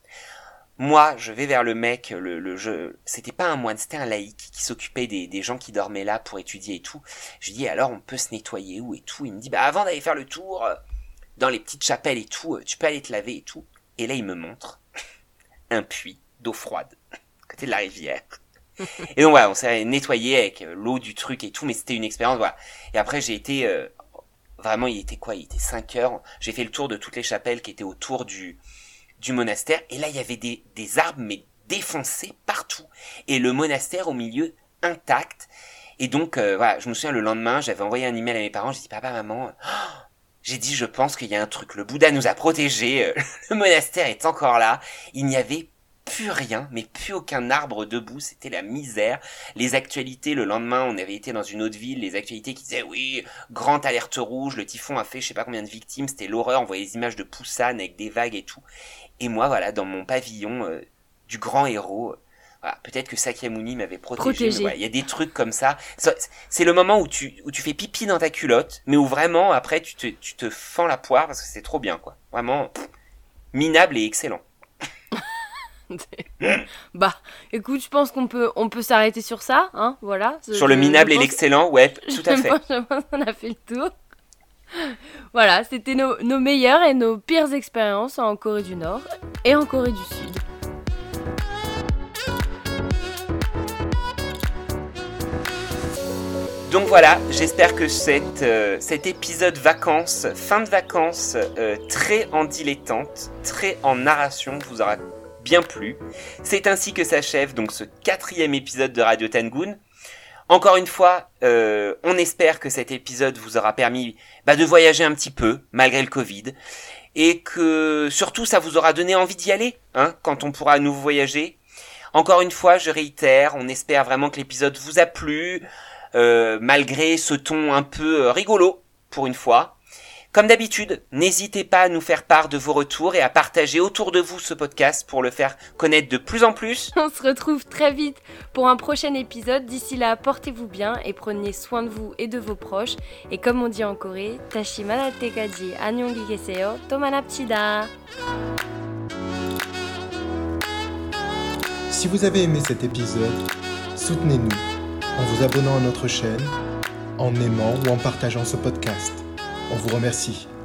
S3: Moi, je vais vers le mec, le, le jeu. C'était pas un moine, c'était un laïc qui s'occupait des, des gens qui dormaient là pour étudier et tout. Je lui dis, alors on peut se nettoyer où et tout. Il me dit, bah avant d'aller faire le tour, euh, dans les petites chapelles et tout, euh, tu peux aller te laver et tout. Et là, il me montre un puits d'eau froide, à côté de la rivière. Et donc voilà, on s'est nettoyé avec l'eau du truc et tout, mais c'était une expérience, voilà. Et après, j'ai été, euh, vraiment, il était quoi? Il était cinq heures. J'ai fait le tour de toutes les chapelles qui étaient autour du, du monastère. Et là, il y avait des, des arbres, mais défoncés partout. Et le monastère au milieu, intact. Et donc, euh, voilà, je me souviens, le lendemain, j'avais envoyé un email à mes parents. J'ai dit, papa, maman, oh, j'ai dit, je pense qu'il y a un truc. Le Bouddha nous a protégés. Le monastère est encore là. Il n'y avait plus rien, mais plus aucun arbre debout, c'était la misère. Les actualités, le lendemain, on avait été dans une autre ville, les actualités qui disaient, oui, grande alerte rouge, le typhon a fait je sais pas combien de victimes, c'était l'horreur, on voyait des images de Busan avec des vagues et tout. Et moi, voilà, dans mon pavillon euh, du grand héros, euh, voilà, peut-être que Sakyamuni m'avait protégé, protégé. Mais voilà, il y a des trucs comme ça. C'est le moment où tu, où tu fais pipi dans ta culotte, mais où vraiment, après, tu te, tu te fends la poire parce que c'est trop bien, quoi. Vraiment, pff, minable et excellent.
S1: Bah, écoute, je pense qu'on peut, on peut s'arrêter sur ça, hein, voilà.
S3: Sur je, le minable et l'excellent, ouais, tout à fait.
S1: Pense, je pense qu'on a fait le tour. Voilà, c'était nos, nos meilleures et nos pires expériences en Corée du Nord et en Corée du Sud.
S3: Donc voilà, j'espère que cette, euh, cet épisode vacances, fin de vacances, euh, très en dilettante, très en narration, vous aura bien plu. C'est ainsi que s'achève donc ce quatrième épisode de Radio Tangoon. Encore une fois, euh, on espère que cet épisode vous aura permis bah, de voyager un petit peu, malgré le Covid, et que surtout ça vous aura donné envie d'y aller, hein, quand on pourra à nouveau voyager. Encore une fois, je réitère, on espère vraiment que l'épisode vous a plu, euh, malgré ce ton un peu rigolo, pour une fois. Comme d'habitude, n'hésitez pas à nous faire part de vos retours et à partager autour de vous ce podcast pour le faire connaître de plus en plus.
S1: On se retrouve très vite pour un prochain épisode. D'ici là, portez-vous bien et prenez soin de vous et de vos proches. Et comme on dit en Corée, Tashi manatekaji annyeonghi keseyo, tomanapchida.
S2: Si vous avez aimé cet épisode, soutenez-nous en vous abonnant à notre chaîne, en aimant ou en partageant ce podcast. On vous remercie.